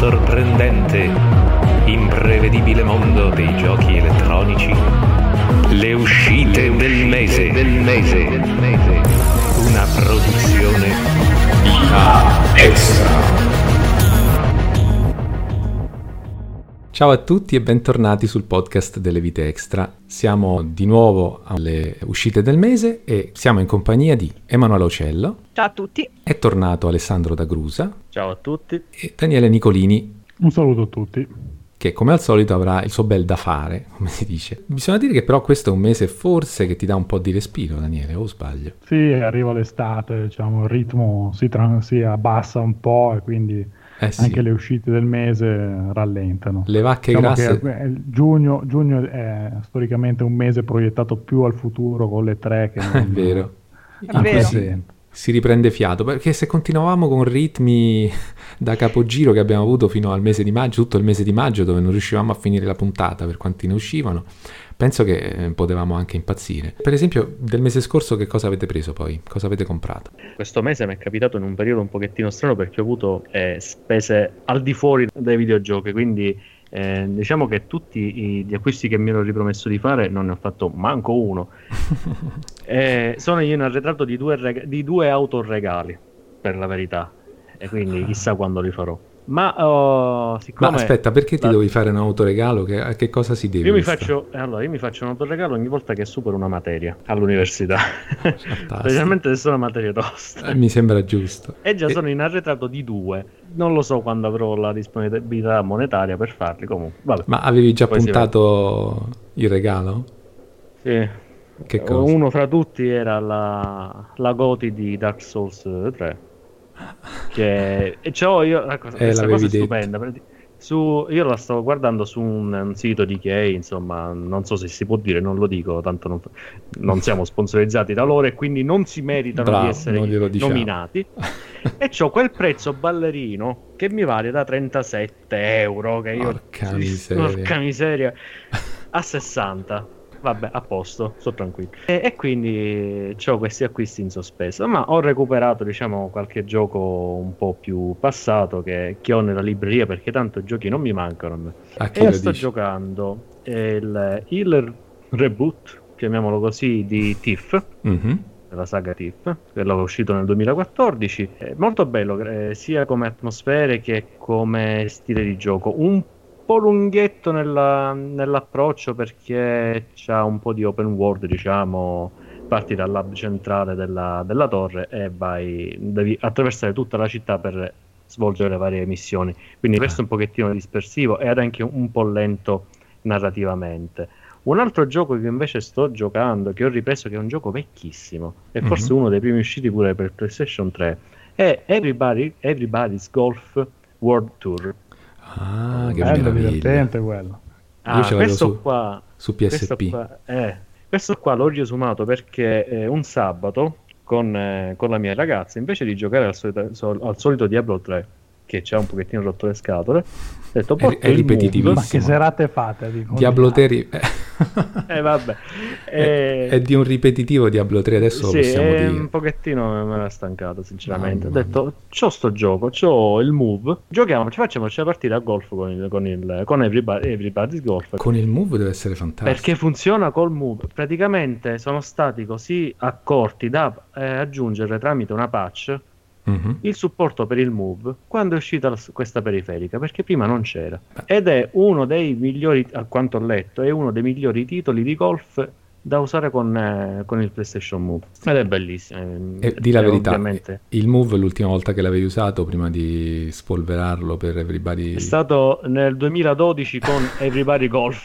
sorprendente, imprevedibile mondo dei giochi elettronici. Le uscite del mese. Una produzione Vita Extra. Ciao a tutti e bentornati sul podcast delle Vite Extra. Siamo di nuovo alle uscite del mese e siamo in compagnia di Emanuele Aucello. Ciao a tutti. È tornato Alessandro D'Agrusa. Ciao a tutti. E Daniele Nicolini, Un saluto a tutti. che come al solito avrà il suo bel da fare, come si dice. Bisogna dire che però questo è un mese forse che ti dà un po' di respiro, Daniele, o sbaglio? Sì, arriva l'estate, diciamo, il ritmo si abbassa un po' e quindi Sì. anche le uscite del mese rallentano. Le vacche Diciamo grasse... che giugno è storicamente un mese proiettato più al futuro con le tre che È non vero. al vero. presente. Si riprende fiato, perché se continuavamo con ritmi da capogiro che abbiamo avuto fino al mese di maggio, tutto il mese di maggio, dove non riuscivamo a finire la puntata per quanti ne uscivano, penso che potevamo anche impazzire. Per esempio, del mese scorso che cosa avete preso poi? Cosa avete comprato? Questo mese mi è capitato in un periodo un pochettino strano perché ho avuto spese al di fuori dai videogiochi, quindi diciamo che tutti gli acquisti che mi ero ripromesso di fare non ne ho fatto manco uno. Sono io in arretrato di due autoregali, per la verità, e quindi chissà quando li farò. Ma siccome... Ma aspetta, perché ti dovevi fare un autoregalo? A che cosa si deve? Io mi questo? faccio un autoregalo ogni volta che supero una materia all'università, Fantastico. specialmente se sono materie toste. Mi sembra giusto. E già sono in arretrato di 2. Non lo so quando avrò la disponibilità monetaria per farli. Comunque, vabbè. Ma avevi già Poi si puntato il regalo? Sì. Che cosa? Uno fra tutti era la GOTY di Dark Souls 3. E c'ho io questa l'avevi cosa è detto. stupenda. Io la stavo guardando su un sito di Key, insomma, non so se si può dire, non lo dico, tanto non siamo sponsorizzati da loro e quindi non si meritano Bravo, di essere non glielo diciamo. nominati. E c'ho quel prezzo ballerino che mi vale da 37 euro, che io... Porca miseria. A 60. Vabbè, a posto, sto tranquillo. E quindi ho questi acquisti in sospeso, ma ho recuperato, diciamo, qualche gioco un po' più passato che ho nella libreria, perché tanto giochi non mi mancano a me. A chi E io lo sto dici? giocando il reboot, chiamiamolo così, di Thief, Mhm. della saga Thief, quello che è uscito nel 2014. È molto bello, sia come atmosfere che come stile di gioco. Un po' lunghetto nell'approccio, perché c'ha un po' di open world, diciamo. Parti dal lab centrale della torre e devi attraversare tutta la città per svolgere le varie missioni. Quindi questo è un pochettino dispersivo ed anche un po' lento narrativamente. Un altro gioco che invece sto giocando, che ho ripreso, che è un gioco vecchissimo, e forse uno dei primi usciti pure per PlayStation 3, è Everybody's Golf World Tour. Ah, che Bello, meraviglia. divertente quello. Io ce l'avevo su questo PSP. questo qua l'ho riesumato perché un sabato con la mia ragazza, invece di giocare al solito Diablo 3, che ci ha un pochettino rotto le scatole, ho detto È ripetitivissimo. Ma che serate fate? Diablo 3 vabbè. è di un ripetitivo Diablo 3, adesso lo Sì, possiamo dire. un pochettino me l'ha stancato, sinceramente. Mamma Ho detto, c'ho sto gioco, c'ho il Move, facciamoci la partita a golf con Everybody's Golf. Con il Move deve essere fantastico. Perché funziona col Move. Praticamente sono stati così accorti da aggiungere tramite una patch Mhm. il supporto per il Move quando è uscita questa periferica, perché prima non c'era. Ed è uno dei migliori, a quanto ho letto, è uno dei migliori titoli di golf da usare con il PlayStation Move. Ed è bellissimo. E di la verità, Ovviamente il Move l'ultima volta che l'avevi usato prima di spolverarlo per Everybody... è stato nel 2012 con Everybody Golf.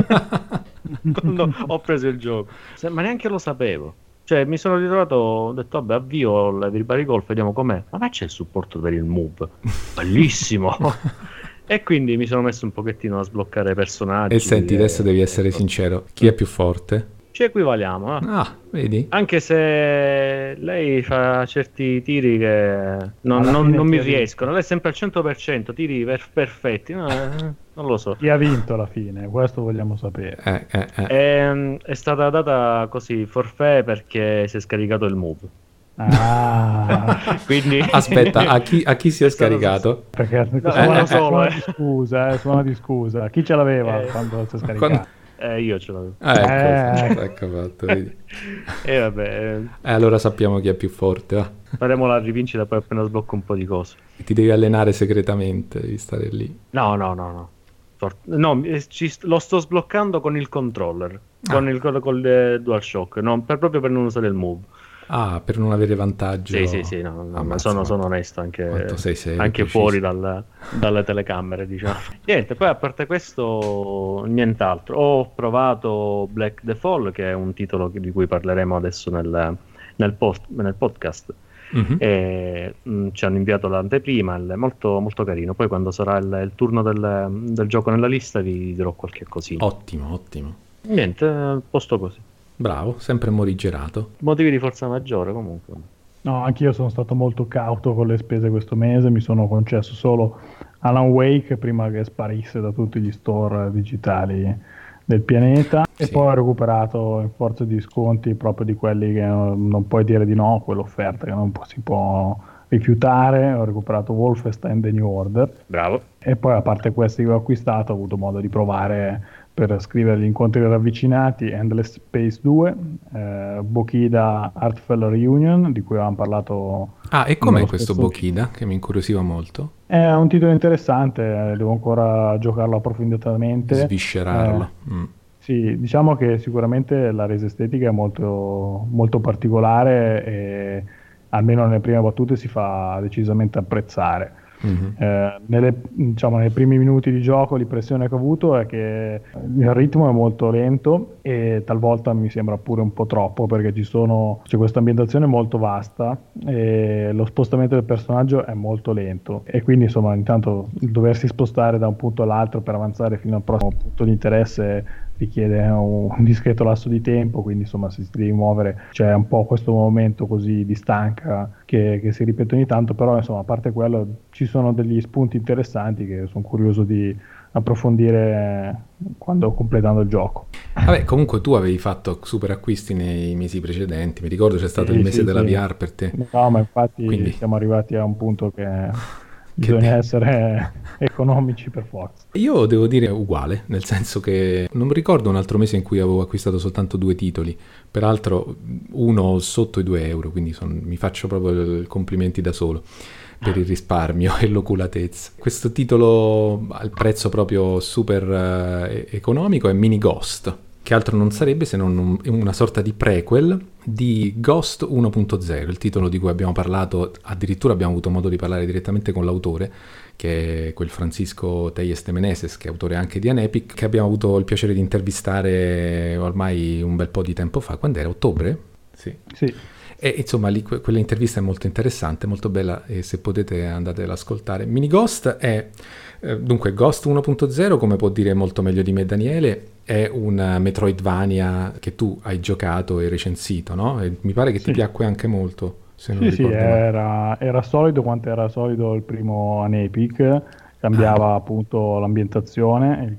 Quando ho preso il gioco. Ma neanche lo sapevo. Cioè, mi sono ritrovato, ho detto, vabbè, avvio l'Everybody Golf, vediamo com'è. Ma c'è il supporto per il Move. Bellissimo! E quindi mi sono messo un pochettino a sbloccare personaggi. E senti, adesso devi essere sincero, chi è più forte? Ci equivaliamo, Ah, vedi? Anche se lei fa certi tiri che non mi riescono. Lei è sempre al 100%, tiri perfetti. No, non lo so. Chi ha vinto alla fine? Questo vogliamo sapere. È stata data così forfait perché si è scaricato il Move. Quindi Aspetta, a chi si è scaricato? Perché suona di scusa. Chi ce l'aveva quando si è scaricato? Io ce l'avevo. Ecco fatto, vedi. Vabbè. Allora sappiamo chi è più forte, va. Faremo la rivincita poi appena sblocco un po' di cose. Ti devi allenare segretamente, devi stare lì. No. No, lo sto sbloccando con il controller, con il DualShock, proprio per non usare il Move. Per non avere vantaggio. Sì, no, sono onesto anche fuori dalle telecamere, diciamo. Niente, poi a parte questo, nient'altro. Ho provato Black the Fall, che è un titolo di cui parleremo adesso nel podcast. Mm-hmm. E ci hanno inviato l'anteprima, è molto, molto carino. Poi quando sarà il turno del gioco nella lista vi dirò qualche cosina. Ottimo. Niente, posto così. Bravo, sempre morigerato. Motivi di forza maggiore comunque. No, anch'io sono stato molto cauto con le spese questo mese, mi sono concesso solo Alan Wake prima che sparisse da tutti gli store digitali del pianeta, e poi ho recuperato in forza di sconti proprio di quelli che non puoi dire di no, quell'offerta che non si può rifiutare. Ho recuperato Wolfenstein The New Order. Bravo. E poi, a parte questi che ho acquistato, ho avuto modo di provare, per scrivere gli incontri ravvicinati, Endless Space 2, Bokida Heartfelt Reunion, di cui avevamo parlato. E com'è questo Bokida, che mi incuriosiva molto? È un titolo interessante, devo ancora giocarlo approfonditamente. Sviscerarlo. Sì, diciamo che sicuramente la resa estetica è molto, molto particolare e almeno nelle prime battute si fa decisamente apprezzare. Mm-hmm. Nei primi minuti di gioco l'impressione che ho avuto è che il ritmo è molto lento e talvolta mi sembra pure un po' troppo, perché c'è questa ambientazione molto vasta e lo spostamento del personaggio è molto lento, e quindi insomma intanto il doversi spostare da un punto all'altro per avanzare fino al prossimo punto di interesse richiede un discreto lasso di tempo, quindi insomma se si devi muovere c'è un po' questo momento così di stanca che si ripete ogni tanto, però insomma a parte quello ci sono degli spunti interessanti che sono curioso di approfondire completando il gioco. Vabbè, comunque tu avevi fatto super acquisti nei mesi precedenti, mi ricordo c'è stato il mese della VR per te. No, ma infatti siamo arrivati a un punto che bisogna essere economici per forza. Io devo dire uguale, nel senso che non mi ricordo un altro mese in cui avevo acquistato soltanto 2 titoli, peraltro uno sotto i 2 euro, quindi mi faccio proprio i complimenti da solo per il risparmio e l'oculatezza. Questo titolo al prezzo proprio super economico è Mini Ghost, che altro non sarebbe se non una sorta di prequel di Ghost 1.0, il titolo di cui abbiamo parlato, addirittura abbiamo avuto modo di parlare direttamente con l'autore, che è quel Francisco Telles de Meneses, che è autore anche di Anepic, che abbiamo avuto il piacere di intervistare ormai un bel po' di tempo fa. Quando era? Ottobre? Sì. E insomma lì quella intervista è molto interessante, molto bella, e se potete andate ad ascoltare. Mini Ghost è dunque Ghost 1.0, come può dire molto meglio di me Daniele, è un Metroidvania che tu hai giocato e recensito, no? E mi pare che ti piacque anche molto. Se non ricordo male. Era solido quanto era solido il primo Anepic, cambiava appunto l'ambientazione,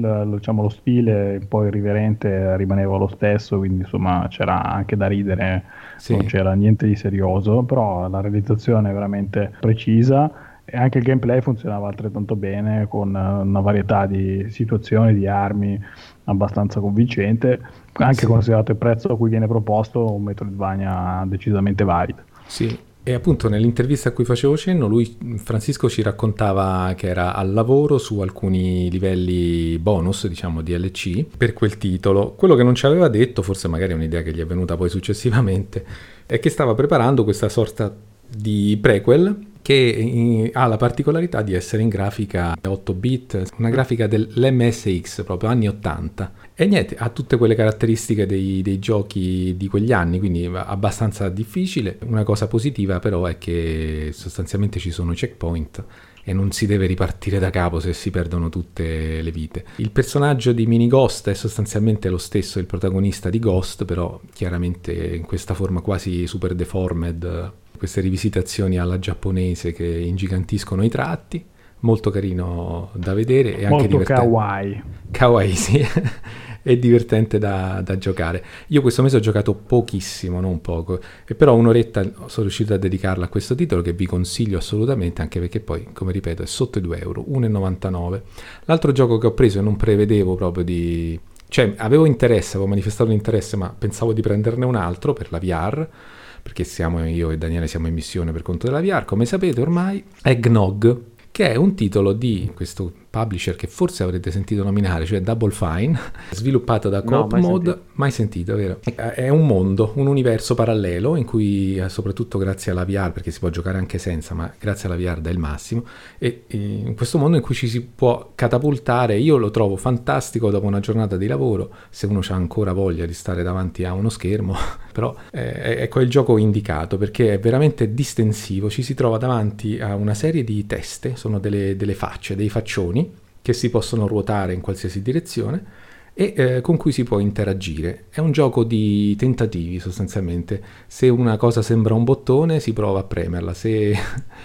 lo stile poi irriverente rimaneva lo stesso, quindi insomma c'era anche da ridere, non c'era niente di serioso, però la realizzazione è veramente precisa e anche il gameplay funzionava altrettanto bene, con una varietà di situazioni, di armi abbastanza convincente, anche considerato il prezzo a cui viene proposto, un Metroidvania decisamente valido. Sì. E appunto nell'intervista a cui facevo cenno, Francisco ci raccontava che era al lavoro su alcuni livelli bonus, diciamo DLC, per quel titolo. Quello che non ci aveva detto, forse magari è un'idea che gli è venuta poi successivamente, è che stava preparando questa sorta di prequel che ha la particolarità di essere in grafica 8-bit, una grafica dell'MSX, proprio anni 80. E niente, ha tutte quelle caratteristiche dei giochi di quegli anni, quindi abbastanza difficile. Una cosa positiva però è che sostanzialmente ci sono checkpoint e non si deve ripartire da capo se si perdono tutte le vite. Il personaggio di Mini Ghost è sostanzialmente lo stesso del protagonista di Ghost, però chiaramente in questa forma quasi super deformed, queste rivisitazioni alla giapponese che ingigantiscono i tratti. Molto carino da vedere e anche molto divertente. kawaii, Sì. è divertente da giocare. Io questo mese ho giocato pochissimo, non poco, e però un'oretta sono riuscito a dedicarla a questo titolo che vi consiglio assolutamente, anche perché poi, come ripeto, è sotto i €2, 1,99. L'altro gioco che ho preso e non prevedevo proprio di... cioè avevo interesse, avevo manifestato un interesse, ma pensavo di prenderne un altro per la VR, perché io e Daniele siamo in missione per conto della VR, come sapete ormai, è Gnog, che è un titolo di questo publisher che forse avrete sentito nominare, cioè Double Fine, sviluppato da Coop Mode, mai sentito, vero? È un mondo, un universo parallelo in cui, soprattutto grazie alla VR, perché si può giocare anche senza, ma grazie alla VR dà il massimo, e in questo mondo in cui ci si può catapultare. Io lo trovo fantastico dopo una giornata di lavoro, se uno ha ancora voglia di stare davanti a uno schermo, però ecco, è il gioco indicato, perché è veramente distensivo, ci si trova davanti a una serie di teste, sono delle facce, dei faccioni, che si possono ruotare in qualsiasi direzione e con cui si può interagire. È un gioco di tentativi sostanzialmente. Se una cosa sembra un bottone si prova a premerla, se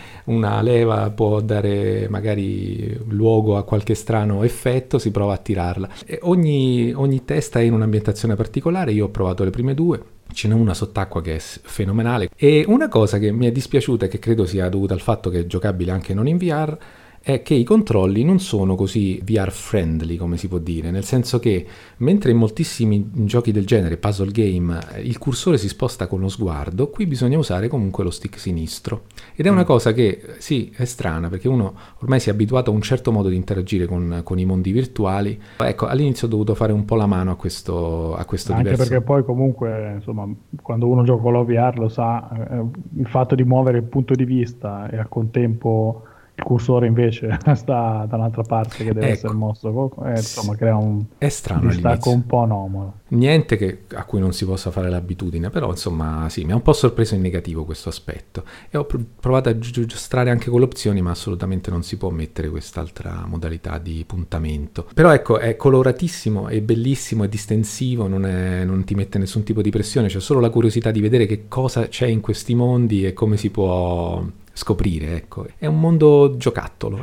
una leva può dare magari luogo a qualche strano effetto si prova a tirarla. E ogni testa è in un'ambientazione particolare. Io ho provato le prime due. Ce n'è una sott'acqua che è fenomenale, e una cosa che mi è dispiaciuta e che credo sia dovuta al fatto che è giocabile anche non in VR è che i controlli non sono così VR friendly, come si può dire, nel senso che mentre in moltissimi giochi del genere, puzzle game, il cursore si sposta con lo sguardo, qui bisogna usare comunque lo stick sinistro, ed è una cosa che sì, è strana, perché uno ormai si è abituato a un certo modo di interagire con i mondi virtuali. Ecco, all'inizio ho dovuto fare un po' la mano a questo anche diverso. Perché poi comunque, insomma, quando uno gioca con la VR lo sa, il fatto di muovere il punto di vista e al contempo il cursore invece sta da un'altra parte che deve essere mosso, insomma crea un distacco un po' anomalo. Niente a cui non si possa fare l'abitudine, però insomma sì, mi ha un po' sorpreso in negativo questo aspetto, e ho provato a giostrare anche con le opzioni, ma assolutamente non si può mettere quest'altra modalità di puntamento. Però ecco, è coloratissimo, è bellissimo, è distensivo, non ti mette nessun tipo di pressione, c'è solo la curiosità di vedere che cosa c'è in questi mondi e come si può scoprire. Ecco, è un mondo giocattolo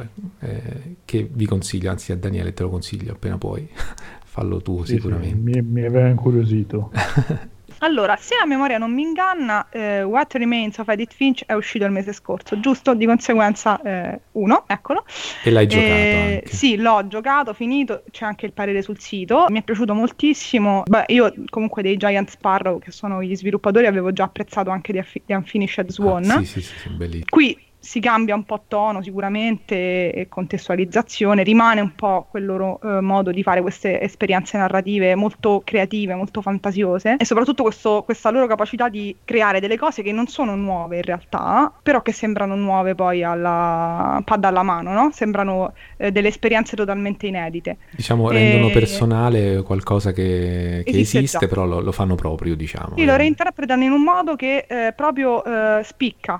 che vi consiglio, anzi a Daniele te lo consiglio appena puoi. Fallo tu, sì, sicuramente. Sì, mi aveva incuriosito. Allora, se la memoria non mi inganna, What Remains of Edith Finch è uscito il mese scorso, giusto? Di conseguenza 1, eccolo. E l'hai giocato anche? Sì, l'ho giocato, finito, c'è anche il parere sul sito, mi è piaciuto moltissimo. Beh, io comunque dei Giant Sparrow, che sono gli sviluppatori, avevo già apprezzato anche di Unfinished Swan. Sì, bellissimo. Qui si cambia un po' tono sicuramente e contestualizzazione, rimane un po' quel loro modo di fare queste esperienze narrative molto creative, molto fantasiose, e soprattutto questa loro capacità di creare delle cose che non sono nuove in realtà, però che sembrano nuove poi alla pad alla mano, no? Sembrano delle esperienze totalmente inedite. Diciamo rendono personale qualcosa che esiste già. però lo fanno proprio, diciamo. Sì, lo reinterpretano in un modo che proprio spicca.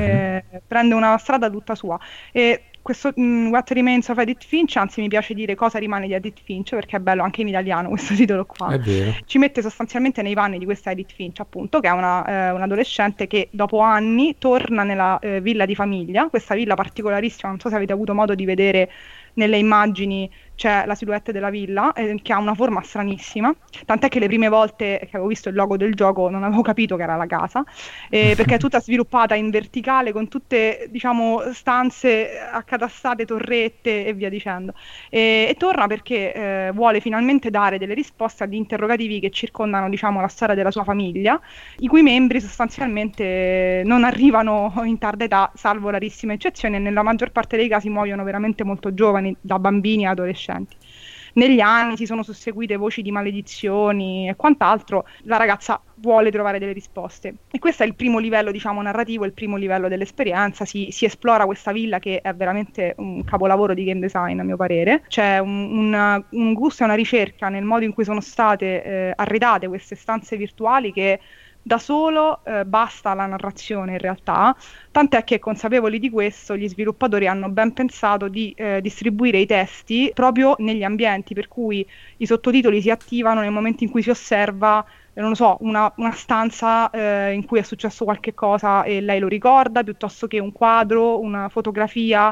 Prende una strada tutta sua, e questo What Remains of Edith Finch, anzi mi piace dire Cosa rimane di Edith Finch, perché è bello anche in italiano questo titolo qua. È vero. Ci mette sostanzialmente nei panni di questa Edith Finch, appunto, che è un adolescente che dopo anni torna nella villa di famiglia, questa villa particolarissima, non so se avete avuto modo di vedere nelle immagini, c'è la silhouette della villa che ha una forma stranissima, tant'è che le prime volte che avevo visto il logo del gioco non avevo capito che era la casa, perché è tutta sviluppata in verticale con tutte, diciamo, stanze accatastate, torrette e via dicendo, e torna perché vuole finalmente dare delle risposte agli interrogativi che circondano, diciamo, la storia della sua famiglia, i cui membri sostanzialmente non arrivano in tarda età, salvo rarissime eccezioni, e nella maggior parte dei casi muoiono veramente molto giovani, da bambini a adolescenti. Negli anni si sono susseguite voci di maledizioni e quant'altro. La ragazza vuole trovare delle risposte, e questo è il primo livello, diciamo, narrativo, il primo livello dell'esperienza. Si esplora questa villa, che è veramente un capolavoro di game design a mio parere. C'è un gusto e una ricerca nel modo in cui sono state arredate queste stanze virtuali, che da solo basta la narrazione in realtà, tant'è che, consapevoli di questo, gli sviluppatori hanno ben pensato di distribuire i testi proprio negli ambienti, per cui i sottotitoli si attivano nel momento in cui si osserva, non lo so, una stanza in cui è successo qualche cosa e lei lo ricorda, piuttosto che un quadro, una fotografia.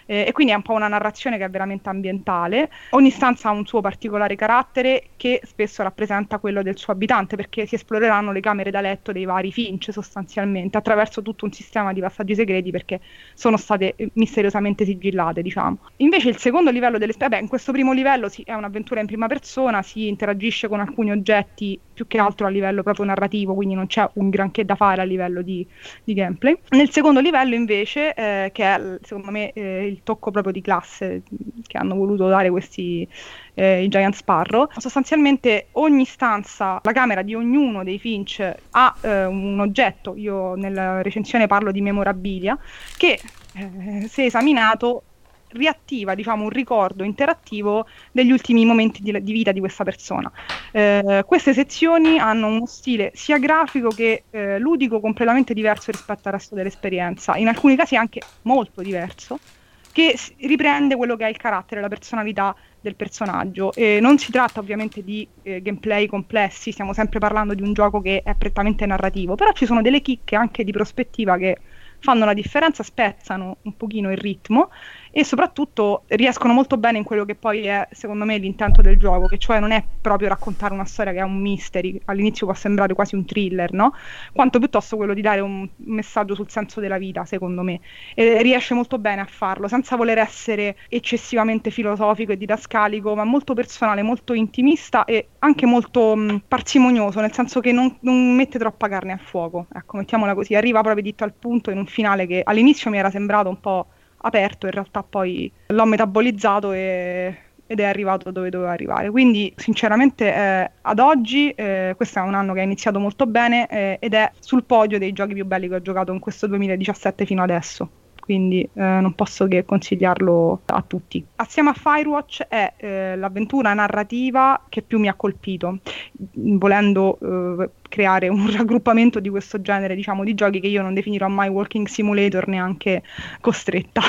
e quindi è un po' una narrazione che è veramente ambientale. Ogni stanza ha un suo particolare carattere che spesso rappresenta quello del suo abitante, perché si esploreranno le camere da letto dei vari Finch sostanzialmente attraverso tutto un sistema di passaggi segreti, perché sono state misteriosamente sigillate, diciamo. Invece il secondo livello in questo primo livello è un'avventura in prima persona, si interagisce con alcuni oggetti più che altro a livello proprio narrativo, quindi non c'è un granché da fare a livello di gameplay. Nel secondo livello invece, che è secondo me il tocco proprio di classe che hanno voluto dare questi i Giant Sparrow, sostanzialmente ogni stanza, la camera di ognuno dei Finch ha un oggetto, io nella recensione parlo di memorabilia, che se esaminato riattiva, diciamo, un ricordo interattivo degli ultimi momenti di vita di questa persona. Queste sezioni hanno uno stile sia grafico che ludico completamente diverso rispetto al resto dell'esperienza, in alcuni casi anche molto diverso, che riprende quello che è il carattere, la personalità del personaggio. Non si tratta ovviamente di gameplay complessi, stiamo sempre parlando di un gioco che è prettamente narrativo, però ci sono delle chicche anche di prospettiva che fanno la differenza, spezzano un pochino il ritmo e soprattutto riescono molto bene in quello che poi è, secondo me, l'intento del gioco, che cioè non è proprio raccontare una storia che è un mystery, all'inizio può sembrare quasi un thriller, no? Quanto piuttosto quello di dare un messaggio sul senso della vita, secondo me, e riesce molto bene a farlo, senza voler essere eccessivamente filosofico e didascalico, ma molto personale, molto intimista e anche molto parsimonioso, nel senso che non mette troppa carne al fuoco, ecco, mettiamola così, arriva proprio ditto al punto in un finale che all'inizio mi era sembrato un po' aperto, in realtà poi l'ho metabolizzato ed è arrivato dove doveva arrivare. Quindi sinceramente ad oggi questo è un anno che ha iniziato molto bene ed è sul podio dei giochi più belli che ho giocato in questo 2017 fino adesso. Quindi non posso che consigliarlo a tutti. Assieme a Firewatch è l'avventura narrativa che più mi ha colpito, volendo creare un raggruppamento di questo genere, diciamo, di giochi che io non definirò mai walking simulator, neanche costretta.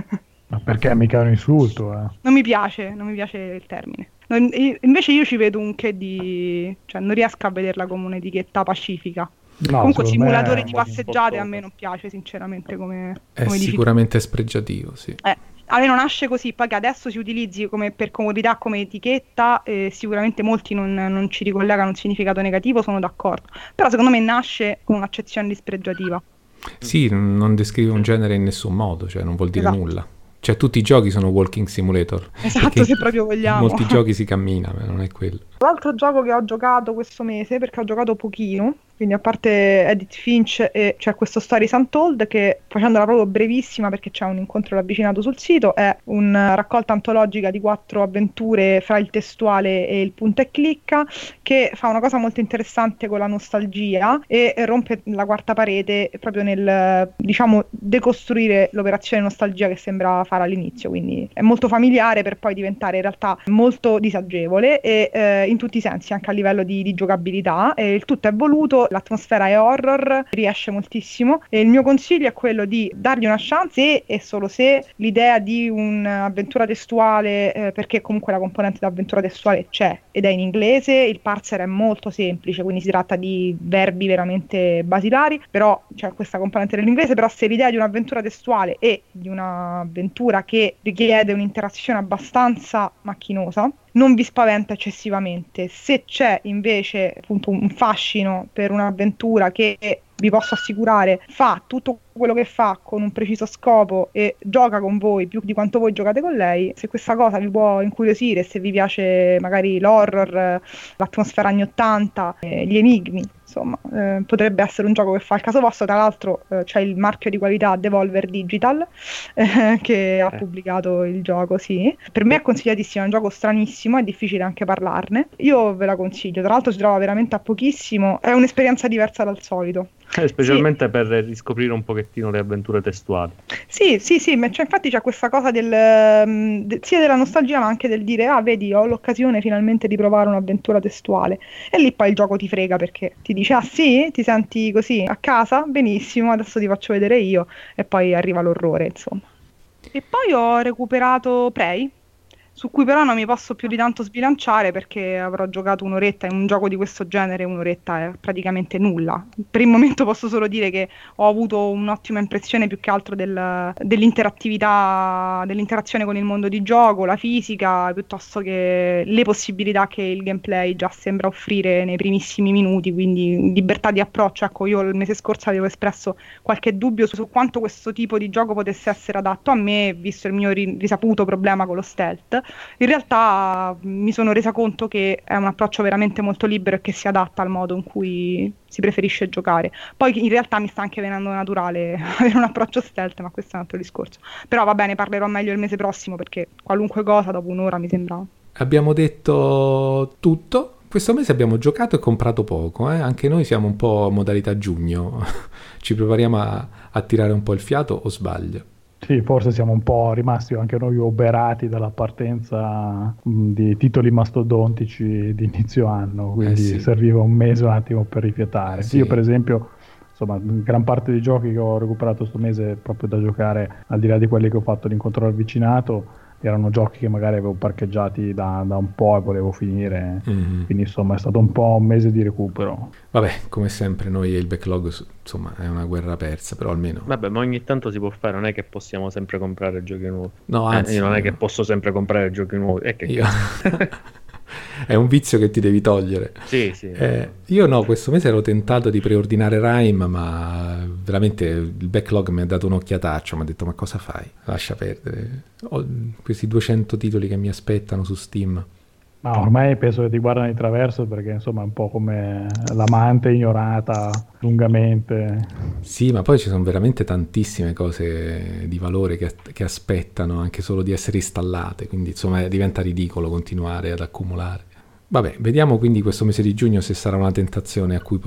Ma perché mica è un insulto? Non mi piace il termine. Invece io ci vedo un che cioè non riesco a vederla come un'etichetta pacifica. No, comunque simulatore di passeggiate a me non piace sinceramente come sicuramente spregiativo, sì. Almeno nasce così, poi che adesso si utilizzi come per comodità come etichetta, sicuramente molti non ci ricollegano un significato negativo, sono d'accordo, però secondo me nasce con un'accezione dispregiativa. Sì, non descrive un genere in nessun modo, cioè non vuol dire nulla. Cioè tutti i giochi sono walking simulator. Esatto, se proprio vogliamo. Molti giochi si cammina, ma non è quello. L'altro gioco che ho giocato questo mese, perché ho giocato pochino, quindi a parte Edith Finch e c'è questo Stories Untold che, facendola proprio brevissima perché c'è un incontro ravvicinato sul sito, è una raccolta antologica di 4 avventure fra il testuale e il punta e clicca, che fa una cosa molto interessante con la nostalgia e rompe la quarta parete proprio nel, diciamo, decostruire l'operazione nostalgia che sembra fare all'inizio, quindi è molto familiare per poi diventare in realtà molto disagevole e in tutti i sensi, anche a livello di giocabilità, e il tutto è voluto, l'atmosfera è horror, riesce moltissimo e il mio consiglio è quello di dargli una chance se e solo se l'idea di un'avventura testuale, perché comunque la componente d'avventura testuale c'è ed è in inglese, il parser è molto semplice, quindi si tratta di verbi veramente basilari, però c'è questa componente dell'inglese, però se l'idea di un'avventura testuale e di un'avventura che richiede un'interazione abbastanza macchinosa non vi spaventa eccessivamente. Se c'è invece appunto un fascino per un'avventura che, vi posso assicurare, fa tutto quello che fa con un preciso scopo e gioca con voi più di quanto voi giocate con lei, se questa cosa vi può incuriosire, se vi piace magari l'horror, l'atmosfera anni 80, gli enigmi, insomma, potrebbe essere un gioco che fa il caso vostro. Tra l'altro c'è il marchio di qualità Devolver Digital che ha pubblicato il gioco, sì. Per me è consigliatissimo, è un gioco stranissimo, è difficile anche parlarne, io ve la consiglio, tra l'altro si trova veramente a pochissimo, è un'esperienza diversa dal solito. Specialmente per riscoprire un pochettino le avventure testuali. Sì, ma infatti c'è questa cosa sia della nostalgia ma anche del dire vedi, ho l'occasione finalmente di provare un'avventura testuale, e lì poi il gioco ti frega perché ti dice sì, ti senti così a casa, benissimo, adesso ti faccio vedere io, e poi arriva l'orrore, insomma. E poi ho recuperato Prey, su cui però non mi posso più di tanto sbilanciare perché avrò giocato un'oretta in un gioco di questo genere, un'oretta è praticamente nulla. Per il momento posso solo dire che ho avuto un'ottima impressione più che altro dell'interattività, dell'interazione con il mondo di gioco, la fisica, piuttosto che le possibilità che il gameplay già sembra offrire nei primissimi minuti, quindi libertà di approccio. Ecco, io il mese scorso avevo espresso qualche dubbio su quanto questo tipo di gioco potesse essere adatto a me, visto il mio risaputo problema con lo stealth. In realtà mi sono resa conto che è un approccio veramente molto libero e che si adatta al modo in cui si preferisce giocare. Poi in realtà mi sta anche venendo naturale avere un approccio stealth, ma questo è un altro discorso. Però va bene, parlerò meglio il mese prossimo perché qualunque cosa dopo un'ora mi sembra... Abbiamo detto tutto. Questo mese abbiamo giocato e comprato poco, Anche noi siamo un po' modalità giugno. Ci prepariamo a tirare un po' il fiato, o sbaglio? Sì, forse siamo un po' rimasti anche noi oberati dalla partenza di titoli mastodontici di inizio anno, quindi sì. Serviva un mese un attimo per rifiatare. Sì. Io per esempio, insomma, gran parte dei giochi che ho recuperato questo mese proprio da giocare, al di là di quelli che ho fatto l'incontro ravvicinato, erano giochi che magari avevo parcheggiati da un po' e volevo finire, quindi insomma è stato un po' un mese di recupero. Vabbè, come sempre noi e il backlog, insomma, è una guerra persa, però almeno... Vabbè, ma ogni tanto si può fare, non è che possiamo sempre comprare giochi nuovi. No, anzi... io non è che posso sempre comprare giochi nuovi, è che... È un vizio che ti devi togliere. Sì. Io no, questo mese ero tentato di preordinare Rime, ma veramente il backlog mi ha dato un'occhiataccia, mi ha detto: ma cosa fai? Lascia perdere. Ho questi 200 titoli che mi aspettano su Steam. Ma ormai penso che ti guardano di traverso perché insomma è un po' come l'amante ignorata lungamente. Sì, ma poi ci sono veramente tantissime cose di valore che aspettano anche solo di essere installate, quindi insomma diventa ridicolo continuare ad accumulare. Vabbè, vediamo quindi questo mese di giugno se sarà una tentazione a cui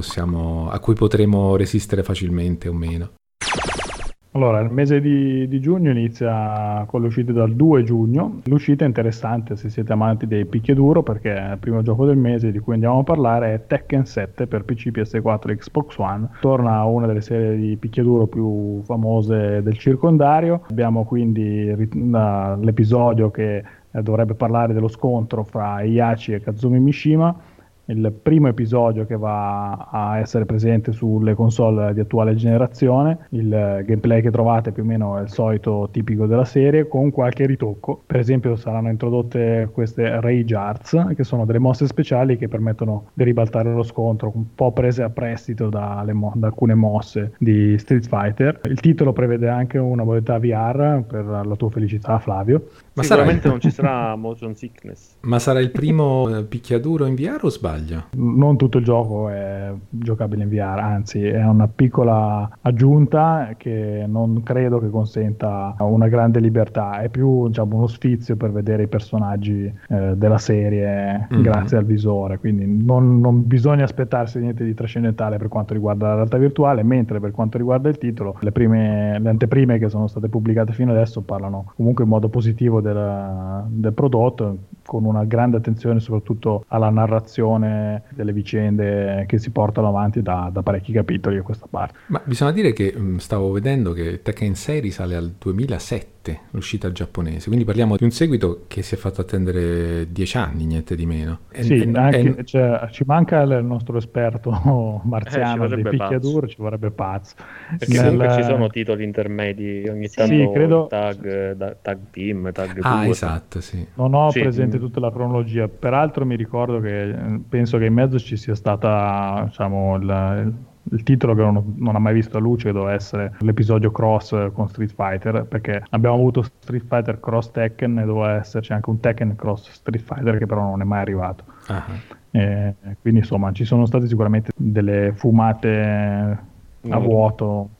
potremo resistere facilmente o meno. Allora, il mese di giugno inizia con le uscite dal 2 giugno. L'uscita è interessante se siete amanti dei picchiaduro, perché il primo gioco del mese di cui andiamo a parlare è Tekken 7 per PC, PS4 e Xbox One. Torna una delle serie di picchiaduro più famose del circondario. Abbiamo quindi l'episodio che dovrebbe parlare dello scontro fra Heihachi e Kazumi Mishima. Il primo episodio che va a essere presente sulle console di attuale generazione. Il gameplay che trovate più o meno è il solito tipico della serie, con qualche ritocco. Per esempio saranno introdotte queste Rage Arts, che sono delle mosse speciali che permettono di ribaltare lo scontro, un po' prese a prestito da alcune mosse di Street Fighter. Il titolo prevede anche una modalità VR, per la tua felicità, Flavio. Ma sicuramente non ci sarà motion sickness. Ma sarà il primo picchiaduro in VR o sbaglio? Non tutto il gioco è giocabile in VR, anzi è una piccola aggiunta che non credo che consenta una grande libertà, è più, diciamo, uno sfizio per vedere i personaggi della serie grazie al visore, quindi non bisogna aspettarsi niente di trascendentale per quanto riguarda la realtà virtuale, mentre per quanto riguarda il titolo le anteprime che sono state pubblicate fino adesso parlano comunque in modo positivo del prodotto, con una grande attenzione soprattutto alla narrazione delle vicende che si portano avanti da parecchi capitoli a questa parte. Ma bisogna dire che stavo vedendo che Tekken 6 risale al 2007, l'uscita giapponese, quindi parliamo di un seguito che si è fatto attendere 10 anni, niente di meno. Ci manca il nostro esperto marziano dei picchiaduro, ci vorrebbe pazzo. Perché comunque ci sono titoli intermedi ogni tanto, credo... tag team, tag 2. Ah, esatto, sì. Non ho presente tutta la cronologia, peraltro mi ricordo che penso che in mezzo ci sia stata, diciamo, il titolo che non ha mai visto la luce, che doveva essere l'episodio cross con Street Fighter, perché abbiamo avuto Street Fighter cross Tekken e doveva esserci anche un Tekken cross Street Fighter che però non è mai arrivato. Quindi insomma ci sono state sicuramente delle fumate a vuoto.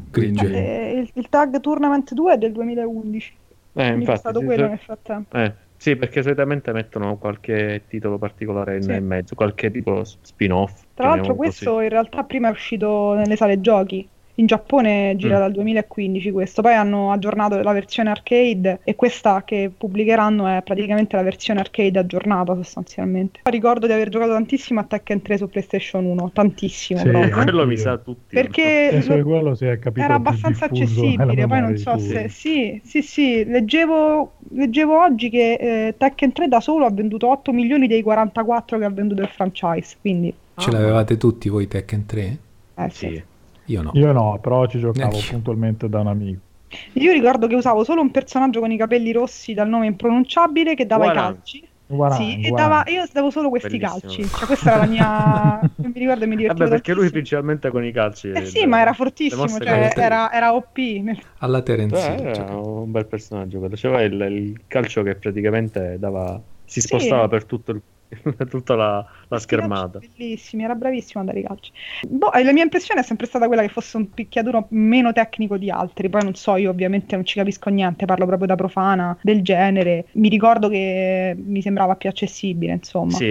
Il Tag Tournament 2 è del 2011, infatti è stato quello nel frattempo. Sì, perché solitamente mettono qualche titolo particolare in mezzo, qualche tipo spin-off. Tra l'altro questo in realtà prima è uscito nelle sale giochi. In Giappone gira dal 2015 questo, poi hanno aggiornato la versione arcade e questa che pubblicheranno è praticamente la versione arcade aggiornata sostanzialmente. Ricordo di aver giocato tantissimo a Tekken 3 su PlayStation 1, tantissimo proprio. Quello mi sa tutti. Perché penso che quello sia capito era abbastanza accessibile, poi non so se... Sì, leggevo leggevo oggi che Tekken 3 da solo ha venduto 8 milioni dei 44 che ha venduto il franchise, quindi... Ce l'avevate tutti voi Tekken 3? Sì. Io no. Io no, però ci giocavo Neanch'io. puntualmente da un amico. Io ricordo che usavo solo un personaggio con i capelli rossi dal nome impronunciabile che dava i calci. Guarani, Sì, guarani. io davo solo questi Bellissimo. calci. Cioè, questa era la mia... Non mi ricordo, mi divertivo Vabbè, perché lui tantissimo. principalmente con i calci. Sì, ma era fortissimo, le mosse cioè calci. era OP. Alla Terence Hill, Era giocavo. un bel personaggio quello. C'era il calcio che praticamente dava, si Sì. spostava per tutta la schermata. Bellissimi, era bravissimo a dare i calci. La mia impressione è sempre stata quella che fosse un picchiaduro meno tecnico di altri. Poi non so, io ovviamente non ci capisco niente, parlo proprio da profana del genere. Mi ricordo che mi sembrava più accessibile, insomma. Sì,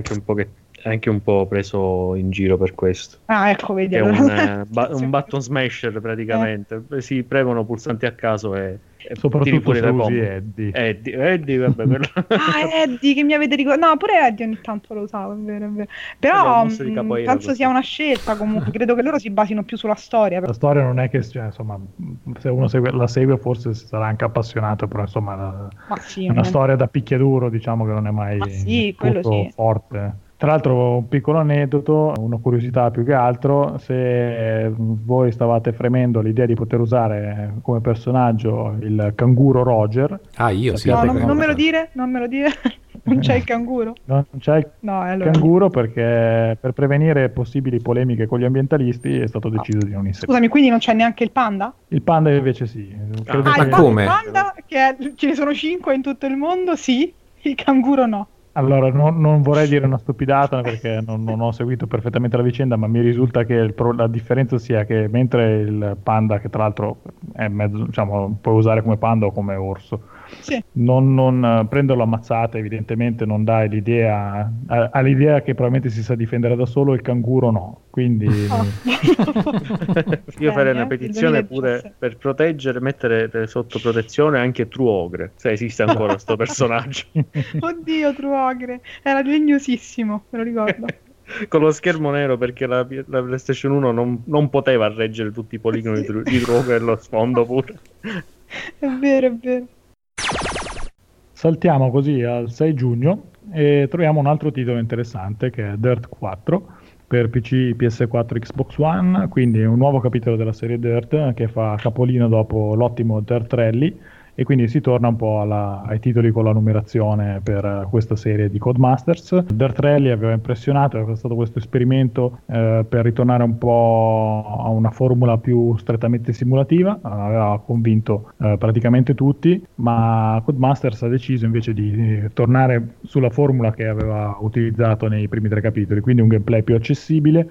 anche un po' preso in giro per questo. Ah, ecco, vedi. Che è allora. un button smasher praticamente. Si premono pulsanti a caso e tiri Soprattutto fuori se la usi combo. Eddie. Eddie, vabbè, quello. Ah, Eddie, che mi avete ricordato. No, pure Eddie ogni tanto lo usavo, è vero, è vero. Quello è Però un mosso di capoeira, penso così. sia una scelta comunque. Credo che loro si basino più sulla storia. La storia non è che, cioè, insomma, se uno la segue forse sarà anche appassionato, però insomma Ma sì, è una storia da picchiaduro, diciamo che non è mai Ma sì, quello tutto sì. forte. Tra l'altro un piccolo aneddoto, una curiosità più che altro, se voi stavate fremendo l'idea di poter usare come personaggio il canguro Roger. Ah, io sì. No, sappiate che non me lo dire, non me lo dire. Non c'è il canguro. Non c'è il No, allora. canguro perché per prevenire possibili polemiche con gli ambientalisti è stato deciso di non inserire. Scusami, quindi non c'è neanche il panda? Il panda invece sì. Credo Ah, che- il come? panda, ce ne sono 5 in tutto il mondo, sì. Il canguro no. Allora, non vorrei dire una stupidata perché non ho seguito perfettamente la vicenda, ma mi risulta che la differenza sia che mentre il panda, che tra l'altro è mezzo, diciamo, puoi usare come panda o come orso, Sì. non prenderlo ammazzate evidentemente non dà l'idea, ha l'idea che probabilmente si sa difendere da solo, il canguro no, quindi Ah. Io farei una Bene, petizione il 2017. pure per proteggere, mettere sotto protezione anche Truogre, se esiste ancora sto personaggio. Oddio, Truogre. Era legnosissimo, me lo ricordo. Con lo schermo nero perché la PlayStation 1 non poteva reggere tutti i poligoni Sì. di Truogre e lo sfondo pure. È vero, è vero. saltiamo così al 6 giugno e troviamo un altro titolo interessante che è Dirt 4 per PC, PS4, Xbox One, quindi un nuovo capitolo della serie Dirt che fa capolino dopo l'ottimo Dirt Rally e quindi si torna un po' ai titoli con la numerazione per questa serie di Codemasters. Dirt Rally aveva impressionato, era stato questo esperimento per ritornare un po' a una formula più strettamente simulativa, aveva convinto praticamente tutti, ma Codemasters ha deciso invece di tornare sulla formula che aveva utilizzato nei primi 3 capitoli, quindi un gameplay più accessibile,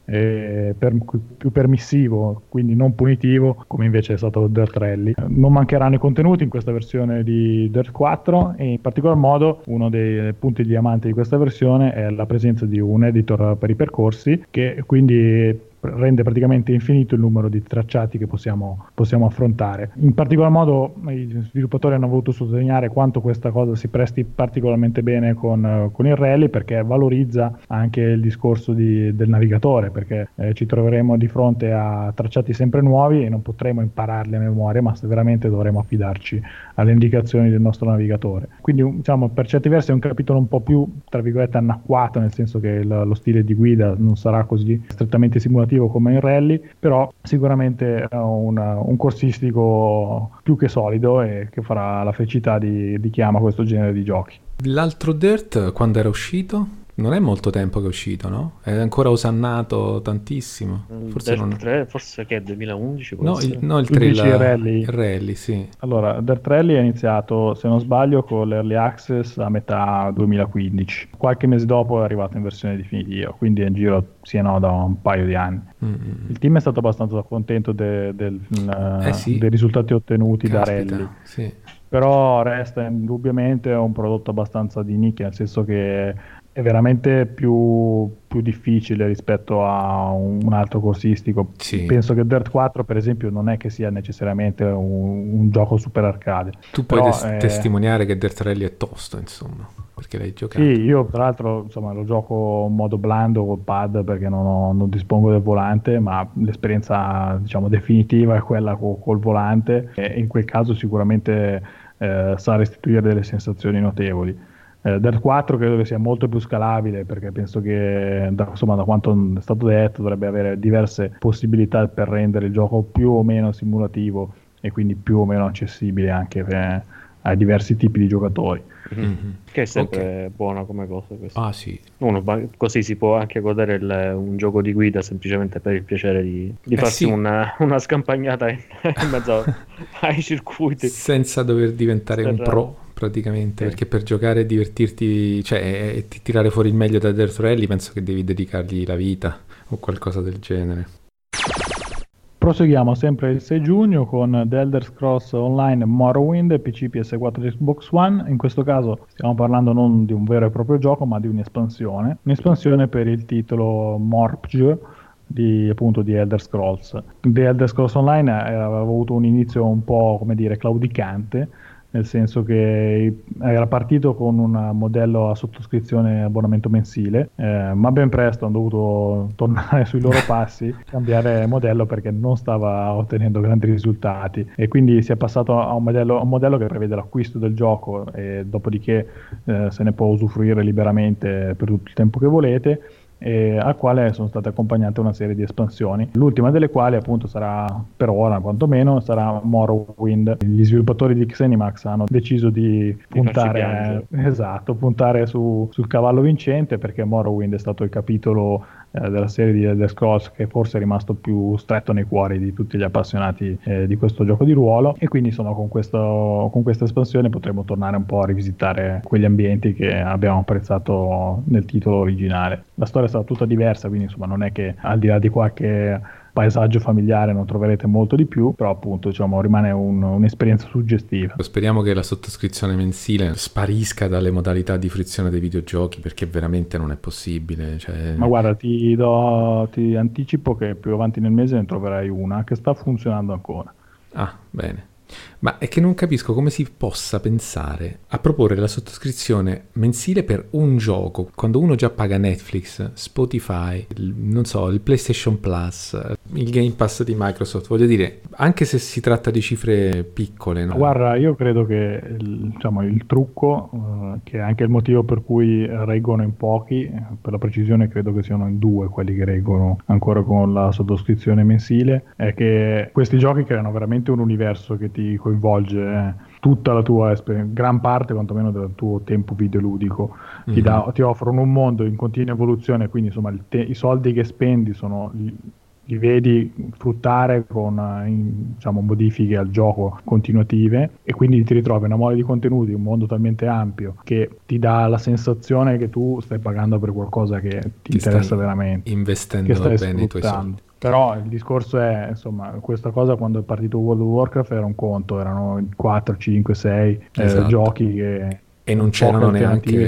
più permissivo, quindi non punitivo, come invece è stato Dirt Rally. Non mancheranno i contenuti in questa versione di Dirt 4 e in particolar modo uno dei punti diamanti di questa versione è la presenza di un editor per i percorsi che quindi rende praticamente infinito il numero di tracciati che possiamo affrontare. In particolar modo gli sviluppatori hanno voluto sottolineare quanto questa cosa si presti particolarmente bene con il rally, perché valorizza anche il discorso del navigatore, perché ci troveremo di fronte a tracciati sempre nuovi e non potremo impararli a memoria, ma veramente dovremo affidarci alle indicazioni del nostro navigatore. Quindi diciamo, per certi versi è un capitolo un po' più, tra virgolette, anacquato, nel senso che lo stile di guida non sarà così strettamente simulativo come in rally, però sicuramente è un corsistico più che solido e che farà la felicità di chi ama questo genere di giochi. L'altro Dirt, quando era uscito? Non è molto tempo che è uscito, no? È ancora osannato tantissimo. Forse Dirt non... 3, forse che è 2011? No, Forse? il Tu 3, dici il rally? il rally, sì. Allora, Dirt Rally è iniziato, se non sbaglio, con l'Early Access a metà 2015. Qualche mese dopo è arrivato in versione definitiva, quindi è in giro sì e no da un paio di anni. Mm-mm. Il team è stato abbastanza contento Sì. dei risultati ottenuti da Caspita, Rally, sì. però resta indubbiamente un prodotto abbastanza di nicchia, nel senso che è veramente più difficile rispetto a un altro corsistico. Sì. Penso che Dirt 4 per esempio non è che sia necessariamente un gioco super arcade. Tu puoi Però, testimoniare che Dirt Rally è tosto, insomma, perché l'hai giocato. sì, io tra l'altro insomma, lo gioco in modo blando col pad perché non dispongo del volante, ma l'esperienza diciamo definitiva è quella col volante e in quel caso sicuramente sa restituire delle sensazioni notevoli. Del 4 credo che sia molto più scalabile, perché penso che da quanto è stato detto dovrebbe avere diverse possibilità per rendere il gioco più o meno simulativo e quindi più o meno accessibile anche ai diversi tipi di giocatori. Mm-hmm. Che è sempre buona come cosa questa. Ah sì. Così si può anche godere un gioco di guida semplicemente per il piacere di farsi una scampagnata in mezzo ai circuiti senza dover diventare un pro praticamente, perché per giocare e divertirti, cioè e tirare fuori il meglio da Elder Rally, penso che devi dedicargli la vita o qualcosa del genere. Proseguiamo sempre il 6 giugno con The Elder Scrolls Online Morrowind, PC, PS4 e Xbox One. In questo caso stiamo parlando non di un vero e proprio gioco, ma di un'espansione per il titolo Morpg di Elder Scrolls. The Elder Scrolls Online aveva avuto un inizio un po', come dire, claudicante, nel senso che era partito con un modello a sottoscrizione abbonamento mensile, ma ben presto hanno dovuto tornare sui loro passi, cambiare modello perché non stava ottenendo grandi risultati, e quindi si è passato a un modello che prevede l'acquisto del gioco e dopodiché se ne può usufruire liberamente per tutto il tempo che volete, al quale sono state accompagnate una serie di espansioni, l'ultima delle quali appunto sarà, per ora quantomeno, sarà Morrowind. Gli sviluppatori di Xenimax hanno deciso di puntare sul cavallo vincente, perché Morrowind è stato il capitolo della serie di Elder Scrolls che forse è rimasto più stretto nei cuori di tutti gli appassionati di questo gioco di ruolo, e quindi insomma con questa espansione potremo tornare un po' a rivisitare quegli ambienti che abbiamo apprezzato nel titolo originale. La storia è stata tutta diversa, quindi insomma non è che al di là di qualche paesaggio familiare non troverete molto di più, però appunto rimane un'esperienza suggestiva. Speriamo che la sottoscrizione mensile sparisca dalle modalità di fruizione dei videogiochi, perché veramente non è possibile. Ma guarda, ti anticipo che più avanti nel mese ne troverai una che sta funzionando ancora. Ah, bene. Ma è che non capisco come si possa pensare a proporre la sottoscrizione mensile per un gioco quando uno già paga Netflix, Spotify, il PlayStation Plus, il Game Pass di Microsoft. Voglio dire, anche se si tratta di cifre piccole, no? Guarda, io credo che il trucco, che è anche il motivo per cui reggono in pochi, per la precisione credo che siano in 2 quelli che reggono ancora con la sottoscrizione mensile, è che questi giochi creano veramente un universo che ti coinvolge tutta la tua esperienza, gran parte quantomeno del tuo tempo videoludico. Ti offrono un mondo in continua evoluzione, quindi insomma i soldi che spendi li vedi fruttare con modifiche al gioco continuative, e quindi ti ritrovi una mole di contenuti, un mondo talmente ampio che ti dà la sensazione che tu stai pagando per qualcosa che ti interessa veramente, investendo bene i tuoi soldi. Però il discorso è, insomma, questa cosa quando è partito World of Warcraft era un conto, erano 4, 5, 6 giochi che... E non c'erano neanche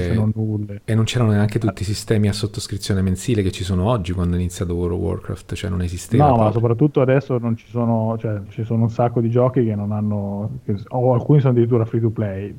se tutti i sistemi a sottoscrizione mensile che ci sono oggi quando è iniziato World of Warcraft, cioè non esisteva. No, proprio. ma soprattutto adesso non ci sono, cioè ci sono un sacco di giochi che non hanno, o alcuni sono addirittura free to play,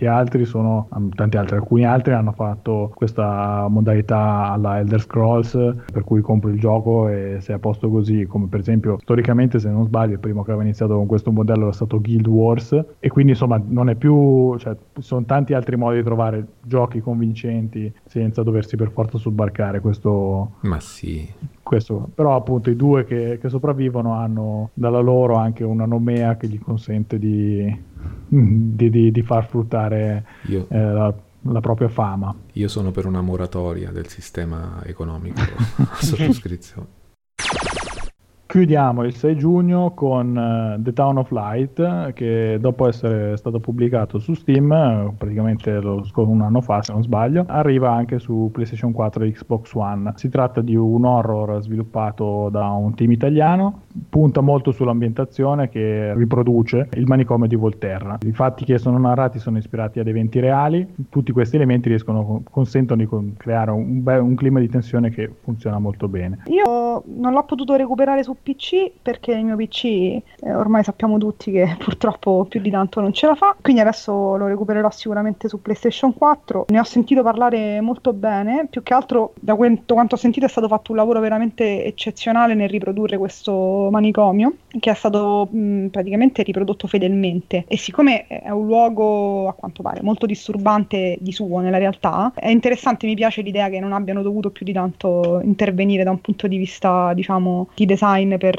alcuni altri hanno fatto questa modalità alla Elder Scrolls, per cui compri il gioco e sei a posto così, come per esempio storicamente, se non sbaglio, il primo che aveva iniziato con questo modello era stato Guild Wars, e quindi insomma non è più, cioè sono tanti altri modi di trovare giochi convincenti senza doversi per forza sobbarcare questo. Ma sì. Però appunto i 2 che sopravvivono hanno dalla loro anche una nomea che gli consente di far fruttare la propria fama. Io sono per una moratoria del sistema economico a sottoscrizione. Chiudiamo il 6 giugno con The Town of Light, che dopo essere stato pubblicato su Steam, praticamente un anno fa se non sbaglio, arriva anche su PlayStation 4 e Xbox One. Si tratta di un horror sviluppato da un team italiano, punta molto sull'ambientazione, che riproduce il manicomio di Volterra. I fatti che sono narrati sono ispirati ad eventi reali, tutti questi elementi consentono di creare un clima di tensione che funziona molto bene. Io non l'ho potuto recuperare su PC perché il mio PC ormai sappiamo tutti che purtroppo più di tanto non ce la fa, quindi adesso lo recupererò sicuramente su PlayStation 4. Ne ho sentito parlare molto bene, più che altro da quanto ho sentito è stato fatto un lavoro veramente eccezionale nel riprodurre questo questo manicomio che è stato praticamente riprodotto fedelmente, e siccome è un luogo a quanto pare molto disturbante di suo nella realtà, è interessante, mi piace l'idea che non abbiano dovuto più di tanto intervenire da un punto di vista, diciamo, di design per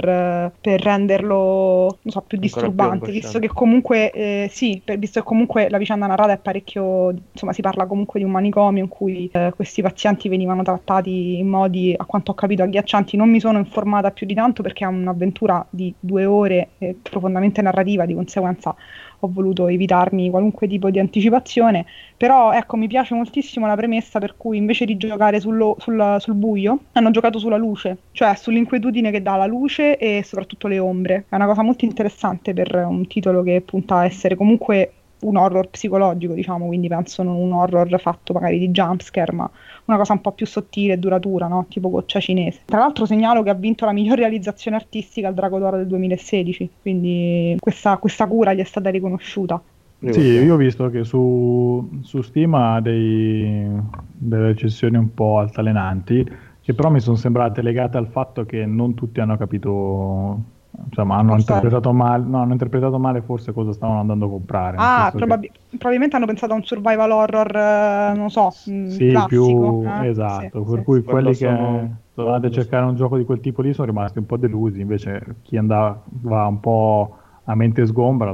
renderlo, non so, più disturbante, visto che comunque visto che comunque la vicenda narrata è parecchio, insomma, si parla comunque di un manicomio in cui questi pazienti venivano trattati in modi, a quanto ho capito, agghiaccianti. Non mi sono informata più di tanto perché è un'avventura di 2 ore profondamente narrativa, di conseguenza ho voluto evitarmi qualunque tipo di anticipazione, però ecco, mi piace moltissimo la premessa per cui invece di giocare sul buio hanno giocato sulla luce, cioè sull'inquietudine che dà la luce e soprattutto le ombre. È una cosa molto interessante per un titolo che punta a essere comunque un horror psicologico, diciamo, quindi penso non un horror fatto magari di jumpscare, ma una cosa un po' più sottile e duratura, no? Tipo Goccia cinese. Tra l'altro segnalo che ha vinto la miglior realizzazione artistica al Drago d'Oro del 2016, quindi questa cura gli è stata riconosciuta. Sì, io ho visto che su Steam ha delle recensioni un po' altalenanti, che però mi sono sembrate legate al fatto che non tutti hanno capito, insomma, hanno interpretato male forse cosa stavano andando a comprare. Probabilmente hanno pensato a un survival horror, non so, sì, classico. Più esatto, per cui quelli che sono andati a cercare un gioco di quel tipo lì sono rimasti un po' delusi, invece chi andava un po' a mente sgombra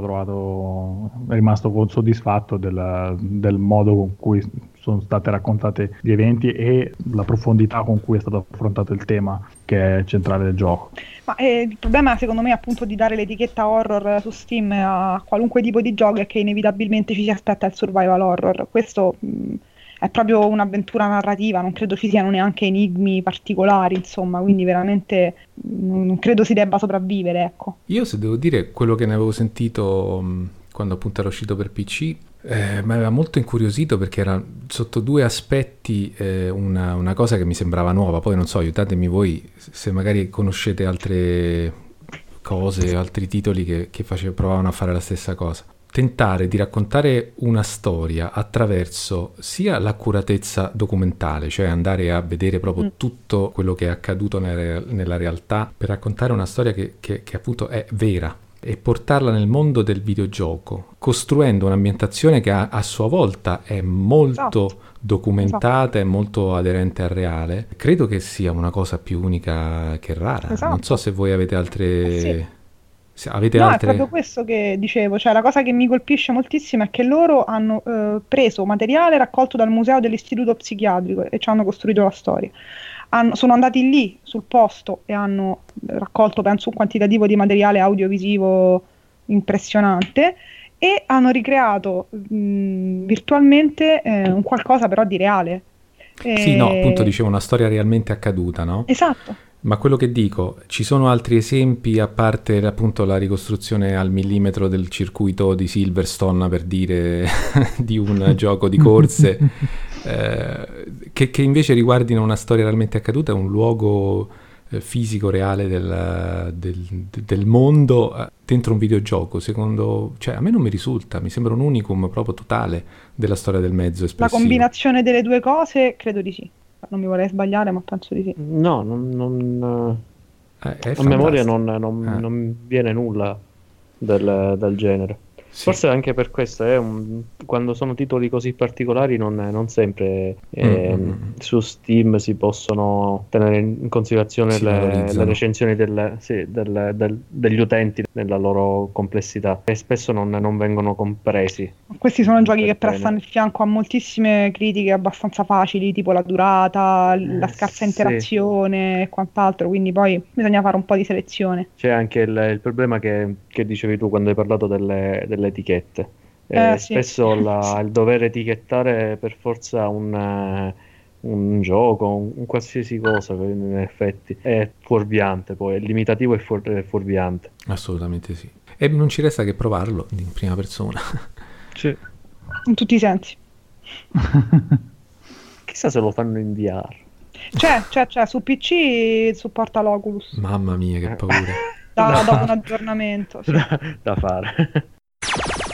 è rimasto soddisfatto del modo con cui sono state raccontate gli eventi e la profondità con cui è stato affrontato il tema, che è centrale del gioco. Ma il problema secondo me appunto di dare l'etichetta horror su Steam a qualunque tipo di gioco è che inevitabilmente ci si aspetta il survival horror. Questo è proprio un'avventura narrativa, non credo ci siano neanche enigmi particolari, insomma, quindi veramente non credo si debba sopravvivere, ecco. Io, se devo dire, quello che ne avevo sentito quando appunto era uscito per PC mi aveva molto incuriosito, perché era sotto 2 aspetti una cosa che mi sembrava nuova. Poi non so, aiutatemi voi se magari conoscete altre cose, altri titoli che provavano a fare la stessa cosa. Tentare di raccontare una storia attraverso sia l'accuratezza documentale, cioè andare a vedere proprio tutto quello che è accaduto nella realtà, per raccontare una storia che appunto è vera, e portarla nel mondo del videogioco, costruendo un'ambientazione che a sua volta è molto documentata e molto aderente al reale. Credo che sia una cosa più unica che rara. Non so se voi avete altre... È proprio questo che dicevo, cioè la cosa che mi colpisce moltissimo è che loro hanno preso materiale raccolto dal museo dell'istituto psichiatrico e ci hanno costruito la storia. Sono andati lì sul posto e hanno raccolto, penso, un quantitativo di materiale audiovisivo impressionante e hanno ricreato virtualmente un qualcosa però di reale. Sì, no, appunto dicevo una storia realmente accaduta, no? Esatto. Ma quello che dico, ci sono altri esempi, a parte appunto la ricostruzione al millimetro del circuito di Silverstone, per dire, di un gioco di corse, che invece riguardino una storia realmente accaduta, un luogo fisico reale del mondo dentro un videogioco? Secondo, cioè, a me non mi risulta, mi sembra un unicum proprio totale della storia del mezzo espressivo. La combinazione delle 2 cose credo di sì. Non mi vorrei sbagliare, ma penso di sì. No, a memoria non viene nulla del genere. Sì. Forse anche per questo quando sono titoli così particolari non sempre su Steam si possono tenere in considerazione le recensioni degli utenti nella loro complessità, e spesso non vengono compresi. Questi sono giochi che prestano il fianco a moltissime critiche abbastanza facili, tipo la durata, la scarsa interazione e quant'altro, quindi poi bisogna fare un po' di selezione. C'è anche il problema che dicevi tu quando hai parlato delle etichette. Spesso il dover etichettare per forza un gioco, un qualsiasi cosa, in effetti è fuorviante, poi è limitativo e fuorviante. Assolutamente sì. E non ci resta che provarlo in prima persona. Sì. In tutti i sensi. Chissà se lo fanno in VR. C'è su PC supporta l'Oculus. Mamma mia, che paura. Dopo un aggiornamento, sì. da fare.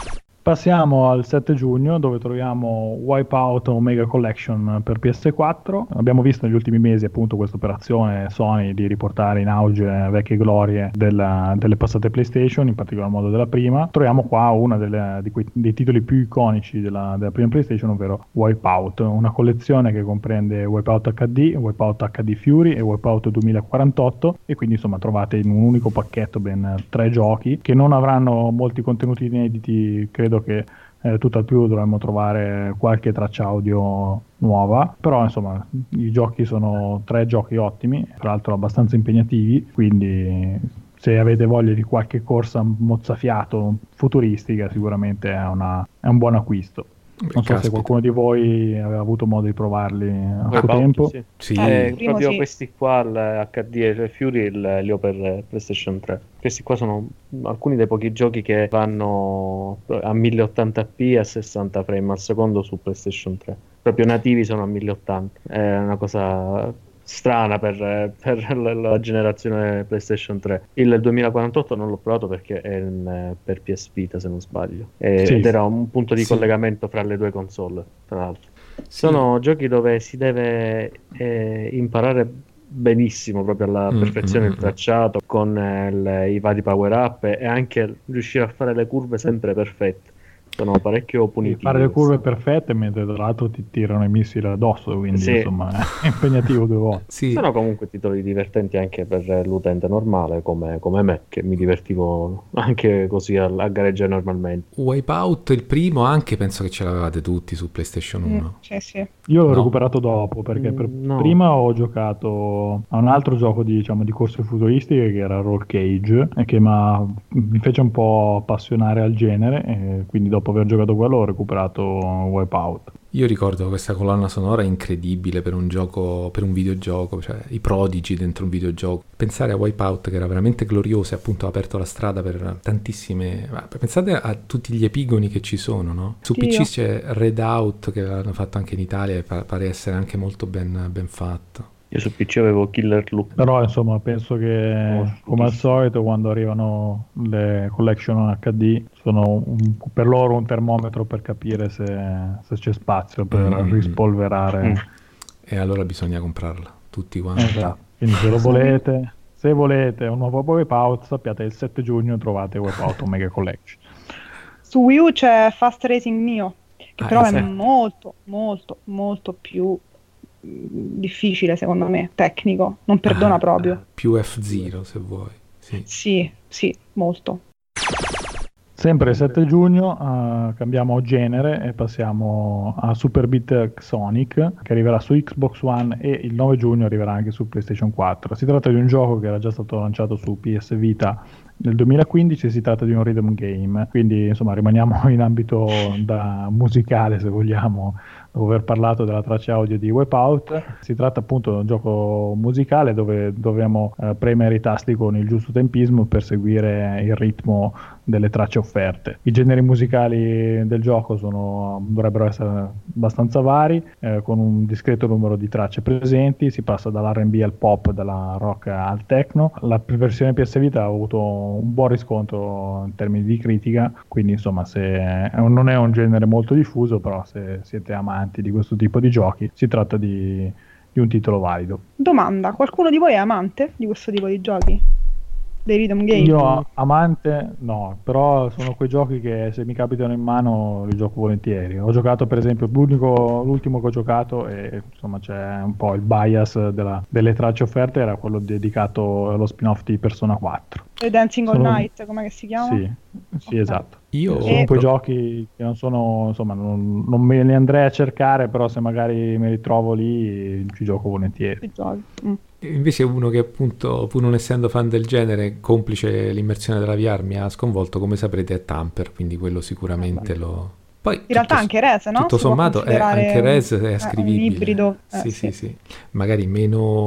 Passiamo al 7 giugno dove troviamo Wipeout Omega Collection per PS4. Abbiamo visto negli ultimi mesi appunto questa operazione Sony di riportare in auge vecchie glorie delle passate PlayStation, in particolar modo della prima. Troviamo qua una dei titoli più iconici della prima PlayStation, ovvero Wipeout, una collezione che comprende Wipeout HD, Wipeout HD Fury e Wipeout 2048, e quindi insomma trovate in un unico pacchetto ben 3 giochi che non avranno molti contenuti inediti. Credo che tutto al più dovremmo trovare qualche traccia audio nuova, però insomma i giochi sono 3 giochi ottimi, tra l'altro abbastanza impegnativi, quindi se avete voglia di qualche corsa mozzafiato futuristica sicuramente è un buon acquisto. Non so se qualcuno di voi aveva avuto modo di provarli a suo tempo. Sì. Proprio sì. Questi qua, il HD e Fury, li ho per PlayStation 3. Questi qua sono alcuni dei pochi giochi che vanno a 1080p e a 60 frame al secondo su PlayStation 3. Proprio nativi sono a 1080. È una cosa strana per la generazione PlayStation 3. Il 2048 non l'ho provato perché è per PS Vita, se non sbaglio, ed era un punto di collegamento fra le due console, tra l'altro. Sono giochi dove si deve imparare benissimo proprio alla perfezione il tracciato con i vari power up e anche riuscire a fare le curve sempre perfette. Sono parecchio punitivi. Fare le curve perfette mentre tra l'altro ti tirano i missili addosso, quindi insomma è impegnativo 2 volte. Sono comunque titoli divertenti anche per l'utente normale come me, che mi divertivo anche così a gareggiare normalmente. Wipeout il primo anche penso che ce l'avevate tutti su PlayStation 1. Sì. Io l'ho recuperato dopo perché prima ho giocato a un altro gioco di corse futuristiche che era Roll Cage e che mi fece un po' appassionare al genere, e quindi dopo aver giocato quello ho recuperato Wipeout. Io ricordo questa colonna sonora incredibile per un videogioco, cioè i prodigi dentro un videogioco. Pensare a Wipeout che era veramente gloriosa e appunto ha aperto la strada per tantissime... Pensate a tutti gli epigoni che ci sono, no? Su PC c'è Redout che l'hanno fatto anche in Italia e pare essere anche molto ben fatto. Io su PC avevo Killer Loop. Però insomma penso che come al solito quando arrivano le collection HD sono per loro un termometro per capire se c'è spazio per rispolverare. E allora bisogna comprarla tutti quanti. Esatto. Quindi se volete un nuovo Wipeout, sappiate il 7 giugno trovate Wipeout Omega Collection. Su Wii U c'è Fast Racing Neo, che però è molto molto molto più difficile secondo me, tecnico, non perdona proprio. Più F-Zero se vuoi. Sì, molto. Sempre il 7 giugno cambiamo genere e passiamo a Super Beat Sonic, che arriverà su Xbox One e il 9 giugno arriverà anche su PlayStation 4. Si tratta di un gioco che era già stato lanciato su PS Vita nel 2015, si tratta di un rhythm game, quindi insomma rimaniamo in ambito musicale se vogliamo, dopo aver parlato della traccia audio di Wipeout. Si tratta appunto di un gioco musicale dove dovremo premere i tasti con il giusto tempismo per seguire il ritmo delle tracce offerte. I generi musicali del gioco dovrebbero essere abbastanza vari, con un discreto numero di tracce presenti. Si passa dall'R&B al pop, dalla rock al techno. La versione PS Vita ha avuto un buon riscontro in termini di critica, quindi insomma non è un genere molto diffuso, però se siete amanti di questo tipo di giochi si tratta di un titolo valido. Domanda: qualcuno di voi è amante di questo tipo di giochi? Dei rhythm game? Io amante no, però sono quei giochi che se mi capitano in mano li gioco volentieri. Ho giocato per esempio l'ultimo che ho giocato, e insomma c'è un po' il bias delle tracce offerte, era quello dedicato allo spin-off di Persona 4. E Dancing All Night, com'è che si chiama? Sì, okay. Esatto. Sono quei giochi che non sono, insomma, non me li andrei a cercare, però se magari me li trovo lì ci gioco volentieri. Invece uno che appunto, pur non essendo fan del genere, complice l'immersione della VR, mi ha sconvolto, come saprete, è Tamper, quindi quello sicuramente lo... Poi, in realtà anche Rez, no? Tutto sommato anche Rez è ascrivibile. Un ibrido. Sì. Magari meno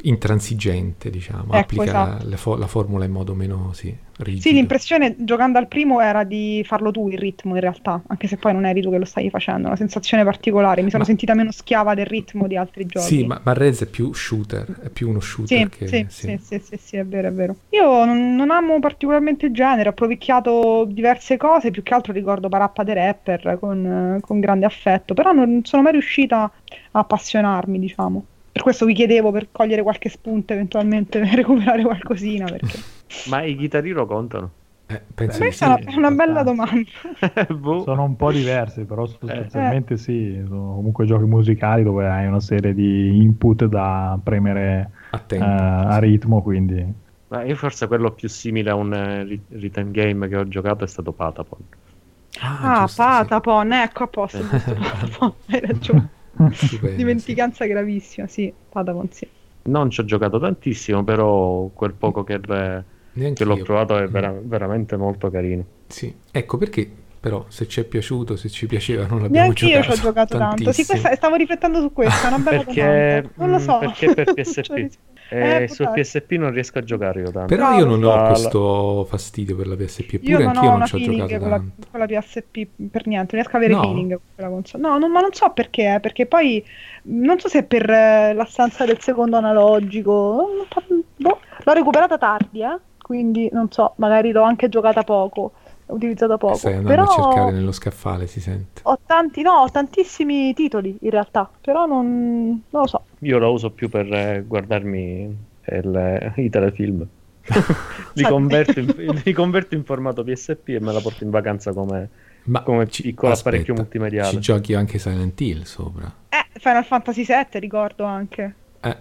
intransigente, diciamo, Ecco, applica esatto. la formula in modo meno rigido. Sì, l'impressione giocando al primo era di farlo tu il ritmo in realtà, anche se poi non eri tu che lo stavi facendo, una sensazione particolare, mi sono sentita meno schiava del ritmo di altri giochi. Sì, ma Rez è più shooter, è più uno shooter che... Sì, è vero, è vero. Io non amo particolarmente il genere, ho provicchiato diverse cose, più che altro ricordo Parappa the Rapper con grande affetto, però non sono mai riuscita a appassionarmi, diciamo. Per questo vi chiedevo per cogliere qualche spunto, eventualmente recuperare qualcosina, perché... Ma i Guitar Hero contano? Penso di Questa sì. è una bella domanda. Boh. Sono un po' diversi, però sostanzialmente sì, sono comunque giochi musicali dove hai una serie di input da premere A tempo, a ritmo, quindi... Ma io forse quello più simile a un rhythm game che ho giocato è stato Patapon. Ah, giusto, Patapon, ecco, a posto, giusto, Patapon, hai ragione. sì. Stupendo, Dimenticanza gravissima, sì, Patapon, sì. Non ci ho giocato tantissimo, però quel poco che Neanche l'ho io. provato è veramente molto carino. Sì, ecco perché però se ci è piaciuto, se ci piaceva non l'abbiamo Neanche io giocato ci ho giocato tanto. Sì, tantissimo. stavo riflettendo su questa, è una bella Perché, domanda. Non lo so. perché per Non PSP. c'ho risposta. Su può darsi. PSP non riesco a giocare io tanto. Però io non ho La- questo fastidio per la PSP, Io eppure non anch'io ho non una ci ho feeling giocato con tanto. la PSP per niente, non riesco ad avere No? feeling con quella console. No, ma non so perché, perché poi non so se è per l'assenza del secondo analogico. Boh. L'ho recuperata tardi, quindi non so, magari l'ho anche giocata poco, utilizzata poco. Stai andando Però a cercare nello scaffale, si sente. ho tantissimi titoli in realtà, però non lo so. Io la uso più per guardarmi i telefilm. Li converto in formato PSP e me la porto in vacanza come piccolo apparecchio multimediale. Ci giochi anche Silent Hill sopra. Final Fantasy VII ricordo anche.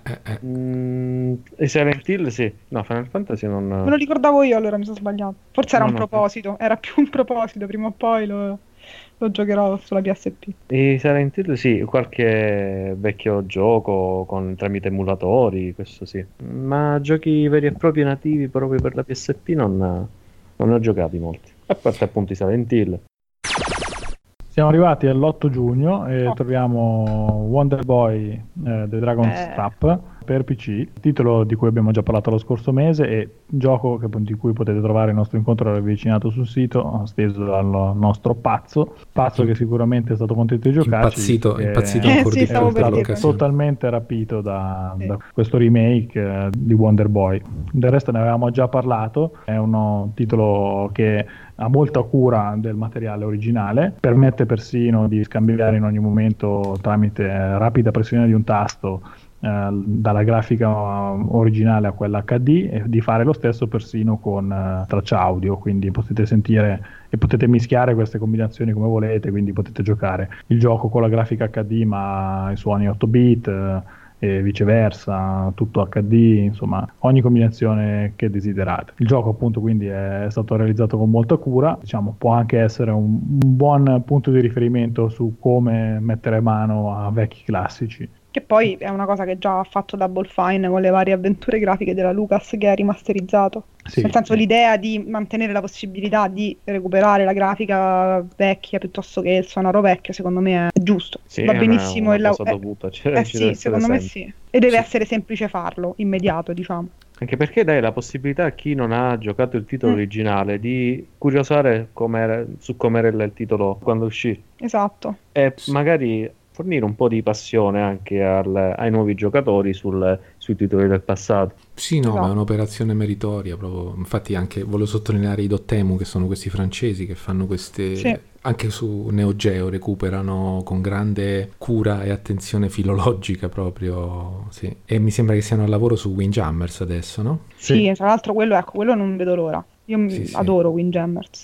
E Silent Hill sì. No, Final Fantasy non... Me lo ricordavo io, allora mi sono sbagliato. Forse era No, un no. proposito, era più un proposito, prima o poi lo giocherò sulla PSP. E Silent Hill sì, qualche vecchio gioco tramite emulatori, questo sì. Ma giochi veri e propri nativi proprio per la PSP non ne ho giocati molti. A parte appunto i Silent Hill. Siamo arrivati all'8 giugno e troviamo Wonder Boy The Dragon's Trap per PC, titolo di cui abbiamo già parlato lo scorso mese e gioco di cui potete trovare il nostro incontro ravvicinato sul sito, steso dal nostro pazzo che sicuramente è stato contento di giocarci. Impazzito sì, ancora di stavo più per per dire. l'occasione. Totalmente rapito da questo remake di Wonder Boy. Del resto ne avevamo già parlato, è uno titolo che ha molta cura del materiale originale, permette persino di scambiare in ogni momento tramite rapida pressione di un tasto dalla grafica originale a quella HD e di fare lo stesso persino con traccia audio, quindi potete sentire e potete mischiare queste combinazioni come volete, quindi potete giocare il gioco con la grafica HD ma i suoni 8 bit e viceversa, tutto HD, insomma ogni combinazione che desiderate. Il gioco appunto quindi è stato realizzato con molta cura, diciamo può anche essere un buon punto di riferimento su come mettere mano a vecchi classici. Che poi è una cosa che già ha fatto Double Fine con le varie avventure grafiche della Lucas che ha rimasterizzato. Sì, Nel senso l'idea di mantenere la possibilità di recuperare la grafica vecchia piuttosto che il sonoro vecchio, secondo me è giusto. Sì, Va benissimo. è una cosa dovuta. Ci deve sì, essere secondo me sempre. sì. E deve essere semplice farlo, immediato, diciamo. Anche perché dai la possibilità a chi non ha giocato il titolo originale di curiosare su com'era il titolo quando uscì. Esatto. E magari fornire un po' di passione anche ai nuovi giocatori sui titoli del passato. Sì, no, Esatto. ma è un'operazione meritoria proprio. Infatti anche volevo sottolineare i Dotemu, che sono questi francesi che fanno queste... Sì. Anche su Neo Geo recuperano con grande cura e attenzione filologica proprio, sì. E mi sembra che siano al lavoro su Windjammers adesso, no? Sì, tra l'altro quello non vedo l'ora. Io Sì. adoro Windjammers.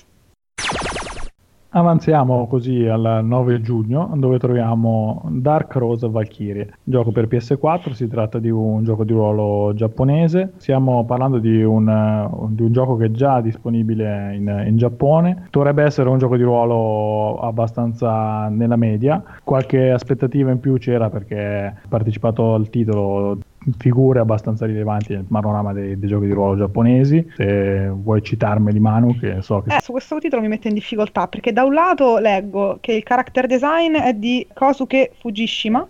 Avanziamo così al 9 giugno dove troviamo Dark Rose Valkyrie, gioco per PS4, si tratta di un gioco di ruolo giapponese, stiamo parlando di un gioco che è già disponibile in Giappone, dovrebbe essere un gioco di ruolo abbastanza nella media, qualche aspettativa in più c'era perché ha partecipato al titolo figure abbastanza rilevanti nel panorama dei giochi di ruolo giapponesi. Se vuoi citarmeli, Manu, che so che... Su questo titolo mi mette in difficoltà perché da un lato leggo che il character design è di Kosuke Fujishima,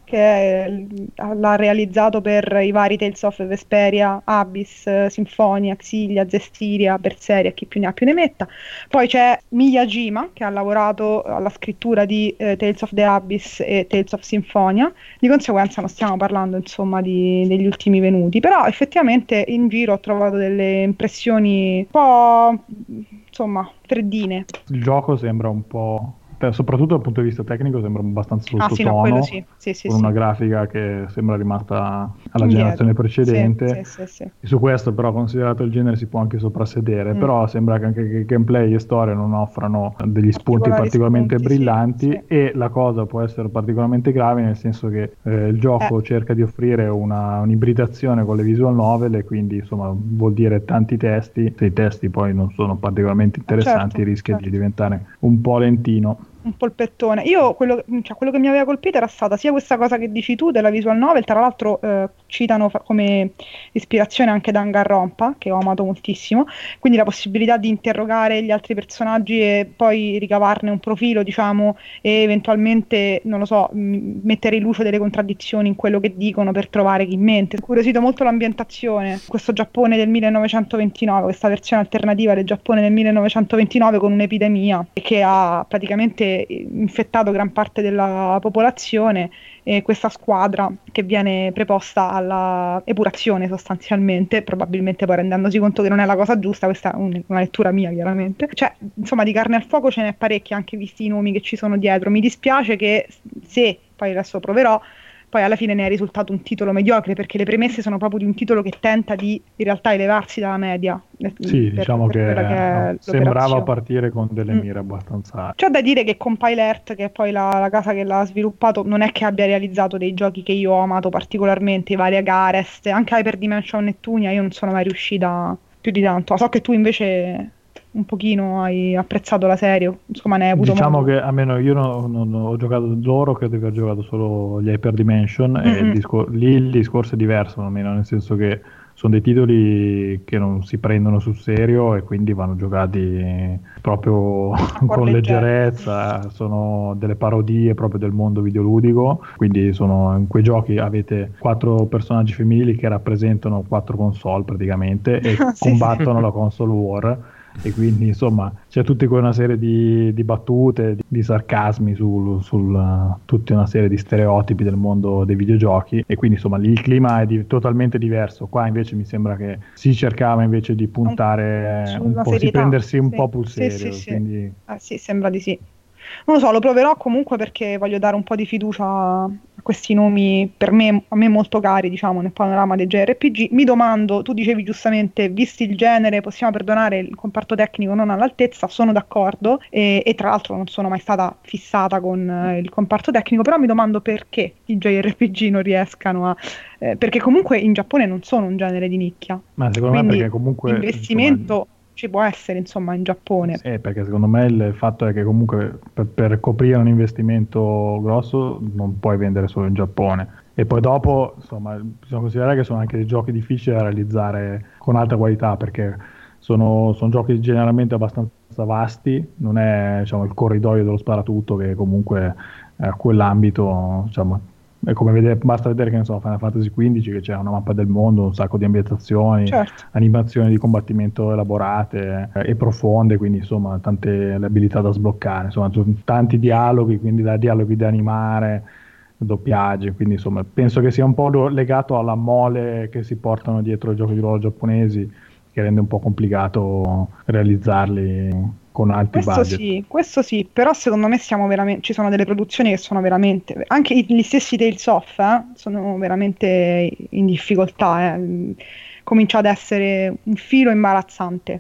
l'ha realizzato per i vari Tales of Vesperia, Abyss, Symphonia, Xillia, Zestiria, Berseria, chi più ne ha più ne metta. Poi c'è Miyajima, che ha lavorato alla scrittura di Tales of the Abyss e Tales of Symphonia. Di conseguenza non stiamo parlando insomma degli ultimi venuti, però effettivamente in giro ho trovato delle impressioni un po' insomma freddine. Il gioco sembra un po', soprattutto dal punto di vista tecnico, sembra abbastanza sottotono, no, quello sì. con una grafica che sembra rimasta alla generazione precedente. Sì. E su questo, però, considerato il genere, si può anche soprassedere, però sembra che anche gameplay e storia non offrano degli spunti particolarmente brillanti, e la cosa può essere particolarmente grave, nel senso che il gioco cerca di offrire un'ibridazione con le visual novel, e quindi insomma vuol dire tanti testi. Se i testi poi non sono particolarmente interessanti, rischia di diventare un po' lentino. Un polpettone. Io quello che mi aveva colpito era stata sia questa cosa che dici tu della visual novel, tra l'altro citano come ispirazione anche Danganronpa, che ho amato moltissimo, quindi la possibilità di interrogare gli altri personaggi e poi ricavarne un profilo, diciamo, e eventualmente, non lo so, mettere in luce delle contraddizioni in quello che dicono per trovare chi in mente. Mi ha incuriosito molto l'ambientazione, questo Giappone del 1929, questa versione alternativa del Giappone del 1929 con un'epidemia che ha praticamente infettato gran parte della popolazione, e questa squadra che viene preposta alla epurazione sostanzialmente, probabilmente poi rendendosi conto che non è la cosa giusta. Questa è una lettura mia, chiaramente. Cioè, insomma, di carne al fuoco ce n'è parecchia, anche visti i nomi che ci sono dietro. Mi dispiace che, se poi adesso proverò, poi alla fine ne è risultato un titolo mediocre, perché le premesse sono proprio di un titolo che tenta di in realtà elevarsi dalla media. Sì, diciamo che sembrava partire con delle mire abbastanza... C'è da dire che Compilert, che è poi la casa che l'ha sviluppato, non è che abbia realizzato dei giochi che io ho amato particolarmente, i vari Agarest, anche Hyperdimension Nettunia io non sono mai riuscita più di tanto. So che tu invece un pochino hai apprezzato la serie, insomma ne hai avuto diciamo modo. Che almeno io non ho giocato loro, credo che ho giocato solo gli Hyperdimension, e lì il discorso è diverso, almeno, nel senso che sono dei titoli che non si prendono sul serio e quindi vanno giocati proprio con leggerezza, sono delle parodie proprio del mondo videoludico, quindi sono in quei giochi avete 4 personaggi femminili che rappresentano 4 console praticamente e combattono la console war. E quindi insomma c'è tutta una serie di battute, di sarcasmi sul tutta una serie di stereotipi del mondo dei videogiochi, e quindi insomma lì il clima è totalmente diverso. Qua invece mi sembra che si cercava invece di puntare un po', di prendersi un po' sul serio. Quindi... sì, sembra di sì. Non lo so, lo proverò comunque perché voglio dare un po' di fiducia a questi nomi a me molto cari, diciamo, nel panorama dei JRPG. Mi domando, tu dicevi giustamente, visti il genere possiamo perdonare il comparto tecnico non all'altezza, sono d'accordo, e tra l'altro non sono mai stata fissata con il comparto tecnico, però mi domando perché i JRPG non riescano a... perché comunque in Giappone non sono un genere di nicchia. Ma secondo me perché comunque... investimento... Insomma, ci può essere insomma in Giappone. Perché secondo me il fatto è che comunque per coprire un investimento grosso non puoi vendere solo in Giappone, e poi dopo insomma bisogna considerare che sono anche dei giochi difficili da realizzare con alta qualità, perché sono giochi generalmente abbastanza vasti, non è, diciamo, il corridoio dello sparatutto che comunque a quell'ambito, diciamo, è come basta vedere che ne so, Final Fantasy XV, che c'è una mappa del mondo, un sacco di ambientazioni, animazioni di combattimento elaborate e profonde, quindi insomma tante le abilità da sbloccare, insomma tanti dialoghi, quindi da dialoghi da animare, doppiaggi, quindi insomma penso che sia un po' legato alla mole che si portano dietro i giochi di ruolo giapponesi, che rende un po' complicato realizzarli con alti budget. Questo sì, però secondo me ci sono delle produzioni che sono veramente, anche gli stessi Tales of sono veramente in difficoltà, comincia ad essere un filo imbarazzante.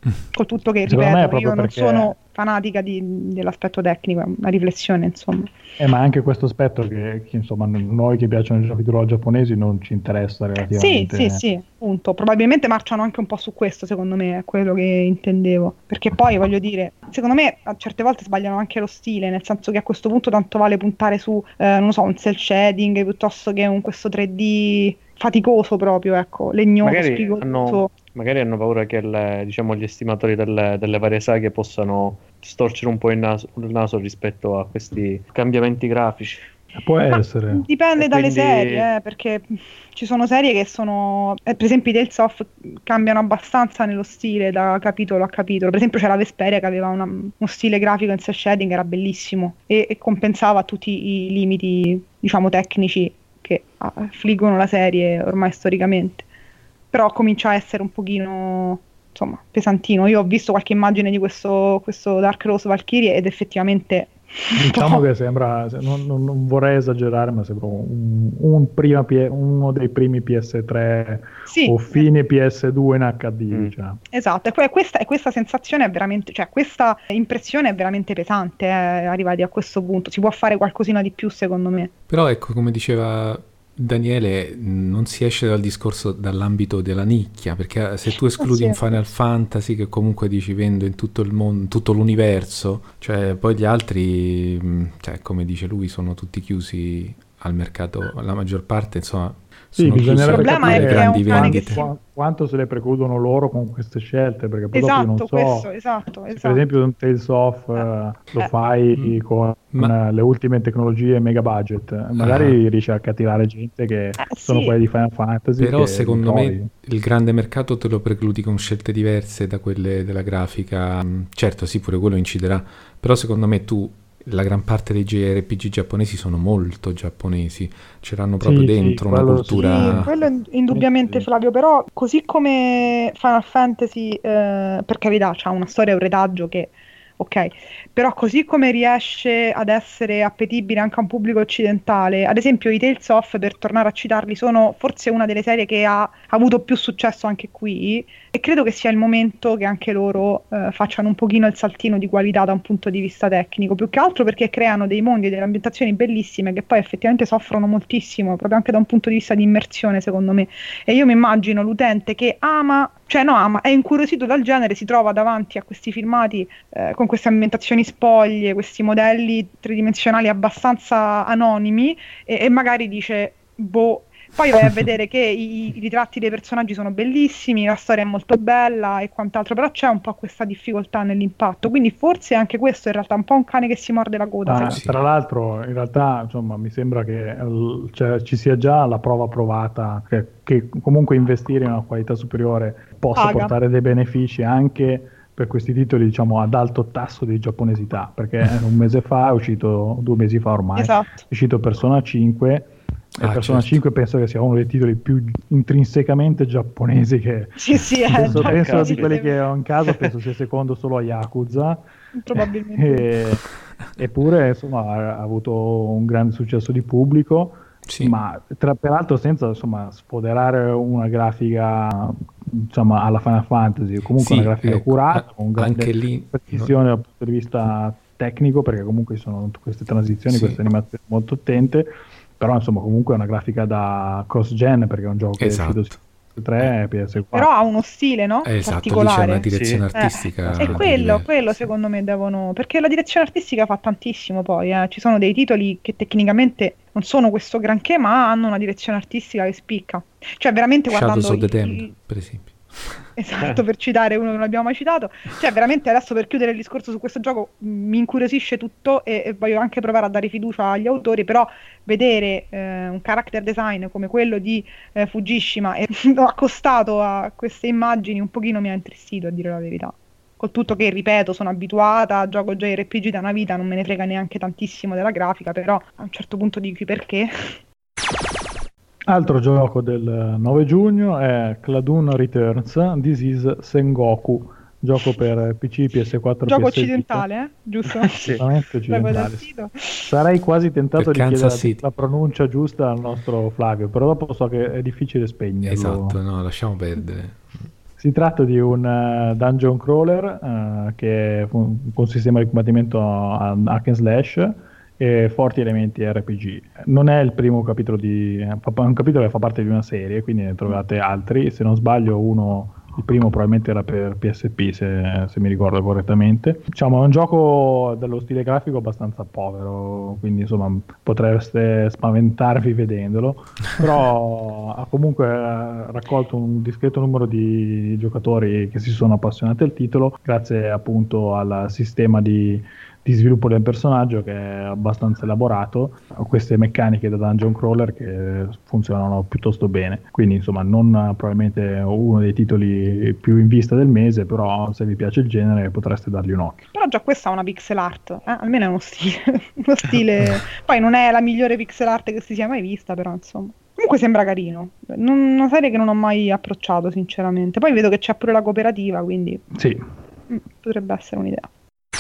Col tutto che, Secondo me è ripeto, proprio io non perché- sono fanatica dell'aspetto tecnico, è una riflessione, insomma. Ma anche questo aspetto che, insomma, noi che piacciono i giochi di ruolo giapponesi non ci interessa Sì, relativamente. sì, appunto. Probabilmente marciano anche un po' su questo, secondo me, è quello che intendevo. Perché poi, voglio dire, secondo me a certe volte sbagliano anche lo stile, nel senso che a questo punto tanto vale puntare su, non lo so, un cel shading piuttosto che questo 3D faticoso proprio, ecco, legnoso, Magari spigoloso. magari hanno paura che diciamo, gli estimatori delle varie saghe possano storcere un po' il naso rispetto a questi cambiamenti grafici. Può Ma essere. dipende E dalle quindi- serie, perché ci sono serie che sono, per esempio i Tales of cambiano abbastanza nello stile da capitolo a capitolo. Per esempio c'è la Vesperia che aveva uno stile grafico in cel shading, era bellissimo e compensava tutti i limiti, diciamo, tecnici che affliggono la serie ormai storicamente. Però comincia a essere un pochino, insomma, pesantino. Io ho visto qualche immagine di questo Dark Rose Valkyrie ed effettivamente Diciamo che sembra, non vorrei esagerare, ma sembra uno dei primi PS3 sì, o fine PS2 in HD, diciamo. esatto, e questa sensazione è veramente, cioè questa impressione è veramente pesante, arrivati a questo punto. Si può fare qualcosina di più, secondo me. Però ecco, come diceva Daniele, non si esce dal discorso dall'ambito della nicchia, perché se tu escludi sì. un Final Fantasy che comunque dici vendo in tutto il mondo, tutto l'universo, cioè poi gli altri, cioè, come dice lui, sono tutti chiusi al mercato, la maggior parte, insomma, Sì, sono chiusi bisognerebbe Il problema alle è che è grandi un cane che vendite. quanto se le precludono loro con queste scelte, perché poi dopo io non Esatto, so, questo, esatto, se per esatto. esempio un Tales of lo fai con Ma- le ultime tecnologie mega budget, magari riesci a cattivare gente che sono sì. quelle di Final Fantasy. Però che secondo trovi. me il grande mercato te lo precludi con scelte diverse da quelle della grafica. Certo, sì, pure quello inciderà, però secondo me la gran parte dei JRPG giapponesi sono molto giapponesi, c'erano proprio Sì, dentro una quello cultura... Sì, quello indubbiamente, Sì. Flavio, però così come Final Fantasy, per carità, c'ha una storia e un retaggio che, ok, però così come riesce ad essere appetibile anche a un pubblico occidentale, ad esempio i Tales of, per tornare a citarli, sono forse una delle serie che ha avuto più successo anche qui e credo che sia il momento che anche loro facciano un pochino il saltino di qualità da un punto di vista tecnico, più che altro perché creano dei mondi e delle ambientazioni bellissime che poi effettivamente soffrono moltissimo, proprio anche da un punto di vista di immersione, secondo me. E io mi immagino l'utente che è incuriosito dal genere, si trova davanti a questi filmati con queste ambientazioni spoglie, questi modelli tridimensionali abbastanza anonimi e magari dice, boh. Poi vai a vedere che i ritratti dei personaggi sono bellissimi, la storia è molto bella e quant'altro, però c'è un po' questa difficoltà nell'impatto, quindi forse anche questo in realtà è un po' un cane che si morde la coda. sì. Tra l'altro, in realtà, insomma, mi sembra che ci sia già la prova provata che comunque investire in una qualità superiore possa Paga. portare dei benefici anche per questi titoli, diciamo, ad alto tasso di giapponesità, perché un mese fa è uscito, 2 mesi fa ormai, Esatto. è uscito Persona 5. E Persona certo. 5 penso che sia uno dei titoli più intrinsecamente giapponesi che Sì, penso già di quelli che ho in casa, penso sia secondo solo a Yakuza. Probabilmente. Eppure insomma ha avuto un grande successo di pubblico, Sì. ma peraltro senza insomma sfoderare una grafica insomma alla Final Fantasy, comunque Sì, una grafica ecco, curata con grande anche lì precisione dal punto di vista tecnico, perché comunque ci sono queste transizioni, Sì. queste animazioni molto attente, però insomma comunque è una grafica da cross-gen, perché è un gioco che è uscito su PS3 e PS4. Però ha uno stile, no? esatto, lì c'è particolare. una direzione Sì. artistica E di quello livello. secondo me devono, perché la direzione artistica fa tantissimo poi, ci sono dei titoli che tecnicamente non sono questo granché, ma hanno una direzione artistica che spicca. Cioè veramente Shadows guardando of the Damned, per esempio. Esatto, per citare uno che non abbiamo mai citato, cioè veramente adesso per chiudere il discorso su questo gioco mi incuriosisce tutto e voglio anche provare a dare fiducia agli autori, però vedere un character design come quello di Fujishima e accostato a queste immagini un pochino mi ha intristito, a dire la verità. Col tutto che, ripeto, sono abituata, gioco già RPG da una vita, non me ne frega neanche tantissimo della grafica, però a un certo punto dici perché? Altro gioco del 9 giugno è Cladoon Returns, This is Sengoku, gioco per PC, PS4, Gioco PS5. occidentale, giusto? Sì. Assolutamente Leggo dal occidentale. sito. Sarei quasi tentato Per di Kansas chiedere City. la pronuncia giusta al nostro Flavio, però dopo so che è difficile spegnerlo. Esatto, no, lasciamo perdere. Si tratta di un dungeon crawler che è un sistema di combattimento a hack and slash e forti elementi RPG. Non è il primo capitolo un capitolo che fa parte di una serie, quindi ne trovate altri. Se non sbaglio, il primo probabilmente era per PSP, se mi ricordo correttamente. Diciamo, è un gioco dallo stile grafico abbastanza povero, quindi insomma potreste spaventarvi vedendolo, però ha comunque raccolto un discreto numero di giocatori che si sono appassionati al titolo, grazie appunto al sistema di sviluppo del personaggio che è abbastanza elaborato, queste meccaniche da dungeon crawler che funzionano piuttosto bene, quindi insomma non probabilmente uno dei titoli più in vista del mese, però se vi piace il genere potreste dargli un occhio. Però già questa è una pixel art, almeno è uno stile poi non è la migliore pixel art che si sia mai vista, però insomma comunque sembra carino, una serie che non ho mai approcciato sinceramente, poi vedo che c'è pure la cooperativa, quindi sì, potrebbe essere un'idea.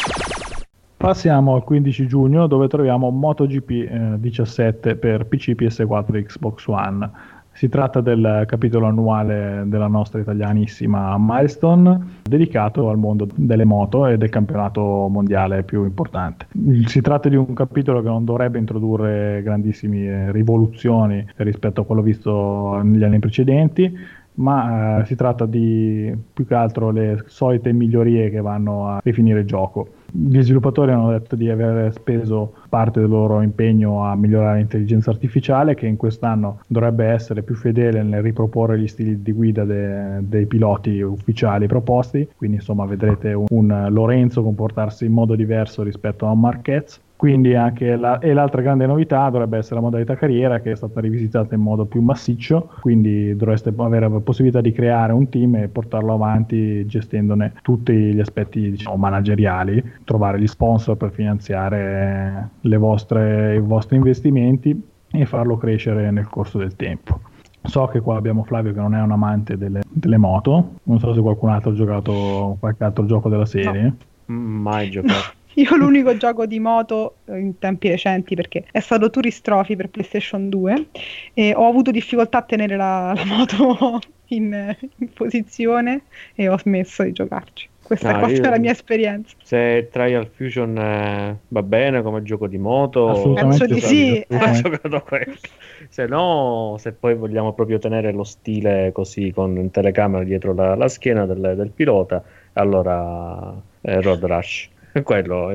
Passiamo al 15 giugno dove troviamo MotoGP 17 per PC, PS4 e Xbox One. Si tratta del capitolo annuale della nostra italianissima Milestone, dedicato al mondo delle moto e del campionato mondiale più importante. Si tratta di un capitolo che non dovrebbe introdurre grandissime rivoluzioni rispetto a quello visto negli anni precedenti, ma si tratta di più che altro le solite migliorie che vanno a rifinire il gioco. Gli sviluppatori hanno detto di aver speso parte del loro impegno a migliorare l'intelligenza artificiale, che in quest'anno dovrebbe essere più fedele nel riproporre gli stili di guida dei piloti ufficiali proposti, quindi insomma vedrete un Lorenzo comportarsi in modo diverso rispetto a un Marquez. Quindi anche l'altra grande novità dovrebbe essere la modalità carriera, che è stata rivisitata in modo più massiccio, quindi dovreste avere la possibilità di creare un team e portarlo avanti gestendone tutti gli aspetti, diciamo, manageriali, trovare gli sponsor per finanziare i vostri investimenti e farlo crescere nel corso del tempo. So che qua abbiamo Flavio che non è un amante delle moto, non so se qualcun altro ha giocato qualche altro gioco della serie. No, mai giocato. Io l'unico gioco di moto in tempi recenti, perché è stato Tourist Trophy per PlayStation 2 e ho avuto difficoltà a tenere la moto in posizione e ho smesso di giocarci. Questa è la mia esperienza. Se Trial Fusion va bene come gioco di moto, assolutamente penso di sì. Ho giocato quello. Se no, se poi vogliamo proprio tenere lo stile così con telecamera dietro la schiena del pilota, allora Road Rush. Quello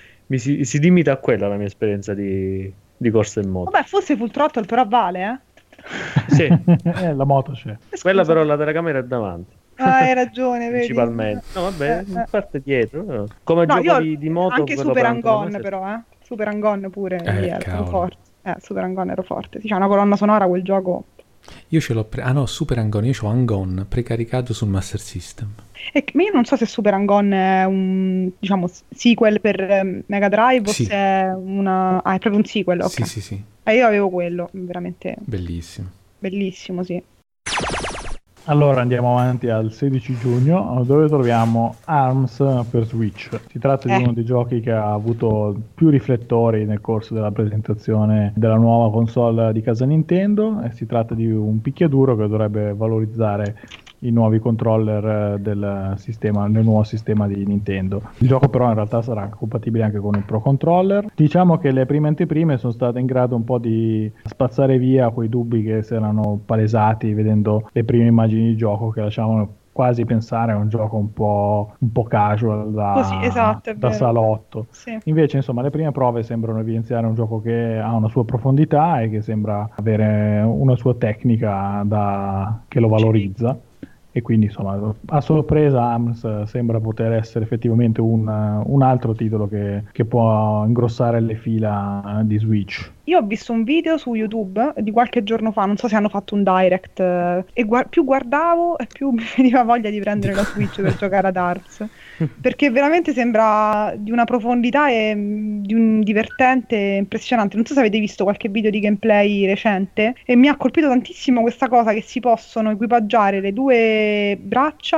si limita a quella la mia esperienza di corsa in moto. Vabbè, forse Full Throttle però vale, Sì. La moto c'è. Quella però la telecamera è davanti. Hai ragione, vedi. Principalmente. No, vabbè, parte dietro. Come gioco di moto. Anche Super Hang-On però, Super Hang-On pure ero forte. Super Hang-On ero forte. Sì, c'è una colonna sonora quel gioco. Io ce l'ho Super Hang-On, io c'ho Hang-On precaricato sul Master System. Ma io non so se Super Hang-On è un, diciamo, sequel per Mega Drive o se è è proprio un sequel, ok. Sì. Io avevo quello, veramente bellissimo. Bellissimo, sì. Allora andiamo avanti al 16 giugno dove troviamo ARMS per Switch. Si tratta di uno dei giochi che ha avuto più riflettori nel corso della presentazione della nuova console di casa Nintendo e si tratta di un picchiaduro che dovrebbe valorizzare i nuovi controller del nuovo sistema di Nintendo. Il gioco però in realtà sarà compatibile anche con il Pro Controller. Diciamo che le prime anteprime sono state in grado un po' di spazzare via quei dubbi che si erano palesati vedendo le prime immagini di gioco, che lasciavano quasi pensare a un gioco un po' casual da salotto. Sì. Invece insomma le prime prove sembrano evidenziare un gioco che ha una sua profondità e che sembra avere una sua tecnica che lo valorizza. E quindi insomma a sorpresa ARMS sembra poter essere effettivamente un altro titolo che può ingrossare le fila di Switch. Io ho visto un video su YouTube di qualche giorno fa, non so se hanno fatto un direct, e più guardavo e più mi veniva voglia di prendere la Switch per giocare ad ARMS, perché veramente sembra di una profondità e di un divertente impressionante. Non so se avete visto qualche video di gameplay recente e mi ha colpito tantissimo questa cosa che si possono equipaggiare le due braccia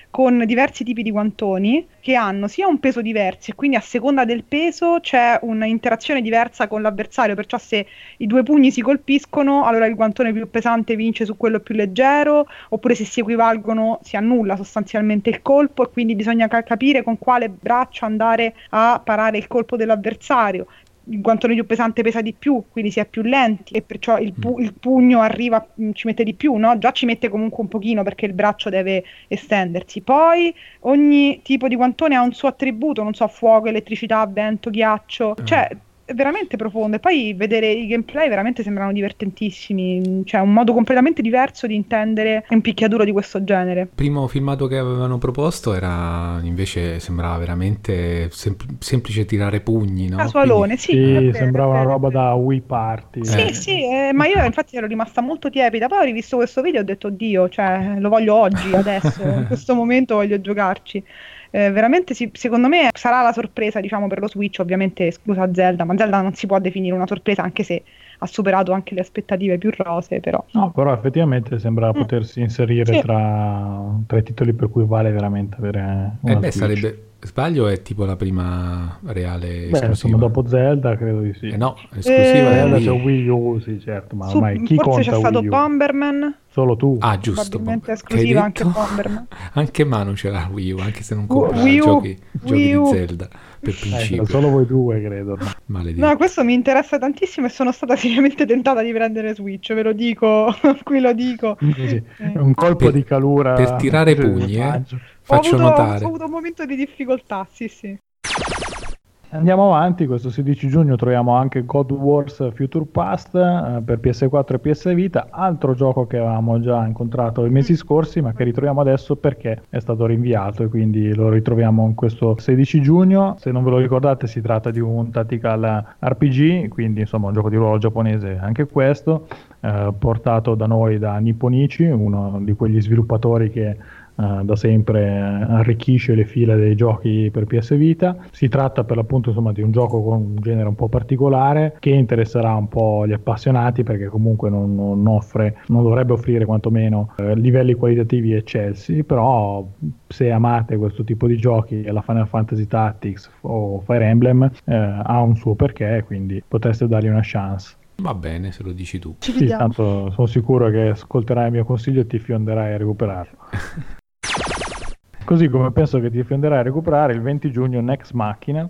con diversi tipi di guantoni che hanno sia un peso diverso e quindi a seconda del peso c'è un'interazione diversa con l'avversario, perciò se i due pugni si colpiscono allora il guantone più pesante vince su quello più leggero, oppure se si equivalgono si annulla sostanzialmente il colpo e quindi bisogna capire con quale braccio andare a parare il colpo dell'avversario. Il guantone più pesante pesa di più, quindi si è più lenti e perciò il pugno arriva, ci mette di più, no? Già ci mette comunque un pochino perché il braccio deve estendersi. Poi ogni tipo di guantone ha un suo attributo, non so, fuoco, elettricità, vento, ghiaccio, cioè è veramente profondo. E poi vedere i gameplay veramente sembrano divertentissimi, cioè un modo completamente diverso di intendere un picchiaduro di questo genere. Il primo filmato che avevano proposto era invece sembrava veramente semplice tirare pugni, no? Casualone, Sì, sembrava una roba da Wii Party. Sì, ma io infatti ero rimasta molto tiepida, poi ho rivisto questo video e ho detto oddio, cioè lo voglio oggi, adesso, in questo momento voglio giocarci. Veramente secondo me sarà la sorpresa, diciamo, per lo Switch, ovviamente esclusa Zelda, ma Zelda non si può definire una sorpresa anche se ha superato anche le aspettative più rosee, però. No, però effettivamente sembra potersi inserire tra i titoli per cui vale veramente avere una Switch. Sarebbe, sbaglio, è tipo la prima reale esclusiva. Insomma, dopo Zelda credo di sì. No, esclusiva Zelda Wii c'è U. Wii U, sì, certo, ma ormai chi forse conta c'è stato Wii U? Bomberman. Solo tu. Ah, giusto. Probabilmente esclusiva anche Bomberman. Anche Manu c'era la Wii U, anche se non comprava Wii U, giochi Wii U. di Zelda per principio. Solo voi due, credo. Maledetto. No, questo mi interessa tantissimo e sono stata seriamente tentata di prendere Switch, ve lo dico, qui lo dico. Sì, un colpo di calura. Per tirare pugni, faccio notare. Ho avuto un momento di difficoltà, sì. Andiamo avanti, questo 16 giugno troviamo anche God Wars Future Past per PS4 e PS Vita, altro gioco che avevamo già incontrato i mesi scorsi ma che ritroviamo adesso perché è stato rinviato e quindi lo ritroviamo in questo 16 giugno. Se non ve lo ricordate si tratta di un tactical RPG, quindi insomma un gioco di ruolo giapponese anche questo, portato da noi da Nipponichi, uno di quegli sviluppatori che da sempre arricchisce le fila dei giochi per PS Vita. Si tratta per l'appunto insomma di un gioco con un genere un po' particolare che interesserà un po' gli appassionati perché comunque non dovrebbe offrire quantomeno livelli qualitativi eccelsi, però se amate questo tipo di giochi, la Final Fantasy Tactics o Fire Emblem, ha un suo perché, quindi potreste dargli una chance. Va bene, se lo dici tu. Sì, tanto sono sicuro che ascolterai il mio consiglio e ti fionderai a recuperarlo. Così come penso che ti fionderai a recuperare il 20 giugno Nex Machina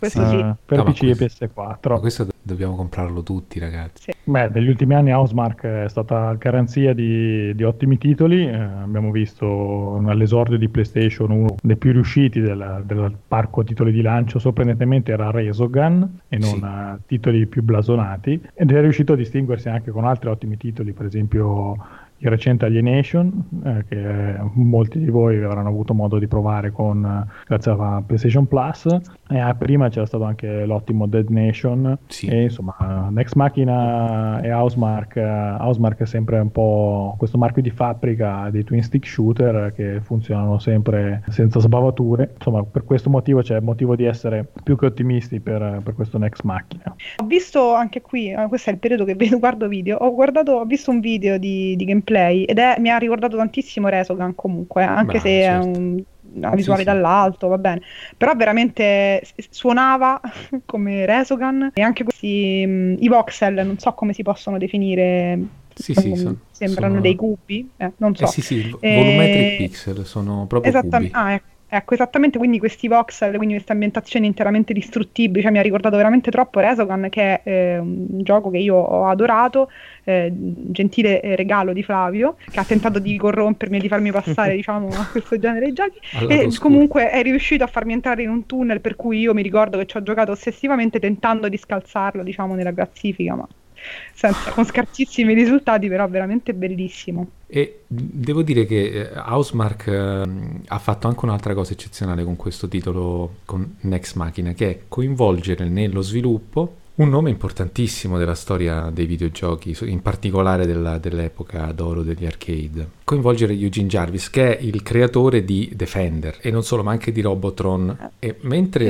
per PC e PS4. Ma questo dobbiamo comprarlo tutti, ragazzi. Sì. Beh, negli ultimi anni Housemarque è stata garanzia di ottimi titoli. Abbiamo visto all'esordio di PlayStation uno dei più riusciti del parco titoli di lancio, sorprendentemente era Resogun e non titoli più blasonati, ed è riuscito a distinguersi anche con altri ottimi titoli, per esempio il recente Alienation, che molti di voi avranno avuto modo di provare grazie a PlayStation Plus, e prima c'era stato anche l'ottimo Dead Nation, e insomma Nex Machina e Housemarque è sempre un po' questo marchio di fabbrica dei twin stick shooter che funzionano sempre senza sbavature. Insomma, per questo motivo c'è motivo di essere più che ottimisti per questo Nex Machina. Ho visto anche qui, questo è il periodo che guardo video, ho visto un video di gameplay ed mi ha ricordato tantissimo Resogun comunque, anche se è una visuale dall'alto, va bene, però veramente suonava come Resogun, e anche questi i voxel, non so come si possono definire, sembrano dei cubi, non so. Volumetric pixel, sono proprio cubi. Ecco, esattamente, quindi questi voxel, quindi queste ambientazioni interamente distruttibili, cioè mi ha ricordato veramente troppo Resogun, che è un gioco che io ho adorato, gentile regalo di Flavio, che ha tentato di corrompermi e di farmi passare, diciamo, a questo genere di giochi, e comunque è riuscito a farmi entrare in un tunnel per cui io mi ricordo che ci ho giocato ossessivamente tentando di scalzarlo, diciamo, nella classifica, ma con scarsissimi risultati, però veramente bellissimo. E devo dire che Housemarque ha fatto anche un'altra cosa eccezionale con questo titolo, con Nex Machina, che è coinvolgere nello sviluppo un nome importantissimo della storia dei videogiochi, in particolare dell'epoca d'oro degli arcade. Coinvolgere Eugene Jarvis, che è il creatore di Defender, e non solo, ma anche di Robotron. E mentre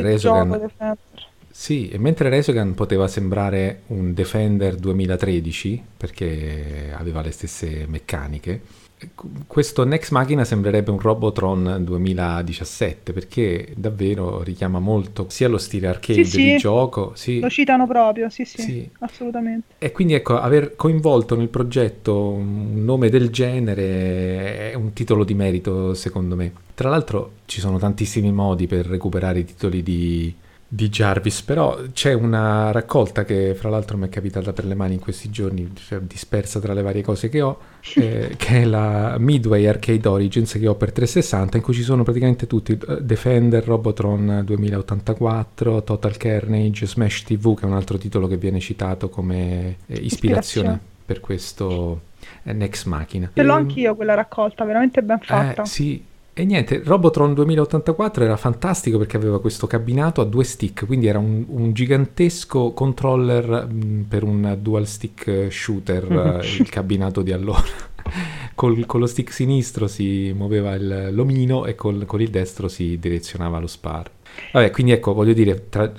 Resogun poteva sembrare un Defender 2013 perché aveva le stesse meccaniche, questo Nex Machina sembrerebbe un Robotron 2017, perché davvero richiama molto sia lo stile arcade di gioco, lo citano proprio, sì, assolutamente. E quindi ecco, aver coinvolto nel progetto un nome del genere è un titolo di merito, secondo me. Tra l'altro ci sono tantissimi modi per recuperare i titoli di Jarvis, però c'è una raccolta che fra l'altro mi è capitata per le mani in questi giorni, cioè, dispersa tra le varie cose che ho, che è la Midway Arcade Origins che ho per 360, in cui ci sono praticamente tutti: Defender, Robotron 2084, Total Carnage, Smash TV, che è un altro titolo che viene citato come ispirazione per questo Nex Machina. Ce l'ho anch'io quella raccolta, veramente ben fatta. Sì. E niente, Robotron 2084 era fantastico perché aveva questo cabinato a 2 stick, quindi era un gigantesco controller per un dual stick shooter, il cabinato di allora. Con lo stick sinistro si muoveva l'omino e con il destro si direzionava lo sparo. Vabbè, quindi ecco, voglio dire, tra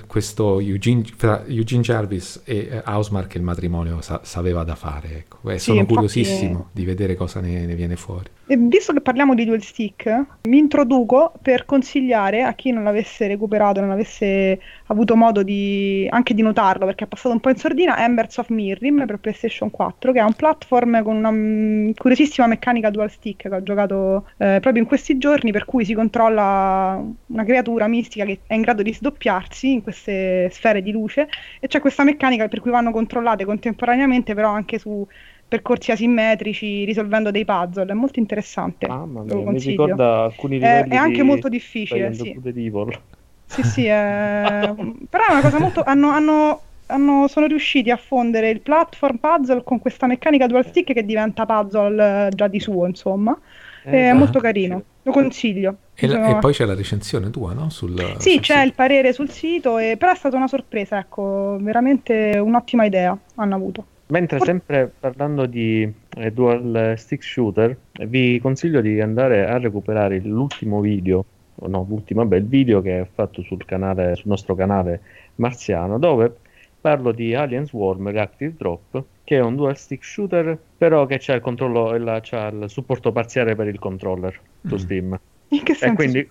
Eugene Jarvis e Housemarque il matrimonio sapeva da fare, ecco. Sono curiosissimo di vedere cosa ne viene fuori. E visto che parliamo di dual stick, mi introduco per consigliare a chi non l'avesse recuperato, non avesse avuto modo anche di notarlo, perché è passato un po' in sordina, Embers of Mirrim per PlayStation 4, che è un platform con una curiosissima meccanica dual stick che ho giocato proprio in questi giorni, per cui si controlla una creatura mistica che è in grado di sdoppiarsi in queste sfere di luce, e c'è questa meccanica per cui vanno controllate contemporaneamente, però anche su percorsi asimmetrici, risolvendo dei puzzle. È molto interessante. Mamma mia, mi ricorda alcuni livelli è anche molto difficile, sì. Sì, però è una cosa molto... sono riusciti a fondere il platform puzzle con questa meccanica dual stick che diventa puzzle già di suo, insomma. È molto carino, lo consiglio. E poi c'è la recensione tua, no? Sì, sul c'è sito. il parere sul sito, però è stata una sorpresa, ecco, veramente un'ottima idea hanno avuto. Mentre sempre parlando di dual stick shooter, vi consiglio di andare a recuperare l'ultimo video, il video che ho fatto sul nostro canale Marziano, dove parlo di Alien Swarm Reactive Drop, che è un dual stick shooter, però che c'ha il controllo c'ha il supporto parziale per il controller su Steam. In che senso? E quindi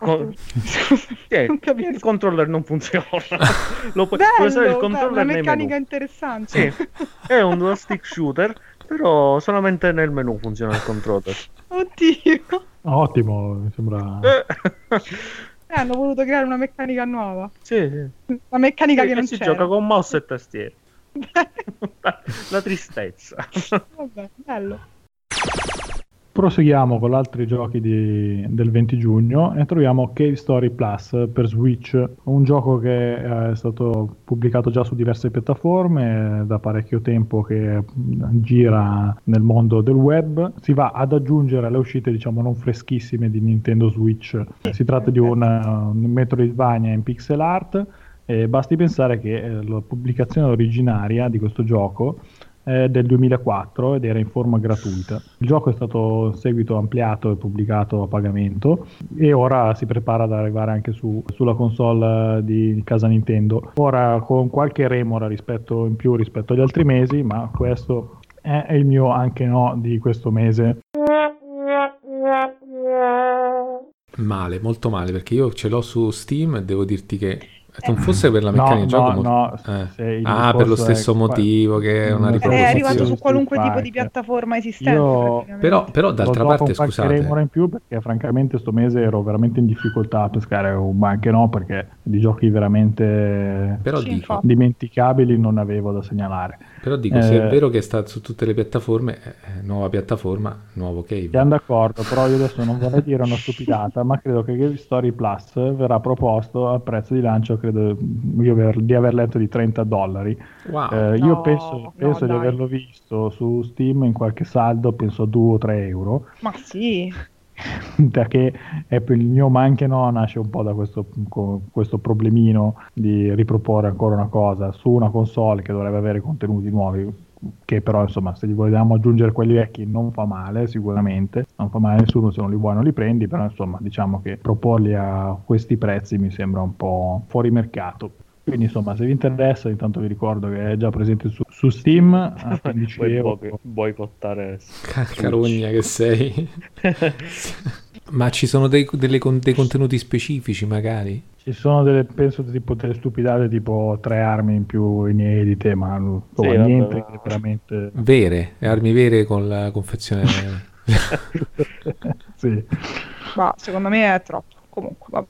il controller non funziona. Puoi usare il controller una meccanica interessante. Sì, è un dual stick shooter, però solamente nel menu funziona il controller. Oddio. Ottimo, mi sembra. Hanno voluto creare una meccanica nuova. Sì. Una meccanica che non si c'era. gioca con mouse e tastiere. La tristezza. Vabbè, bello. Proseguiamo con gli altri giochi del 20 giugno e troviamo Cave Story Plus per Switch, un gioco che è stato pubblicato già su diverse piattaforme da parecchio tempo, che gira nel mondo del web. Si va ad aggiungere alle uscite, diciamo, non freschissime di Nintendo Switch. Si tratta di un Metroidvania in pixel art, e basti pensare che la pubblicazione originaria di questo gioco del 2004 ed era in forma gratuita. Il gioco è stato in seguito ampliato e pubblicato a pagamento, e ora si prepara ad arrivare anche sulla console di casa Nintendo, ora con qualche remora in più rispetto agli altri mesi, ma questo è il mio anche no di questo mese. Male, molto male, perché io ce l'ho su Steam e devo dirti che non fosse per la meccanica di gioco, per lo stesso motivo, che è una riproposizione. È arrivato su qualunque tipo di piattaforma esistente. Però d'altra parte, scusate, remora in più, perché francamente sto mese ero veramente in difficoltà a pescare un anche no, perché di giochi veramente dimenticabili non avevo da segnalare. Però dico, se è vero che sta su tutte le piattaforme, nuova piattaforma, nuovo Cave. Siamo d'accordo, però io adesso non vorrei dire una stupidata, ma credo che Cave Story Plus verrà proposto a prezzo di lancio, credo di aver letto, di $30. Wow. Io penso di averlo visto su Steam in qualche saldo, penso a 2 o 3 euro. Ma sì. Perché il mio ma anche no nasce un po' da questo problemino di riproporre ancora una cosa su una console che dovrebbe avere contenuti nuovi, che però insomma, se gli vogliamo aggiungere quelli vecchi non fa male, sicuramente non fa male a nessuno, se non li vuoi non li prendi, però insomma diciamo che proporli a questi prezzi mi sembra un po' fuori mercato. Quindi insomma, se vi interessa, intanto vi ricordo che è già presente su Steam a 15 Puoi euro. boicottare Carogna che sei. Ma ci sono dei contenuti specifici magari? Ci sono penso tipo delle stupidate tipo 3 armi in più inedite, ma insomma, Sì, niente vabbè. che veramente... Vere, armi vere con la confezione. Sì. Ma secondo me è troppo. Comunque, vabbè.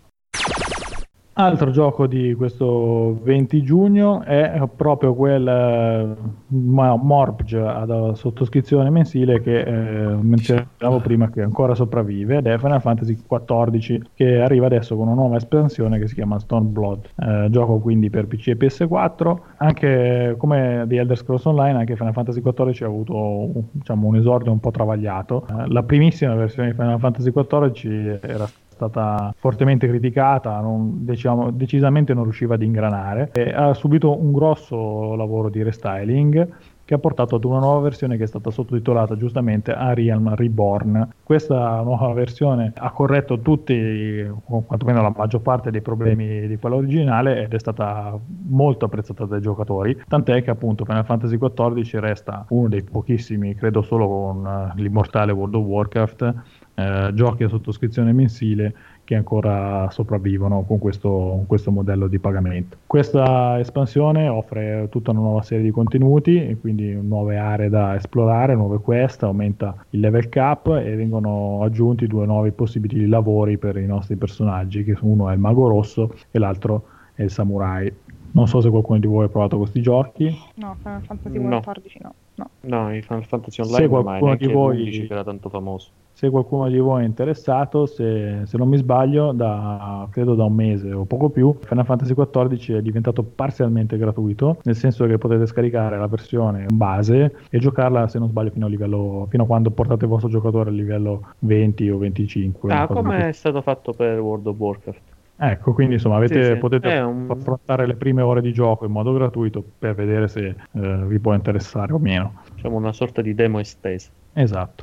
Altro gioco di questo 20 giugno è proprio quel Morpg ad sottoscrizione mensile che menzionavo prima, che ancora sopravvive, ed è Final Fantasy XIV, che arriva adesso con una nuova espansione che si chiama Stormblood. Gioco quindi per PC e PS4. Anche come The Elder Scrolls Online, anche Final Fantasy XIV ha avuto diciamo, un esordio un po' travagliato. La primissima versione di Final Fantasy XIV era stata fortemente criticata, decisamente non riusciva ad ingranare, e ha subito un grosso lavoro di restyling che ha portato ad una nuova versione che è stata sottotitolata giustamente Realm Reborn. Questa nuova versione ha corretto tutti, o quantomeno la maggior parte dei problemi di quella originale, ed è stata molto apprezzata dai giocatori, tant'è che appunto Final Fantasy XIV resta uno dei pochissimi, credo solo con l'immortale World of Warcraft, giochi a sottoscrizione mensile che ancora sopravvivono con questo modello di pagamento. Questa espansione offre tutta una nuova serie di contenuti, e quindi nuove aree da esplorare, nuove quest, aumenta il level cap e vengono aggiunti 2 nuovi possibili lavori per i nostri personaggi, che uno è il mago rosso e l'altro è il samurai. Non so se qualcuno di voi ha provato questi giochi. No, Final Fantasy No. XIV no. No, i Final Fantasy Online Se ormai, qualcuno neanche di voi- l'11 che era tanto famoso. Se qualcuno di voi è interessato, se non mi sbaglio, credo da un mese o poco più, Final Fantasy XIV è diventato parzialmente gratuito, nel senso che potete scaricare la versione base e giocarla, se non sbaglio, fino a quando portate il vostro giocatore al livello 20 o 25. una cosa Come così. è stato fatto per World of Warcraft. Ecco, quindi insomma Sì. potete È un- affrontare le prime ore di gioco in modo gratuito per vedere se vi può interessare o meno. Diciamo una sorta di demo estesa. Esatto.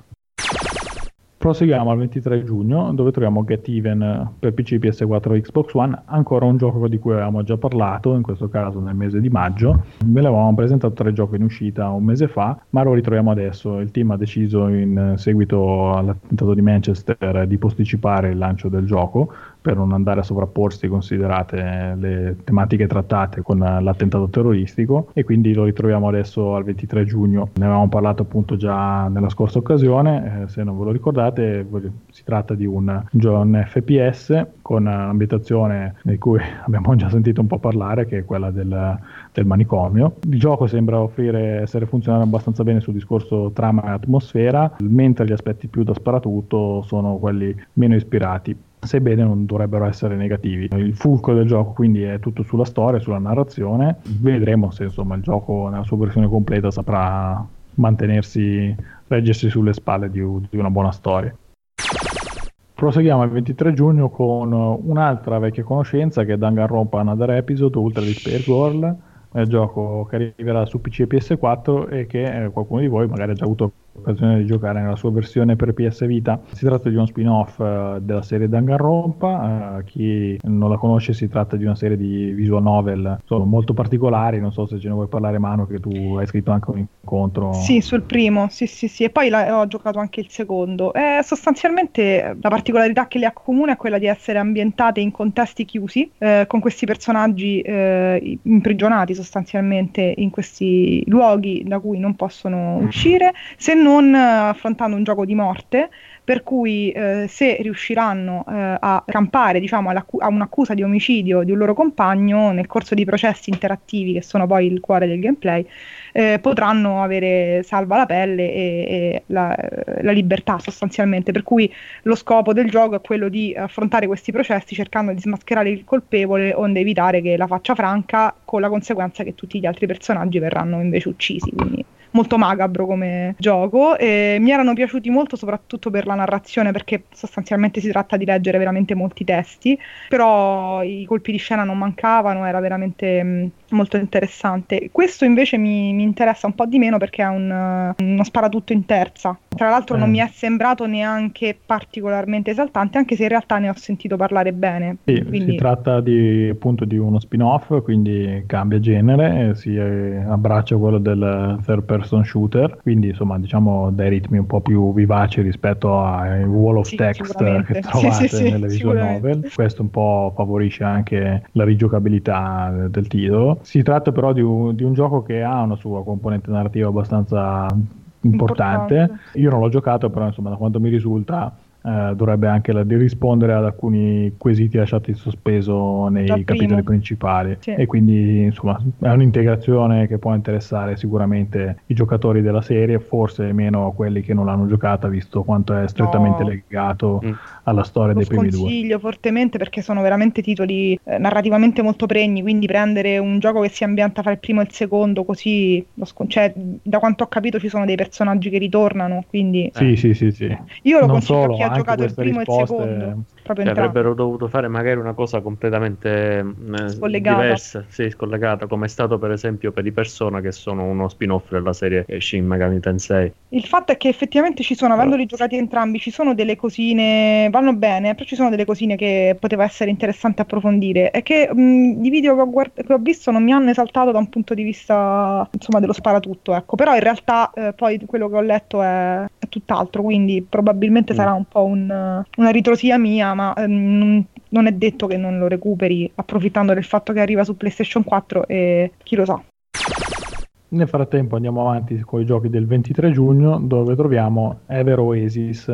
Proseguiamo al 23 giugno, dove troviamo Get Even per PC, PS4 e Xbox One, ancora un gioco di cui avevamo già parlato, in questo caso nel mese di maggio. Ve l'avevamo presentato 3 giochi in uscita un mese fa, ma lo ritroviamo adesso. Il team ha deciso, in seguito all'attentato di Manchester, di posticipare il lancio del gioco per non andare a sovrapporsi, considerate le tematiche trattate con l'attentato terroristico, e quindi lo ritroviamo adesso al 23 giugno. Ne avevamo parlato appunto già nella scorsa occasione, se non ve lo ricordate. Si tratta di un FPS con un'ambientazione di cui abbiamo già sentito un po' parlare, che è quella del manicomio. Il gioco sembra essere funzionare abbastanza bene sul discorso trama e atmosfera, mentre gli aspetti più da sparatutto sono quelli meno ispirati, sebbene non dovrebbero essere negativi. Il fulcro del gioco quindi è tutto sulla storia, sulla narrazione. Vedremo se insomma il gioco nella sua versione completa saprà reggersi sulle spalle di una buona storia. Proseguiamo il 23 giugno con un'altra vecchia conoscenza, che è Danganronpa Another Episode Ultra Despair Girl, gioco che arriverà su PC e PS4 e che qualcuno di voi magari ha già avuto occasione di giocare nella sua versione per PS Vita. Si tratta di uno spin-off della serie Danganronpa. Chi non la conosce, si tratta di una serie di visual novel molto particolari. Non so se ce ne vuoi parlare, Manu, che tu hai scritto anche un incontro. Sì, sul primo, sì, e poi ho giocato anche il secondo. Sostanzialmente la particolarità che le accomuna è quella di essere ambientate in contesti chiusi, con questi personaggi imprigionati sostanzialmente in questi luoghi da cui non possono uscire, se non affrontando un gioco di morte, per cui se riusciranno a campare, diciamo, a un'accusa di omicidio di un loro compagno nel corso di processi interattivi, che sono poi il cuore del gameplay, potranno avere salva la pelle e la libertà sostanzialmente, per cui lo scopo del gioco è quello di affrontare questi processi cercando di smascherare il colpevole, onde evitare che la faccia franca, con la conseguenza che tutti gli altri personaggi verranno invece uccisi. Quindi molto macabro come gioco. Mi erano piaciuti molto soprattutto per la narrazione, perché sostanzialmente si tratta di leggere veramente molti testi, però i colpi di scena non mancavano, era veramente molto interessante. Questo invece mi interessa un po' di meno, perché è uno sparatutto in terza Tra l'altro non mi è sembrato neanche particolarmente esaltante, anche se in realtà ne ho sentito parlare bene. Sì, quindi... si tratta appunto di uno spin-off, quindi cambia genere, si abbraccia quello del third person shooter, quindi insomma diciamo dai ritmi un po' più vivaci rispetto ai wall of text che trovate nelle visual novel. Questo un po' favorisce anche la rigiocabilità del titolo. Si tratta però di un gioco che ha una sua componente narrativa abbastanza importante. Io non l'ho giocato, però insomma da quanto mi risulta dovrebbe anche rispondere ad alcuni quesiti lasciati in sospeso nei capitoli principali, e quindi insomma è un'integrazione che può interessare sicuramente i giocatori della serie, forse meno quelli che non l'hanno giocata, visto quanto è strettamente legato alla storia dei primi due. Lo consiglio fortemente, perché sono veramente titoli narrativamente molto pregni, quindi prendere un gioco che si ambienta fra il primo e il secondo, così cioè, da quanto ho capito ci sono dei personaggi che ritornano, quindi sì. Io lo non consiglio solo, a chi ha giocato il primo risposte... e il secondo, proprio avrebbero dovuto fare magari una cosa completamente diversa, scollegata, come è stato per esempio per i Persona, che sono uno spin-off della serie Shin Megami Tensei. Il fatto è che effettivamente ci sono, avendoli giocati entrambi, ci sono delle cosine, vanno bene, però ci sono delle cosine che poteva essere interessante approfondire, e che i video che ho visto non mi hanno esaltato da un punto di vista, insomma, dello sparatutto, ecco. Però in realtà poi quello che ho letto è tutt'altro, quindi probabilmente sarà un po' una ritrosia mia, ma non è detto che non lo recuperi approfittando del fatto che arriva su PlayStation 4, e chi lo sa. Nel frattempo andiamo avanti con i giochi del 23 giugno, dove troviamo Ever Oasis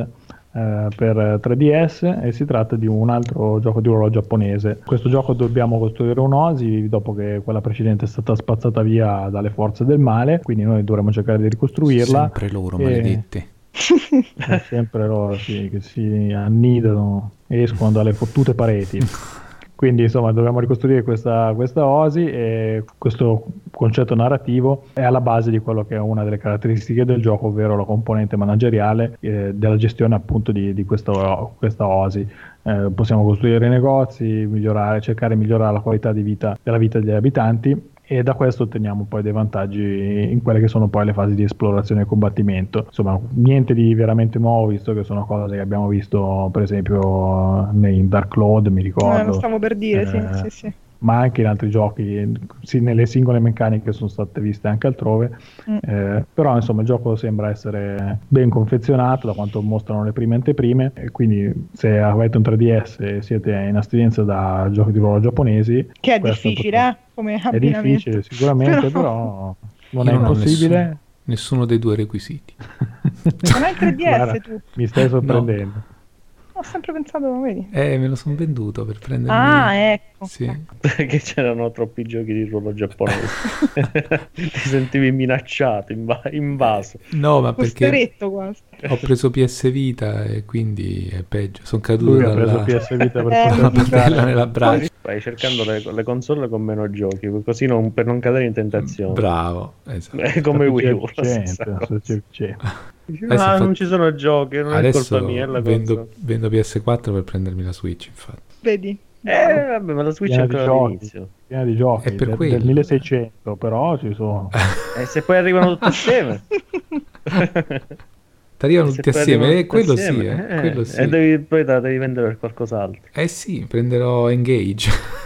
per 3DS, e si tratta di un altro gioco di ruolo giapponese. Questo gioco dobbiamo costruire un'oasi dopo che quella precedente è stata spazzata via dalle forze del male, quindi noi dovremo cercare di ricostruirla. Sempre loro, maledetti. Sempre loro, sì, che si annidano e escono dalle fottute pareti. Quindi insomma dobbiamo ricostruire questa oasi, e questo concetto narrativo è alla base di quello che è una delle caratteristiche del gioco, ovvero la componente manageriale della gestione appunto di questa oasi. Possiamo costruire negozi, cercare di migliorare la qualità della vita degli abitanti, e da questo otteniamo poi dei vantaggi in quelle che sono poi le fasi di esplorazione e combattimento. Insomma, niente di veramente nuovo, visto che sono cose che abbiamo visto per esempio in Dark Cloud, mi ricordo. Lo stavo per dire, sì. Ma anche in altri giochi, nelle singole meccaniche sono state viste anche altrove, però insomma il gioco sembra essere ben confezionato da quanto mostrano le prime anteprime, e quindi se avete un 3DS e siete in astinenza da giochi di ruolo giapponesi, che è difficile, come abbinamento. È difficile sicuramente, però non è impossibile. Nessuno dei due requisiti. Non hai il 3DS? Guarda, tu mi stai sorprendendo. No. Ho sempre pensato, vedi? Me lo sono venduto per prendermi... Ah, ecco. Sì. Perché c'erano troppi giochi di ruolo giapponesi. Ti sentivi minacciato, invaso. No, ma perché quasi. Ho preso PS Vita e quindi è peggio. Sono caduto Lui ha preso PS Vita per una pantella nella braccia. Stai cercando le console con meno giochi, così per non cadere in tentazione. Bravo, esatto. È come Wii U. Non ci sono giochi, non è colpa mia. Vendo PS4 per prendermi la Switch, infatti. Vedi? Vabbè, ma la Switch è ancora all'inizio. Piena di giochi, è per del 1600, però ci sono. Se poi arrivano tutti assieme. Ti arrivano tutti assieme, quello assieme. Sì, quello sì. E poi te la devi vendere per qualcos'altro. Sì, prenderò Engage.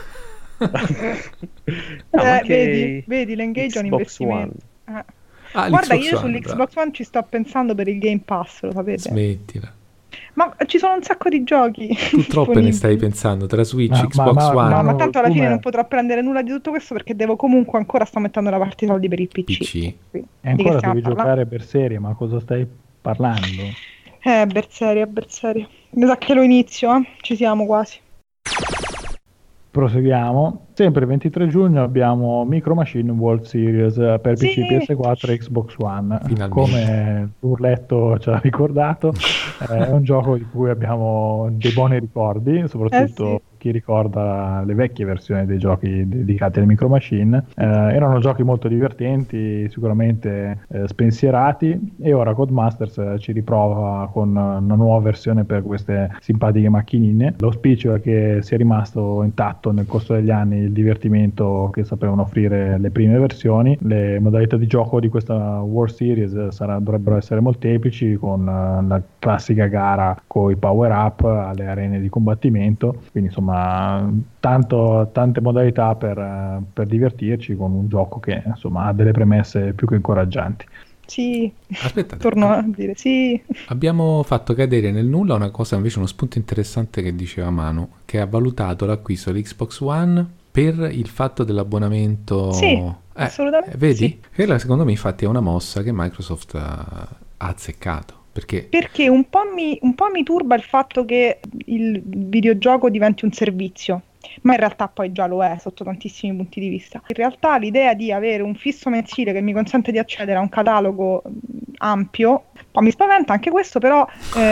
Vedi, l'Engage è un investimento. Guarda, io sull'Xbox One ci sto pensando per il Game Pass, lo sapete? Smettila. Ma ci sono un sacco di giochi. Tu troppo ne stai pensando tra Switch, Xbox One. Ma tanto alla fine non potrò prendere nulla di tutto questo, perché devo comunque sto mettendo da parte i soldi per il PC. E ancora devi giocare per serie, ma cosa stai parlando? Berseria. Mi sa che lo inizio, ci siamo quasi. Proseguiamo. Sempre il 23 giugno abbiamo Micro Machine World Series per PC, PS4 e Xbox One. Finalmente. Come Urletto ci ha ricordato, è un gioco di cui abbiamo dei buoni ricordi, soprattutto chi ricorda le vecchie versioni dei giochi dedicati alle Micro Machine, erano giochi molto divertenti, sicuramente spensierati, e ora Codemasters ci riprova con una nuova versione per queste simpatiche macchinine. L'auspicio è che sia rimasto intatto nel corso degli anni il divertimento che sapevano offrire le prime versioni. Le modalità di gioco di questa World Series dovrebbero essere molteplici, con la classica gara con i power up alle arene di combattimento, quindi insomma tante modalità per divertirci con un gioco che insomma ha delle premesse più che incoraggianti. Sì, aspetta, torno a dire sì. Abbiamo fatto cadere nel nulla una cosa, invece uno spunto interessante che diceva Manu, che ha valutato l'acquisto dell'Xbox One per il fatto dell'abbonamento. Sì, assolutamente. Vedi? Sì. Quella secondo me infatti è una mossa che Microsoft ha azzeccato. Perché un po' mi turba il fatto che il videogioco diventi un servizio, ma in realtà poi già lo è sotto tantissimi punti di vista. In realtà l'idea di avere un fisso mensile che mi consente di accedere a un catalogo ampio, poi mi spaventa anche questo, però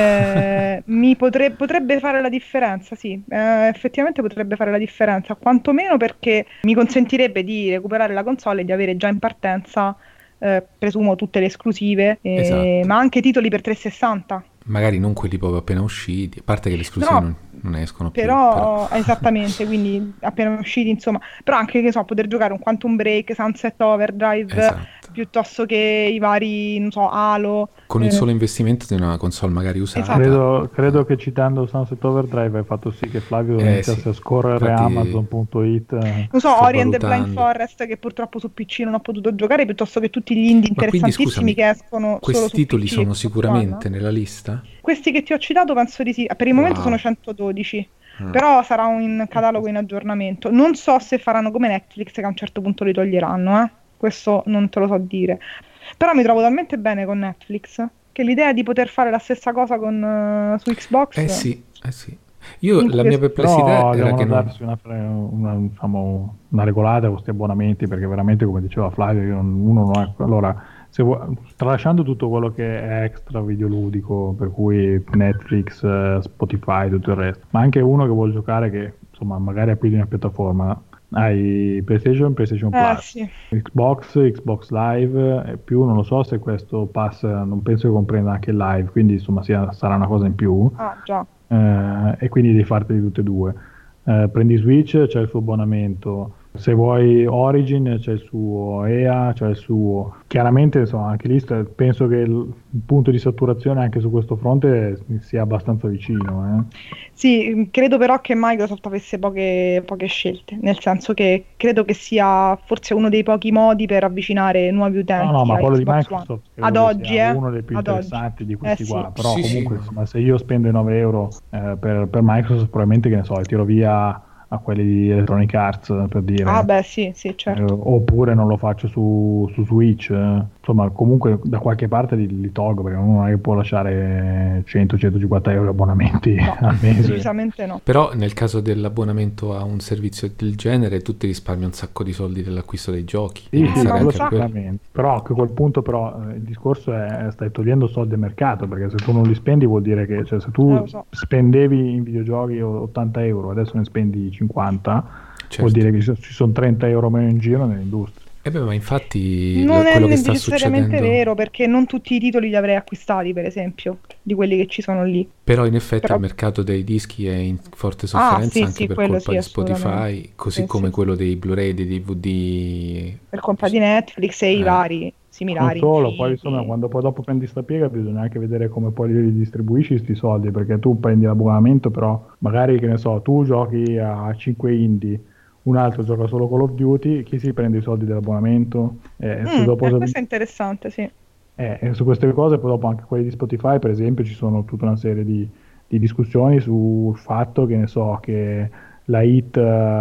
mi potrebbe fare la differenza, sì, effettivamente potrebbe fare la differenza, quantomeno perché mi consentirebbe di recuperare la console e di avere già in partenza presumo tutte le esclusive, esatto. ma anche titoli per 360. Magari non quelli proprio appena usciti, a parte che le esclusive non escono però, più. Esattamente, quindi appena usciti, insomma. Però anche, che so, poter giocare un Quantum Break, Sunset Overdrive, esatto, piuttosto che i vari, non so, Halo. Con il solo investimento di una console magari usata. Esatto. Credo che citando Sunset Overdrive hai fatto sì che Flavio iniziasse a scorrere Amazon.it. Non so, Ori and the Blind Forest, che purtroppo su PC non ho potuto giocare, piuttosto che tutti gli indie interessantissimi, scusami, che escono questi solo su titoli PC, sono sicuramente nella lista? Questi che ti ho citato penso di sì. Per il momento sono 112. Però sarà un catalogo in aggiornamento. Non so se faranno come Netflix, che a un certo punto li toglieranno, questo non te lo so dire. Però mi trovo talmente bene con Netflix che l'idea di poter fare la stessa cosa su Xbox sì. Io la mia perplessità era che darsi una regolata con questi abbonamenti, perché veramente, come diceva Flavio, uno non è. Allora, tralasciando tutto quello che è extra videoludico, per cui Netflix, Spotify, tutto il resto, ma anche uno che vuole giocare, che insomma magari ha più di una piattaforma, hai PlayStation Plus, sì. Xbox Live, e più non lo so se questo pass non penso che comprenda anche il live, quindi insomma sarà una cosa in più. Già. E quindi devi farteli tutte e due. Prendi Switch, c'è il suo abbonamento. Se vuoi Origin c'è il suo, EA c'è il suo. Chiaramente insomma, anche lì penso che il punto di saturazione anche su questo fronte sia abbastanza vicino. Sì, credo però che Microsoft avesse poche scelte, nel senso che credo che sia forse uno dei pochi modi per avvicinare nuovi utenti. No, ma quello di Microsoft ad oggi è uno dei più interessanti di questi qua. Sì. Però comunque insomma, se io spendo i 9 euro per Microsoft, probabilmente, che ne so, tiro via a quelli di Electronic Arts, per dire. Sì, certo. Oppure non lo faccio su Switch. Insomma, comunque da qualche parte li tolgo, perché uno non è che può lasciare 100-150 euro abbonamenti al mese. Decisamente no. Però nel caso dell'abbonamento a un servizio del genere, tu ti risparmi un sacco di soldi dell'acquisto dei giochi. Sì, sicuramente. Però a quel punto il discorso è stai togliendo soldi al mercato, perché se tu non li spendi vuol dire che, cioè, se tu spendevi in videogiochi 80 euro, adesso ne spendi 50, certo, vuol dire che ci sono 30 euro meno in giro nell'industria. Ma infatti non quello è che sta necessariamente succedendo... vero, perché non tutti i titoli li avrei acquistati, per esempio, di quelli che ci sono lì. Però in effetti il mercato dei dischi è in forte sofferenza, anche per colpa di Spotify, così come quello dei Blu-ray, dei DVD. Per colpa di Netflix e i vari similari. Non solo, poi insomma, quando poi dopo prendi sta piega bisogna anche vedere come poi li distribuisci sti soldi, perché tu prendi l'abbonamento, però magari, che ne so, tu giochi a 5 indie, un altro gioca solo Call of Duty, chi si prende i soldi dell'abbonamento? Questo è interessante, sì. Su queste cose, poi dopo anche quelli di Spotify, per esempio, ci sono tutta una serie di discussioni sul fatto, che ne so, che la hit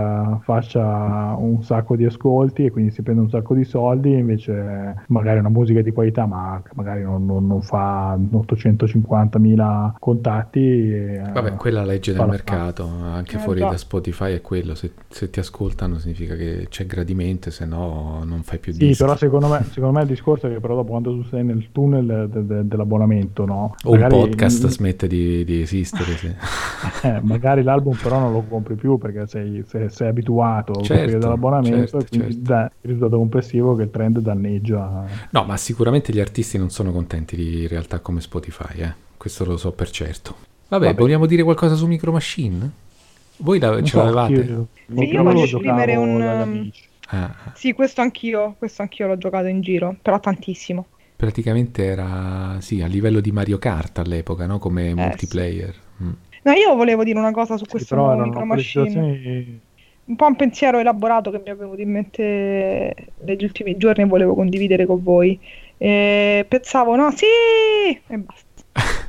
faccia un sacco di ascolti e quindi si prende un sacco di soldi, invece magari una musica di qualità, ma magari non fa 850.000 contatti. Vabbè, quella legge del mercato, anche fuori da Spotify, è quello: se ti ascoltano significa che c'è gradimento, se no non fai più dischi. Sì, però secondo me il discorso è che però dopo, quando tu sei nel tunnel dell'abbonamento, no? O magari un podcast smette di esistere, sì. Magari l'album però non lo compri più, più perché sei abituato al Certo, periodo dell'abbonamento, e quindi certo. il risultato complessivo che il trend danneggia. No, ma sicuramente gli artisti non sono contenti di realtà come Spotify, questo lo so per certo. Vabbè, vogliamo dire qualcosa su Micro Machine? Voi ce l'avevate? Io io lo voglio giocavo esprimere dagli amici. Sì, questo anch'io l'ho giocato in giro, però tantissimo. Praticamente era, sì, a livello di Mario Kart all'epoca, no? Come multiplayer. No, io volevo dire una cosa su questo Però nuovo erano Micro quelle Machine. situazioni. Un po' un pensiero elaborato che mi è venuto in mente negli ultimi giorni e volevo condividere con voi. Pensavo, no, sì! E basta.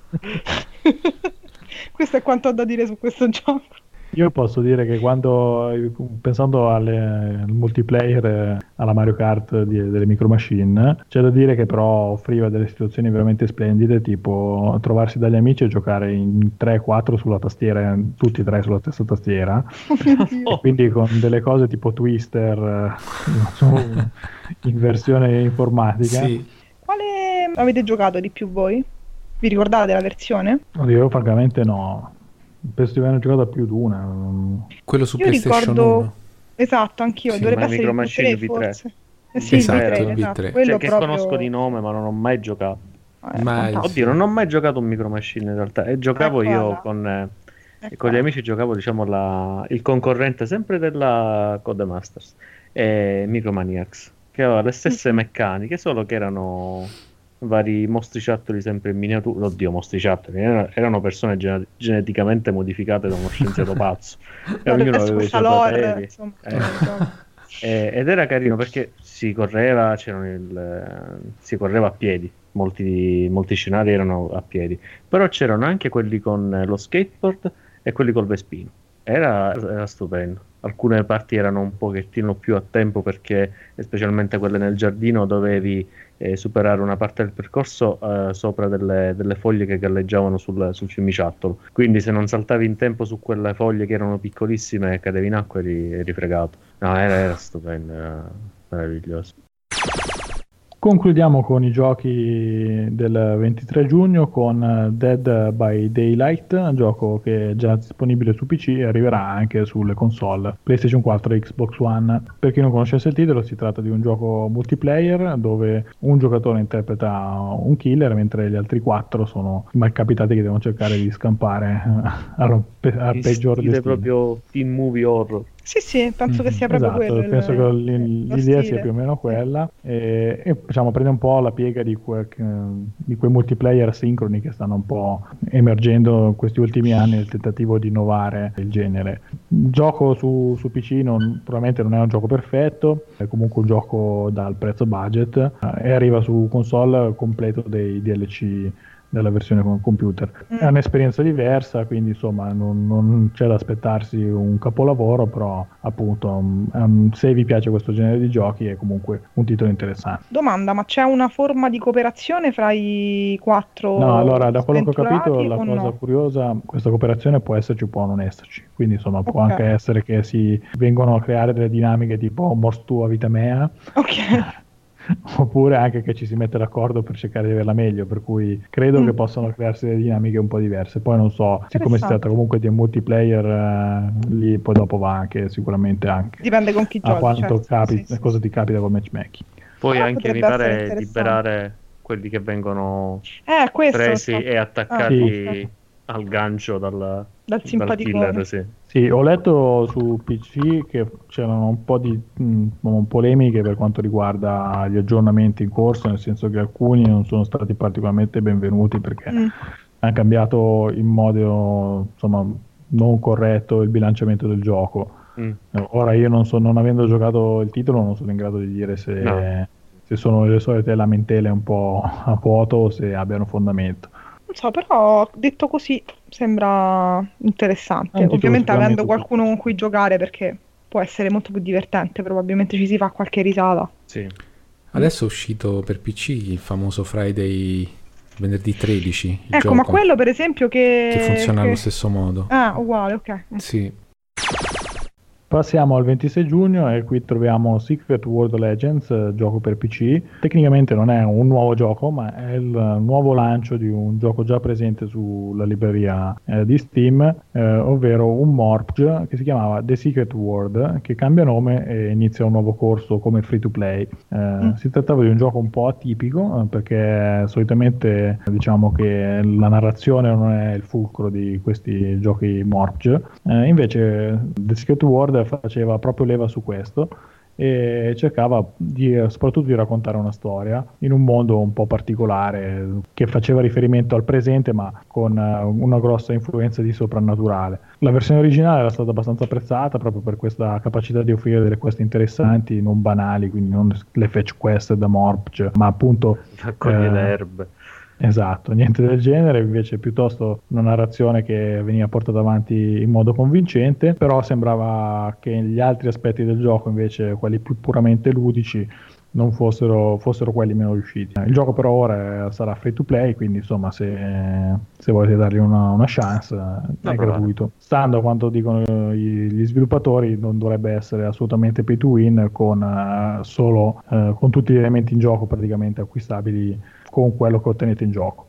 Questo è quanto ho da dire su questo gioco. Io posso dire che pensando al multiplayer, alla Mario Kart delle Micro Machine, c'è da dire che però offriva delle situazioni veramente splendide, tipo trovarsi dagli amici e giocare in 3-4 sulla tastiera, tutti e tre sulla stessa tastiera, e quindi con delle cose tipo Twister in versione informatica. Sì. Quale avete giocato di più voi? Vi ricordate la versione? Io francamente no. Penso di aver giocato a più di una. Quello su Io PlayStation ricordo 1. Esatto, anch'io. Sì, Dovrebbe ma essere Micro il Machine V3 V3. forse. Sì, Esatto, il il V3, V3. esatto. Quello che proprio... conosco di nome, ma non ho mai giocato. Ma fantastico. Oddio, non ho mai giocato un Micro Machine in realtà. E giocavo Ecco, io guarda. con gli amici, giocavo diciamo il concorrente sempre della Codemasters, Micromaniacs, che aveva le stesse meccaniche, solo che erano vari mostriciattoli sempre in miniatura. Oddio, mostriciattoli, erano persone geneticamente modificate da uno scienziato pazzo. E ognuno Adesso aveva i questa suoi lore, poteri. insomma, Ed era carino perché si correva, si correva a piedi, molti scenari erano a piedi, però c'erano anche quelli con lo skateboard e quelli col Vespino. Era stupendo. Alcune parti erano un pochettino più a tempo perché, specialmente quelle nel giardino, dovevi superare una parte del percorso sopra delle foglie che galleggiavano sul fiumiciattolo. Quindi se non saltavi in tempo su quelle foglie che erano piccolissime e cadevi in acqua eri fregato. No, era stupendo, era meraviglioso. Concludiamo con i giochi del 23 giugno con Dead by Daylight, un gioco che è già disponibile su PC e arriverà anche sulle console PlayStation 4 e Xbox One. Per chi non conoscesse il titolo, si tratta di un gioco multiplayer dove un giocatore interpreta un killer mentre gli altri 4 sono i malcapitati che devono cercare di scampare al peggior destino. Proprio teen movie horror. Sì, penso che sia proprio quello. Penso che l'idea sia più o meno quella, e diciamo prende un po' la piega di quei multiplayer sincroni che stanno un po' emergendo in questi ultimi anni nel tentativo di innovare il genere. Il gioco su PC probabilmente non è un gioco perfetto, è comunque un gioco dal prezzo budget e arriva su console completo dei DLC della versione con computer. È un'esperienza diversa, quindi insomma non c'è da aspettarsi un capolavoro, però appunto se vi piace questo genere di giochi è comunque un titolo interessante. Domanda, ma c'è una forma di cooperazione fra i 4? No, allora da quello che ho capito la cosa no? Curiosa, questa cooperazione può esserci o può non esserci, quindi insomma può anche essere che si vengono a creare delle dinamiche tipo mors tua vita mea. Ok. Oppure anche che ci si mette d'accordo per cercare di averla meglio, per cui credo che possano crearsi delle dinamiche un po' diverse. Poi non so, siccome si tratta comunque di un multiplayer, lì poi dopo va anche sicuramente anche dipende con chi giochi, quanto certo. Sì. cosa ti capita con matchmaking. Poi anche mi pare liberare quelli che vengono presi e attaccati al gancio dal killer, Sì, ho letto su PC che c'erano un po' di polemiche per quanto riguarda gli aggiornamenti in corso, nel senso che alcuni non sono stati particolarmente benvenuti perché hanno cambiato in modo insomma non corretto il bilanciamento del gioco. Ora io non avendo giocato il titolo non sono in grado di dire se sono le solite lamentele un po' a vuoto o se abbiano fondamento. Non so, però detto così sembra interessante. Ovviamente avendo qualcuno con cui giocare, perché può essere molto più divertente, probabilmente ci si fa qualche risata. Sì. Adesso è uscito per PC il famoso Friday venerdì 13. Ecco, gioco, ma quello per esempio che funziona allo stesso modo. Ah, uguale, ok. Sì. Passiamo al 26 giugno e qui troviamo Secret World Legends, gioco per PC. Tecnicamente non è un nuovo gioco, ma è il nuovo lancio di un gioco già presente sulla libreria di Steam, ovvero un Morpg che si chiamava The Secret World, che cambia nome e inizia un nuovo corso come free to play. Si trattava di un gioco un po' atipico, perché solitamente diciamo che la narrazione non è il fulcro di questi giochi Morpg, invece The Secret World faceva proprio leva su questo e cercava soprattutto di raccontare una storia in un mondo un po' particolare che faceva riferimento al presente ma con una grossa influenza di soprannaturale. La versione originale era stata abbastanza apprezzata proprio per questa capacità di offrire delle quest interessanti, non banali, quindi non le fetch quest da Morpg, ma appunto raccoglie le erbe. Esatto, niente del genere, invece piuttosto una narrazione che veniva portata avanti in modo convincente, però sembrava che gli altri aspetti del gioco, invece quelli più puramente ludici, non fossero quelli meno riusciti. Il gioco però ora sarà free to play, quindi insomma se volete dargli una chance è gratuito. Stando a quanto dicono gli sviluppatori, non dovrebbe essere assolutamente pay to win, con tutti gli elementi in gioco praticamente acquistabili con quello che ottenete in gioco.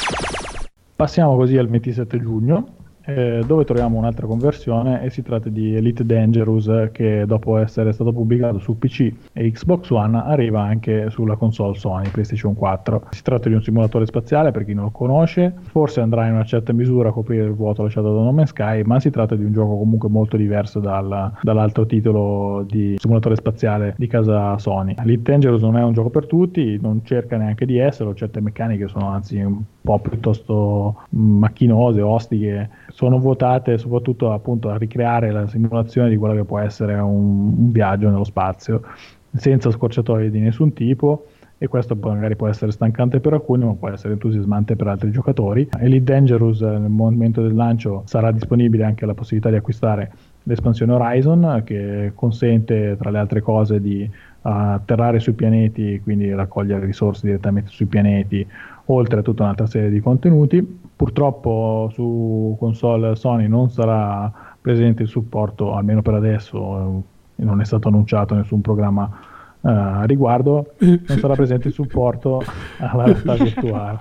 Passiamo così al 27 giugno, dove troviamo un'altra conversione e si tratta di Elite Dangerous, che dopo essere stato pubblicato su PC e Xbox One arriva anche sulla console Sony PlayStation 4. Si tratta di un simulatore spaziale, per chi non lo conosce, forse andrà in una certa misura a coprire il vuoto lasciato da No Man's Sky, ma si tratta di un gioco comunque molto diverso dall'altro titolo di simulatore spaziale di casa Sony. Elite Dangerous non è un gioco per tutti, non cerca neanche di esserlo, certe meccaniche sono anzi un po' piuttosto macchinose, ostiche, sono votate soprattutto appunto a ricreare la simulazione di quello che può essere un viaggio nello spazio, senza scorciatoie di nessun tipo, e questo poi magari può essere stancante per alcuni, ma può essere entusiasmante per altri giocatori. Elite Dangerous nel momento del lancio sarà disponibile anche la possibilità di acquistare l'espansione Horizon, che consente tra le altre cose di atterrare sui pianeti, quindi raccogliere risorse direttamente sui pianeti, oltre a tutta un'altra serie di contenuti. Purtroppo su console Sony non sarà presente il supporto, almeno per adesso, non è stato annunciato nessun programma a riguardo, non sarà presente il supporto alla realtà virtuale.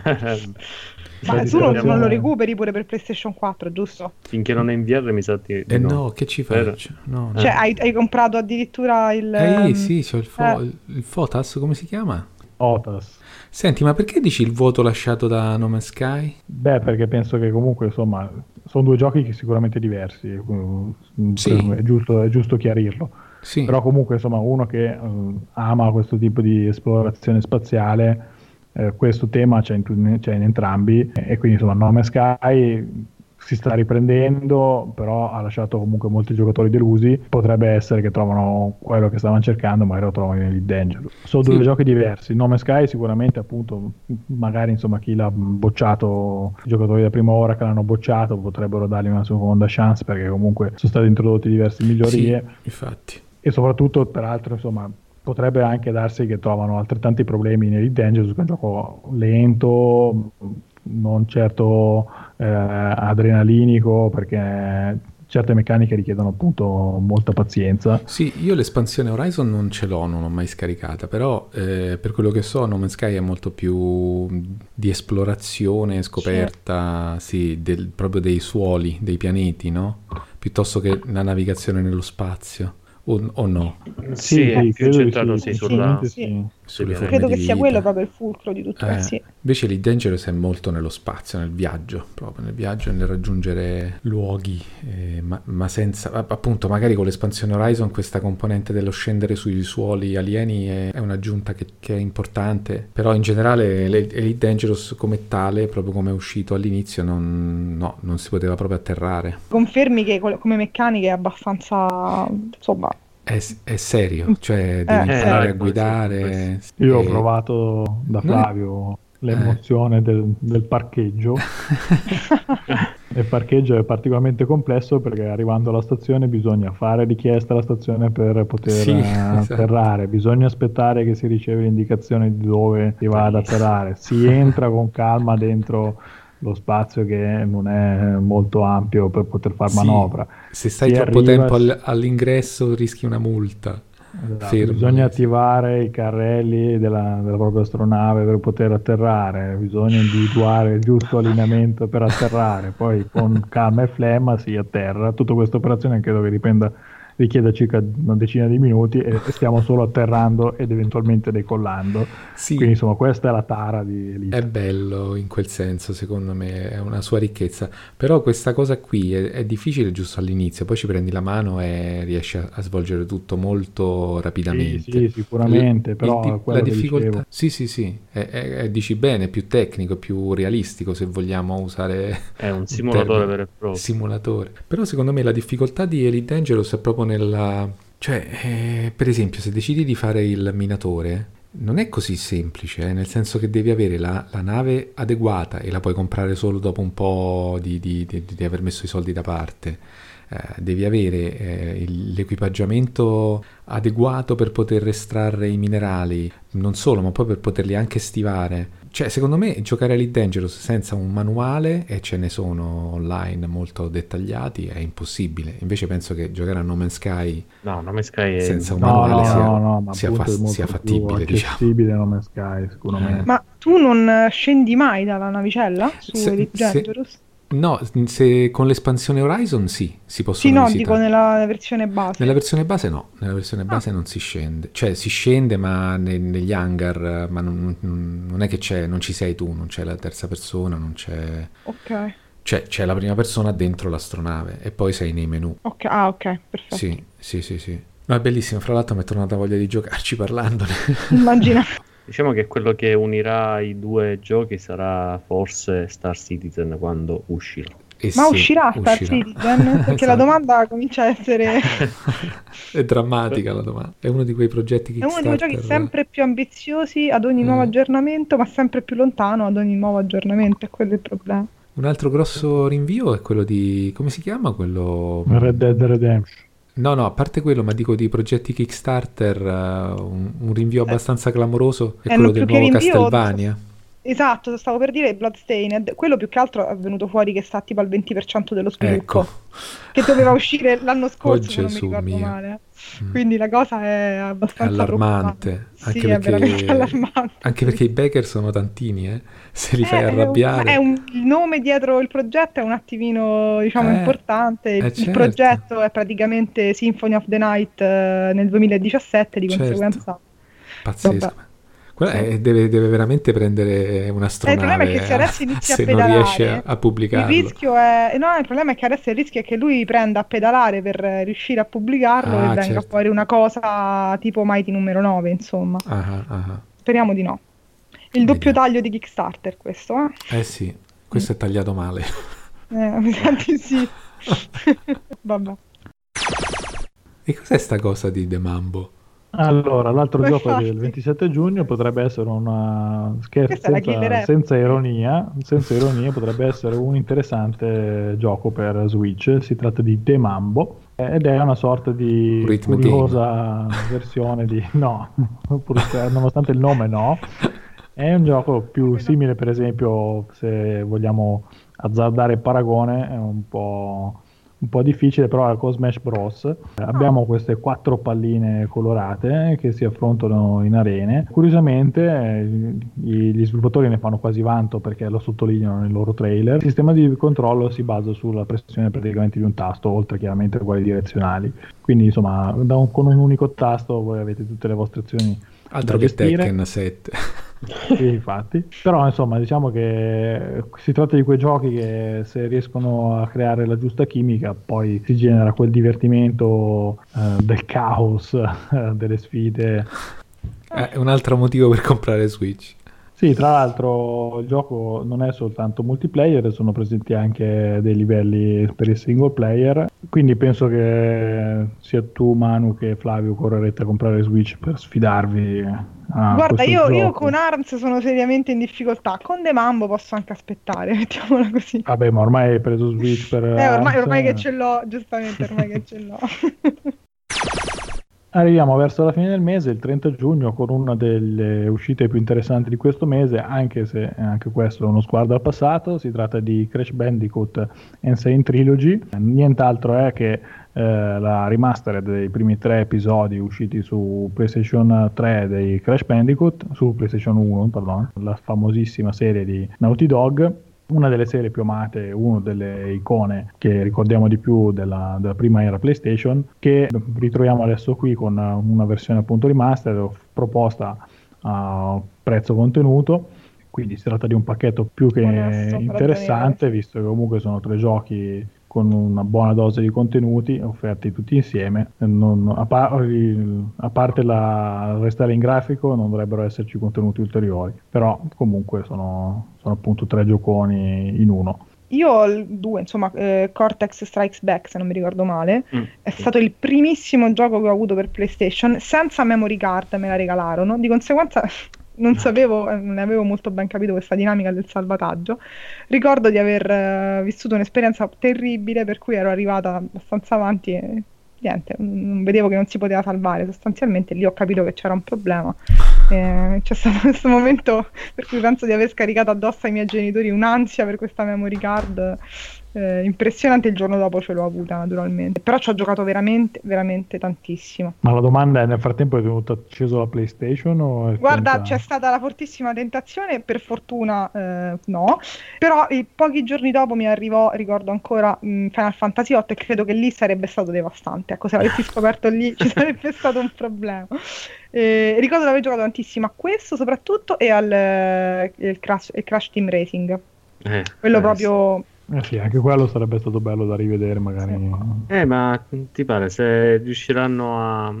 Ma tu non lo recuperi pure per PlayStation 4, giusto? Finché non è in VR mi sa di no, che ci faccio? No. Cioè hai comprato addirittura il... sì, c'ho il Photas, come si chiama? Otas. Senti, ma perché dici il vuoto lasciato da No Man's Sky? Beh, perché penso che comunque insomma sono due giochi che sicuramente diversi, sì. È giusto chiarirlo. Sì. Però comunque insomma uno che ama questo tipo di esplorazione spaziale, questo tema c'è in entrambi, e quindi insomma No Man's Sky si sta riprendendo, però ha lasciato comunque molti giocatori delusi. Potrebbe essere che trovano quello che stavano cercando, magari lo trovano in Elite Dangerous. Sono due giochi diversi. No Man's Sky sicuramente, appunto, magari insomma chi l'ha bocciato, i giocatori da prima ora che l'hanno bocciato potrebbero dargli una seconda chance, perché comunque sono state introdotte diverse migliorie. Sì, infatti. E soprattutto, peraltro, insomma, potrebbe anche darsi che trovano altrettanti problemi in Elite Dangerous, che è un gioco lento, non certo adrenalinico, perché certe meccaniche richiedono appunto molta pazienza. Sì, io l'espansione Horizon non ce l'ho, non l'ho mai scaricata, però per quello che so No Man's Sky è molto più di esplorazione, scoperta, sì, proprio dei suoli, dei pianeti, no? Piuttosto che la navigazione nello spazio. O no? Sì, più centrato credo che sia quello proprio il fulcro di tutto. Sì. Invece Elite Dangerous è molto nello spazio, nel viaggio, proprio nel viaggio, nel raggiungere luoghi, ma senza, appunto, magari con l'espansione Horizon questa componente dello scendere sui suoli alieni è un'aggiunta che è importante, però in generale Elite Dangerous come tale, proprio come è uscito all'inizio, non si poteva proprio atterrare. Confermi che come meccanica è abbastanza, insomma, è serio, cioè devi imparare a guidare. Io ho provato da Flavio l'emozione del parcheggio. Il parcheggio è particolarmente complesso, perché arrivando alla stazione bisogna fare richiesta alla stazione per poter atterrare, bisogna aspettare che si riceve l'indicazione di dove si va ad atterrare, si entra con calma dentro lo spazio che non è molto ampio per poter far manovra. Se stai troppo tempo all'ingresso rischi una multa. Esatto, bisogna attivare i carrelli della propria astronave per poter atterrare, bisogna individuare il giusto allineamento per atterrare, poi con calma e flemma si atterra. Tutta questa operazione credo che richieda circa una decina di minuti e stiamo solo atterrando ed eventualmente decollando. Sì. Quindi insomma questa è la tara di Elite. È bello in quel senso, secondo me è una sua ricchezza, però questa cosa qui è difficile giusto all'inizio, poi ci prendi la mano e riesci a svolgere tutto molto rapidamente. Sì, sicuramente, però la difficoltà, sì, dici bene, è più tecnico, più realistico se vogliamo usare è un simulatore vero e proprio. Simulatore. Però secondo me la difficoltà di Elite Dangerous è proprio nella... Cioè, per esempio, se decidi di fare il minatore, non è così semplice, nel senso che devi avere la nave adeguata e la puoi comprare solo dopo un po' di aver messo i soldi da parte. Devi avere l'equipaggiamento adeguato per poter estrarre i minerali, non solo, ma poi per poterli anche stivare. Cioè, secondo me, giocare a Elite Dangerous senza un manuale, e ce ne sono online molto dettagliati, è impossibile. Invece penso che giocare a No Man's Sky, senza un manuale sia fattibile, accessibile, diciamo. No Man's Sky, sicuramente. Ma tu non scendi mai dalla navicella su Elite Dangerous? No, se con l'espansione Horizon si possono visitare. Dico nella versione base. Nella versione base no, nella versione base non si scende. Cioè si scende ma negli hangar, ma non è che non ci sei tu, non c'è la terza persona, non c'è... Ok. Cioè c'è la prima persona dentro l'astronave e poi sei nei menu. Ok, perfetto. Sì. No, è bellissimo, fra l'altro mi è tornata voglia di giocarci parlandone. Immagina. Diciamo che quello che unirà i due giochi sarà forse Star Citizen quando uscirà. Ma uscirà Star Citizen? Perché esatto. La domanda comincia a essere... È drammatica la domanda. È uno di quei progetti Kickstarter. È uno dei giochi sempre più ambiziosi ad ogni nuovo aggiornamento, ma sempre più lontano ad ogni nuovo aggiornamento, è quello il problema. Un altro grosso rinvio è quello di... come si chiama quello? Red Dead Redemption. No, a parte quello, ma dico di progetti Kickstarter, un rinvio abbastanza clamoroso è quello del nuovo Castlevania. Esatto, stavo per dire Bloodstained, quello più che altro è venuto fuori che sta tipo al 20% dello sviluppo, ecco. Che doveva uscire l'anno scorso, se non mi ricordo male. Quindi la cosa è abbastanza allarmante, anche sì, perché, è veramente allarmante. Anche perché i backer sono tantini, se li fai arrabbiare. Il nome dietro il progetto è un attimino, diciamo, importante. Il progetto è praticamente Symphony of the Night nel 2017, di conseguenza. Pazzesco. Vabbè. Deve veramente prendere un'astronave. Il problema è che se adesso inizia a pedalare, non riesce a pubblicarlo. Il problema è che adesso il rischio è che lui prenda a pedalare per riuscire a pubblicarlo e venga fuori una cosa tipo Mighty numero 9, insomma. Speriamo di no. Il doppio taglio di Kickstarter questo, sì, questo è tagliato male. Mi senti sì. Vabbè. E cos'è sta cosa di The Mambo? Allora, l'altro gioco del 27 giugno potrebbe essere una senza ironia, potrebbe essere un interessante gioco per Switch. Si tratta di The Mambo ed è una sorta di curiosa versione di nonostante il nome è un gioco più simile, per esempio, se vogliamo azzardare il paragone, è un po' difficile, però con Smash Bros. Abbiamo queste 4 palline colorate che si affrontano in arene. Curiosamente gli sviluppatori ne fanno quasi vanto perché lo sottolineano nel loro trailer. Il sistema di controllo si basa sulla pressione praticamente di un tasto, oltre chiaramente a quelli direzionali. Quindi insomma con un unico tasto voi avete tutte le vostre azioni. Altro che Tekken 7. Sì, infatti. Però insomma diciamo che si tratta di quei giochi che se riescono a creare la giusta chimica poi si genera quel divertimento del caos, delle sfide. È un altro motivo per comprare Switch. Sì, tra l'altro il gioco non è soltanto multiplayer, sono presenti anche dei livelli per il single player, quindi penso che sia tu Manu che Flavio correrete a comprare Switch per sfidarvi. Guarda, io con ARMS sono seriamente in difficoltà, con The Mambo posso anche aspettare, mettiamola così. Vabbè, ma ormai hai preso Switch per ormai che ce l'ho, giustamente, ormai che ce l'ho. Arriviamo verso la fine del mese, il 30 giugno, con una delle uscite più interessanti di questo mese, anche se anche questo è uno sguardo al passato. Si tratta di Crash Bandicoot Insane Trilogy, nient'altro è che la remastered dei primi 3 episodi usciti su PlayStation 3 dei Crash Bandicoot, su PlayStation 1, perdono, la famosissima serie di Naughty Dog, una delle serie più amate, una delle icone che ricordiamo di più della prima era PlayStation, che ritroviamo adesso qui con una versione appunto remastered proposta a prezzo contenuto. Quindi si tratta di un pacchetto più che interessante, visto che comunque sono 3 giochi con una buona dose di contenuti offerti tutti insieme. A parte il restyling grafico non dovrebbero esserci contenuti ulteriori, però comunque sono appunto 3 gioconi in uno. Io ho il 2, insomma, Cortex Strikes Back, se non mi ricordo male, è stato il primissimo gioco che ho avuto per PlayStation, senza memory card me la regalarono, di conseguenza non avevo molto ben capito questa dinamica del salvataggio. Ricordo di aver vissuto un'esperienza terribile, per cui ero arrivata abbastanza avanti e niente, vedevo che non si poteva salvare, sostanzialmente lì ho capito che c'era un problema. C'è stato questo momento per cui penso di aver scaricato addosso ai miei genitori un'ansia per questa memory card impressionante. Il giorno dopo ce l'ho avuta naturalmente, però ci ho giocato veramente veramente tantissimo. Ma la domanda è: nel frattempo è tenuto acceso la PlayStation o guarda, c'è stata la fortissima tentazione, per fortuna no, però pochi giorni dopo mi arrivò, ricordo ancora, Final Fantasy VIII, e credo che lì sarebbe stato devastante. Ecco, se l'avessi scoperto lì ci sarebbe stato un problema. Ricordo di aver giocato tantissimo a questo soprattutto e al Crash Team Racing, quello proprio... Sì, anche quello sarebbe stato bello da rivedere magari. Ma ti pare, se riusciranno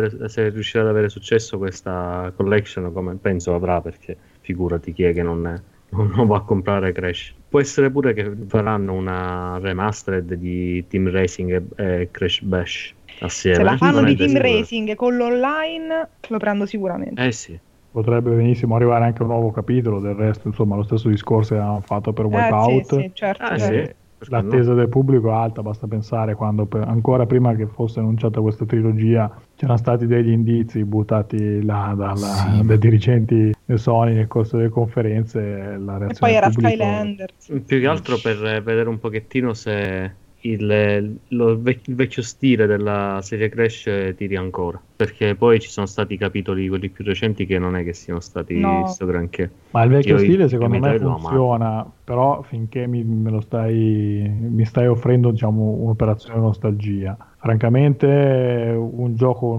se riuscirà ad avere successo questa collection, come penso avrà, perché figurati chi è che non va a comprare Crash. Può essere pure che faranno una remastered di Team Racing e Crash Bash assieme. Se la fanno di Team Racing con l'online lo prendo sicuramente. Sì. Potrebbe benissimo arrivare anche un nuovo capitolo. Del resto, insomma, lo stesso discorso che hanno fatto per Wipeout. Sì, certo. L'attesa del pubblico è alta, basta pensare quando ancora prima che fosse annunciata questa trilogia c'erano stati degli indizi buttati là dai dirigenti Sony nel corso delle conferenze. La reazione e poi era pubblico... Skylanders. Più che altro per vedere un pochettino se il vecchio stile della serie Crash tiri ancora, perché poi ci sono stati capitoli, quelli più recenti, che non è che siano stati sto granché. Ma il vecchio stile secondo me funziona, però finché mi stai offrendo, diciamo, un'operazione nostalgia. Francamente un gioco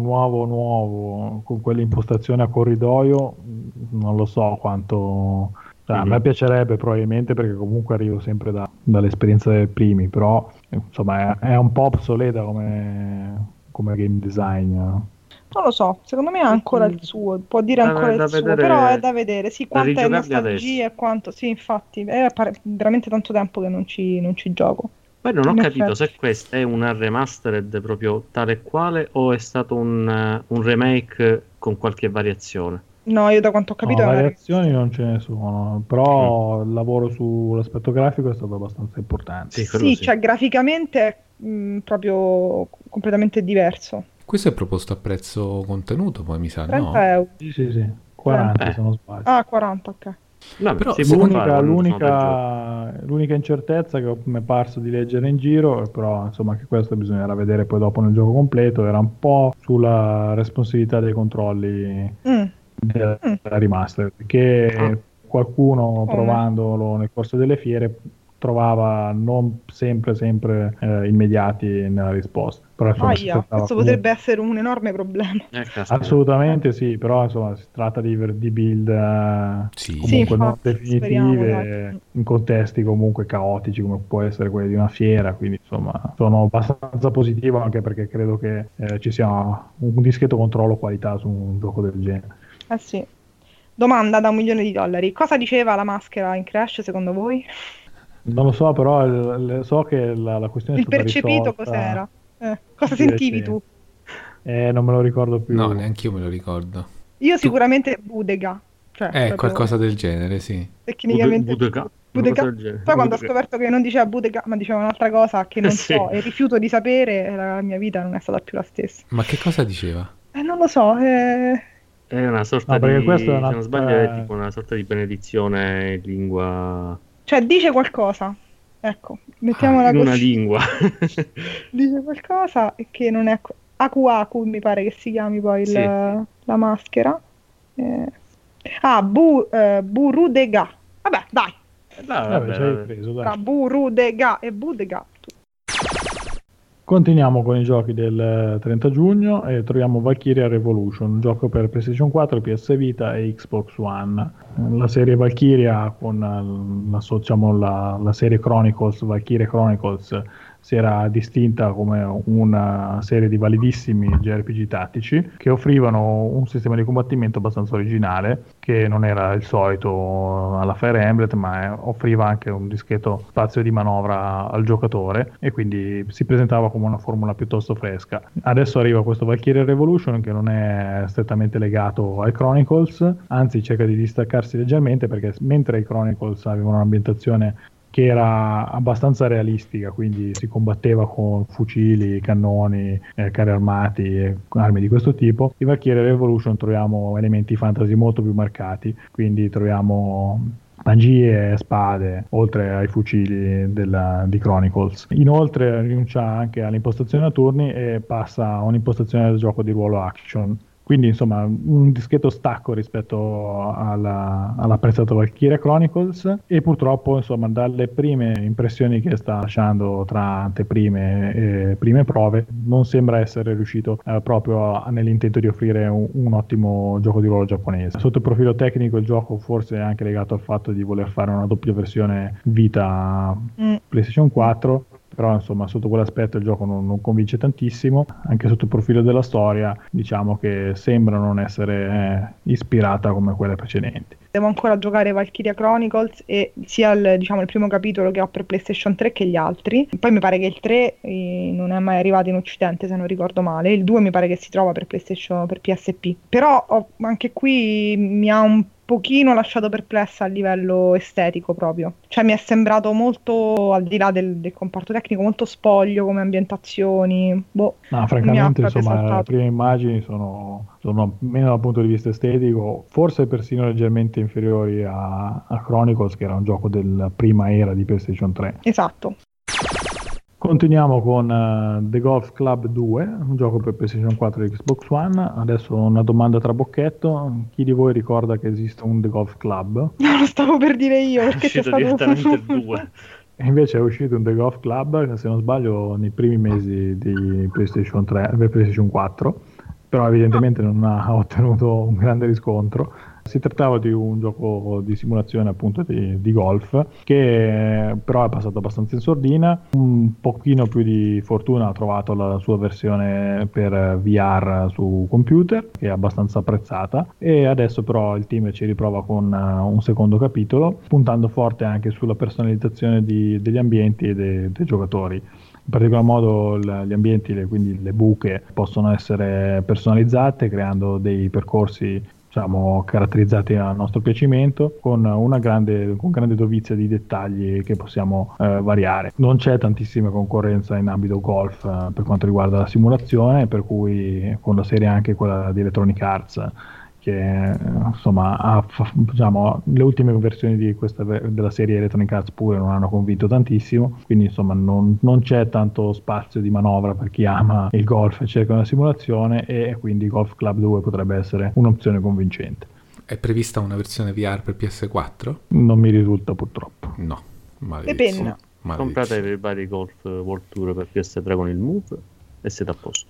nuovo con quell'impostazione a corridoio non lo so quanto... A me piacerebbe probabilmente, perché comunque arrivo sempre dall'esperienza dei primi, però insomma è un po' obsoleta come game design. Non lo so, secondo me ha ancora il suo, può dire ancora il suo, però è da vedere, sì, quanta è nostalgia e quanto, sì, infatti, è veramente tanto tempo che non ci gioco. Poi non ho capito se questa è una remastered proprio tale e quale o è stato un remake con qualche variazione. No, io da quanto ho capito... variazioni non ce ne sono, però il lavoro sull'aspetto grafico è stato abbastanza importante. Sì, cioè graficamente è proprio completamente diverso. Questo è proposto a prezzo contenuto, poi mi sa, 30 euro. Sì, 40 se non sbaglio. Ah, 40, ok. No, però l'unica incertezza che mi è parso di leggere in giro, però insomma che questo bisognerà vedere poi dopo nel gioco completo, era un po' sulla responsabilità dei controlli della remaster, perché qualcuno provandolo nel corso delle fiere trovava non sempre immediati nella risposta. Però, insomma, questo potrebbe essere un enorme problema. Assolutamente sì, però insomma si tratta di build comunque non definitive, in contesti comunque caotici come può essere quelli di una fiera, quindi insomma sono abbastanza positivo, anche perché credo che ci sia un discreto controllo qualità su un gioco del genere. Sì. Domanda da $1 milione. Cosa diceva la maschera in Crash secondo voi? Non lo so, però so che la questione è stata percepito risolta. Cos'era? Cosa sentivi tu? Non me lo ricordo più. No, neanche io me lo ricordo. Io sicuramente Budega. Cioè, qualcosa del genere, sì. Tecnicamente Budega. Poi quando ho scoperto che non diceva Budega, ma diceva un'altra cosa che non so e rifiuto di sapere, la mia vita non è stata più la stessa. Ma che cosa diceva? Non lo so. È una sorta perché di, questa è se una- non sbaglio, è tipo una sorta di benedizione in lingua, Cioè, dice qualcosa. Ecco, mettiamola in una così. lingua. Dice qualcosa che non è... Aku Aku mi pare che si chiami poi Sì. la maschera. Burudega. Vabbè, dai. Vabbè, ci hai preso, dai. Tra Burudega e Budega. Continuiamo con i giochi del 30 giugno e troviamo Valkyria Revolution, un gioco per PlayStation 4, PS Vita e Xbox One. La serie Valkyria con la serie Chronicles, Valkyria Chronicles, si era distinta come una serie di validissimi JRPG tattici che offrivano un sistema di combattimento abbastanza originale, che non era il solito alla Fire Emblem, ma offriva anche un discreto spazio di manovra al giocatore e quindi si presentava come una formula piuttosto fresca. Adesso arriva questo Valkyria Revolution che non è strettamente legato ai Chronicles, anzi cerca di distaccarsi leggermente, perché mentre i Chronicles avevano un'ambientazione che era abbastanza realistica, quindi si combatteva con fucili, cannoni, carri armati e armi di questo tipo, in Valkyria Revolution troviamo elementi fantasy molto più marcati, quindi troviamo magie e spade oltre ai fucili di Chronicles. Inoltre rinuncia anche all'impostazione a turni e passa a un'impostazione del gioco di ruolo action. Quindi insomma un dischetto stacco rispetto all'apprezzato Valkyria Chronicles, e purtroppo insomma dalle prime impressioni che sta lasciando tra anteprime e prime prove non sembra essere riuscito proprio nell'intento di offrire un ottimo gioco di ruolo giapponese. Sotto il profilo tecnico il gioco forse è anche legato al fatto di voler fare una doppia versione Vita PlayStation 4, però insomma sotto quell'aspetto il gioco non convince tantissimo. Anche sotto il profilo della storia diciamo che sembra non essere ispirata come quelle precedenti. Devo ancora giocare Valkyria Chronicles e sia il primo capitolo che ho per PlayStation 3 che gli altri. Poi mi pare che il 3 non è mai arrivato in Occidente, se non ricordo male. Il 2 mi pare che si trova per PlayStation, per PSP. Però anche qui mi ha un pochino lasciato perplessa a livello estetico proprio. Cioè mi è sembrato molto, al di là del comparto tecnico, molto spoglio come ambientazioni. No, francamente insomma le prime immagini sono meno dal punto di vista estetico, forse persino leggermente inferiori a Chronicles, che era un gioco della prima era di PlayStation 3. Esatto. Continuiamo con The Golf Club 2, un gioco per PlayStation 4 e Xbox One. Adesso una domanda trabocchetto: chi di voi ricorda che esiste un The Golf Club? No, lo stavo per dire io, perché c'è stato direttamente il 2. E invece è uscito un The Golf Club, se non sbaglio nei primi mesi di PlayStation 3 e PlayStation 4, però evidentemente non ha ottenuto un grande riscontro. Si trattava di un gioco di simulazione appunto di golf, che però è passato abbastanza in sordina. Un pochino più di fortuna ha trovato la sua versione per VR su computer, che è abbastanza apprezzata, e adesso però il team ci riprova con un secondo capitolo, puntando forte anche sulla personalizzazione degli ambienti e dei giocatori. In particolar modo gli ambienti, quindi le buche, possono essere personalizzate creando dei percorsi caratterizzati al nostro piacimento, con grande dovizia di dettagli che possiamo variare. Non c'è tantissima concorrenza in ambito golf per quanto riguarda la simulazione, per cui con la serie anche quella di Electronic Arts, che insomma le ultime versioni della serie Electronic Arts pure non hanno convinto tantissimo, quindi insomma non c'è tanto spazio di manovra per chi ama il golf e cerca una simulazione, e quindi Golf Club 2 potrebbe essere un'opzione convincente. È prevista una versione VR per PS4? Non mi risulta purtroppo. No, penna. Comprate i vari Golf World Tour per PS3 con il Move e siete a posto.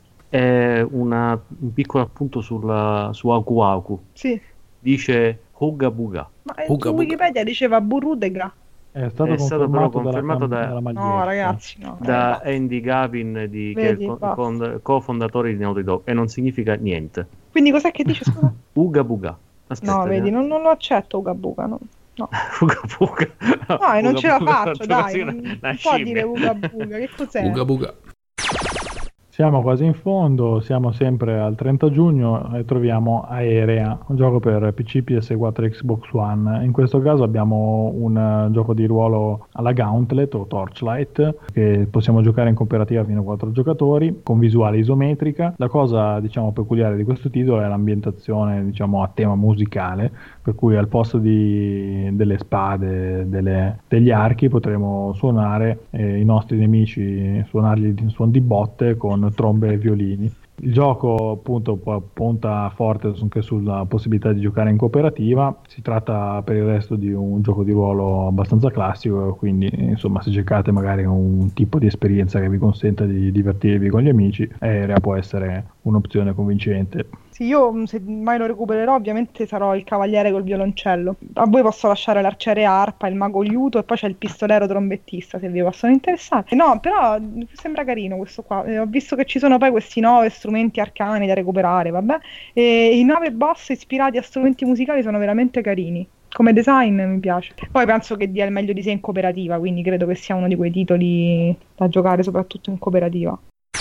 Un piccolo appunto su Aku Aku. Sì. Dice Huga Buga. Ma su Wikipedia diceva Burudega. È stato però confermato dalla maglietta. No ragazzi, no. Da Andy Gavin, che è il cofondatore di Naughty Dog, e non significa niente. Quindi cos'è che dice, scusa? Uga Buga. Aspetta, no, vedi, non lo accetto Uga Buga, no. Uga Buga. No, non ce la faccio, dai. Non può dire Uga Buga, che cos'è? Uga Buga. Siamo quasi in fondo, siamo sempre al 30 giugno e troviamo Aerea, un gioco per PC, PS4 e Xbox One. In questo caso abbiamo un gioco di ruolo alla Gauntlet o Torchlight, che possiamo giocare in cooperativa fino a 4 giocatori, con visuale isometrica. La cosa, diciamo, peculiare di questo titolo è l'ambientazione, diciamo, a tema musicale, per cui al posto delle spade, degli archi, potremo suonare i nostri nemici, suonargli in suon di botte con trombe e violini. Il gioco appunto punta forte anche sulla possibilità di giocare in cooperativa. Si tratta per il resto di un gioco di ruolo abbastanza classico, quindi insomma se cercate magari un tipo di esperienza che vi consenta di divertirvi con gli amici, Aerea può essere un'opzione convincente. Sì, io se mai lo recupererò ovviamente sarò il cavaliere col violoncello. A voi posso lasciare l'arciere arpa, il mago liuto e poi c'è il pistolero trombettista se vi possono interessare. No, però sembra carino questo qua. Ho visto che ci sono poi questi 9 strumenti arcani da recuperare, vabbè. E i 9 boss ispirati a strumenti musicali sono veramente carini. Come design mi piace. Poi penso che dia il meglio di sé in cooperativa, quindi credo che sia uno di quei titoli da giocare soprattutto in cooperativa.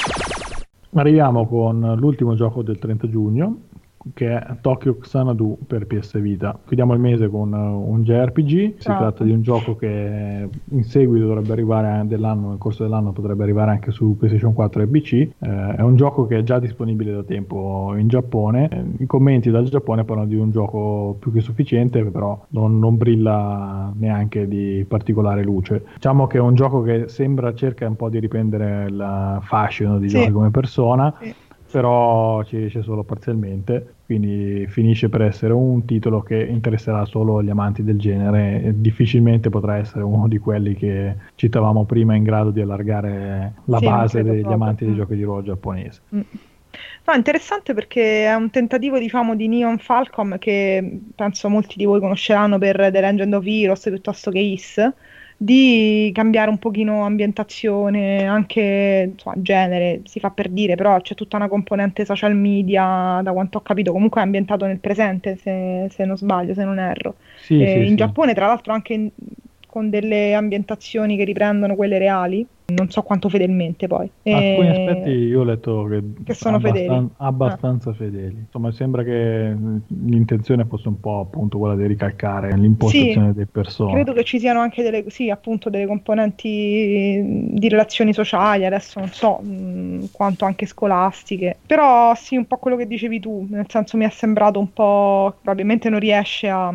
Arriviamo con l'ultimo gioco del 30 giugno, che è Tokyo Xanadu per PS Vita. Chiudiamo il mese con un JRPG. Si tratta di un gioco che in seguito dovrebbe arrivare nel corso dell'anno potrebbe arrivare anche su PlayStation 4 e PC. È un gioco che è già disponibile da tempo in Giappone. I commenti dal Giappone parlano di un gioco più che sufficiente, però non brilla neanche di particolare luce. Diciamo che è un gioco che cerca un po' di riprendere il fascino di giochi come Persona. Sì. Però ci riesce solo parzialmente, quindi finisce per essere un titolo che interesserà solo gli amanti del genere e difficilmente potrà essere uno di quelli che citavamo prima in grado di allargare la base degli amanti dei giochi di ruolo giapponesi. No, interessante perché è un tentativo, diciamo, di Neon Falcom che penso molti di voi conosceranno per The Legend of Heroes piuttosto che Is, di cambiare un pochino ambientazione, anche insomma, genere, si fa per dire, però c'è tutta una componente social media, da quanto ho capito, comunque è ambientato nel presente, se non sbaglio, se non erro. In Giappone, tra l'altro, anche con delle ambientazioni che riprendono quelle reali, non so quanto fedelmente poi. Alcuni aspetti io ho letto che sono abbastanza fedeli. Insomma, sembra che l'intenzione fosse un po' appunto quella di ricalcare l'impostazione dei personaggi. Credo che ci siano anche delle componenti di relazioni sociali, adesso non so quanto anche scolastiche, però sì, un po' quello che dicevi tu, nel senso mi è sembrato un po', probabilmente non riesce a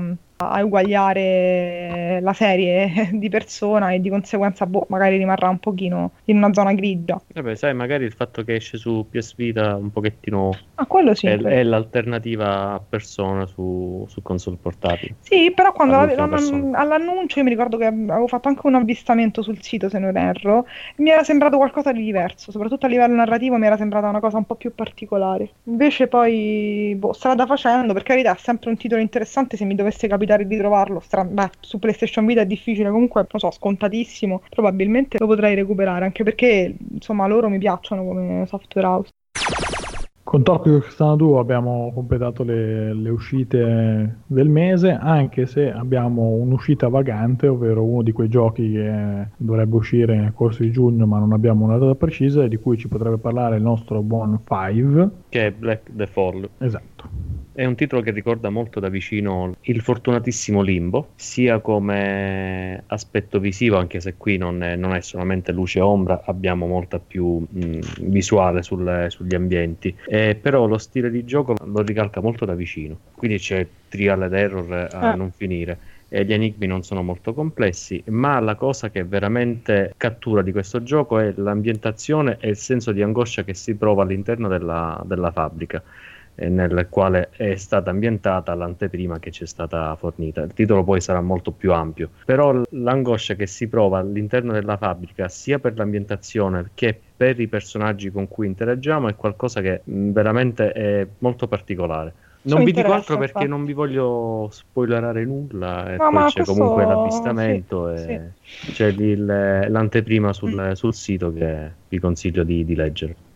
uguagliare la serie di Persona e di conseguenza magari rimarrà un pochino in una zona grigia. Sai, magari il fatto che esce su PS Vita un pochettino quello sì, è l'alternativa a Persona su console portatili. Sì, però quando all'annuncio io mi ricordo che avevo fatto anche un avvistamento sul sito, se non erro, e mi era sembrato qualcosa di diverso, soprattutto a livello narrativo mi era sembrata una cosa un po' più particolare. Invece poi strada facendo, per carità, è sempre un titolo interessante, se mi dovesse capitare di trovarlo su PlayStation Vita è difficile, comunque non so, scontatissimo, probabilmente lo potrei recuperare, anche perché insomma loro mi piacciono come software house. Con Tokyo Xanadu abbiamo completato le uscite del mese, anche se abbiamo un'uscita vagante, ovvero uno di quei giochi che dovrebbe uscire nel corso di giugno ma non abbiamo una data precisa e di cui ci potrebbe parlare il nostro buon Five, che è Black the Fall. Esatto. È un titolo che ricorda molto da vicino il fortunatissimo Limbo, sia come aspetto visivo, anche se qui non è solamente luce e ombra, abbiamo molta più visuale sugli ambienti, però lo stile di gioco lo ricalca molto da vicino, quindi c'è trial ed error a non finire. Gli enigmi non sono molto complessi, ma la cosa che veramente cattura di questo gioco è l'ambientazione e il senso di angoscia che si prova all'interno della fabbrica, nel quale è stata ambientata l'anteprima che ci è stata fornita. Il titolo poi sarà molto più ampio, però l'angoscia che si prova all'interno della fabbrica, sia per l'ambientazione che per i personaggi con cui interagiamo, è qualcosa che veramente è molto particolare. Non vi dico altro perché non vi voglio spoilerare nulla, e poi c'è comunque l'avvistamento e c'è l'anteprima sul sito che vi consiglio di leggere.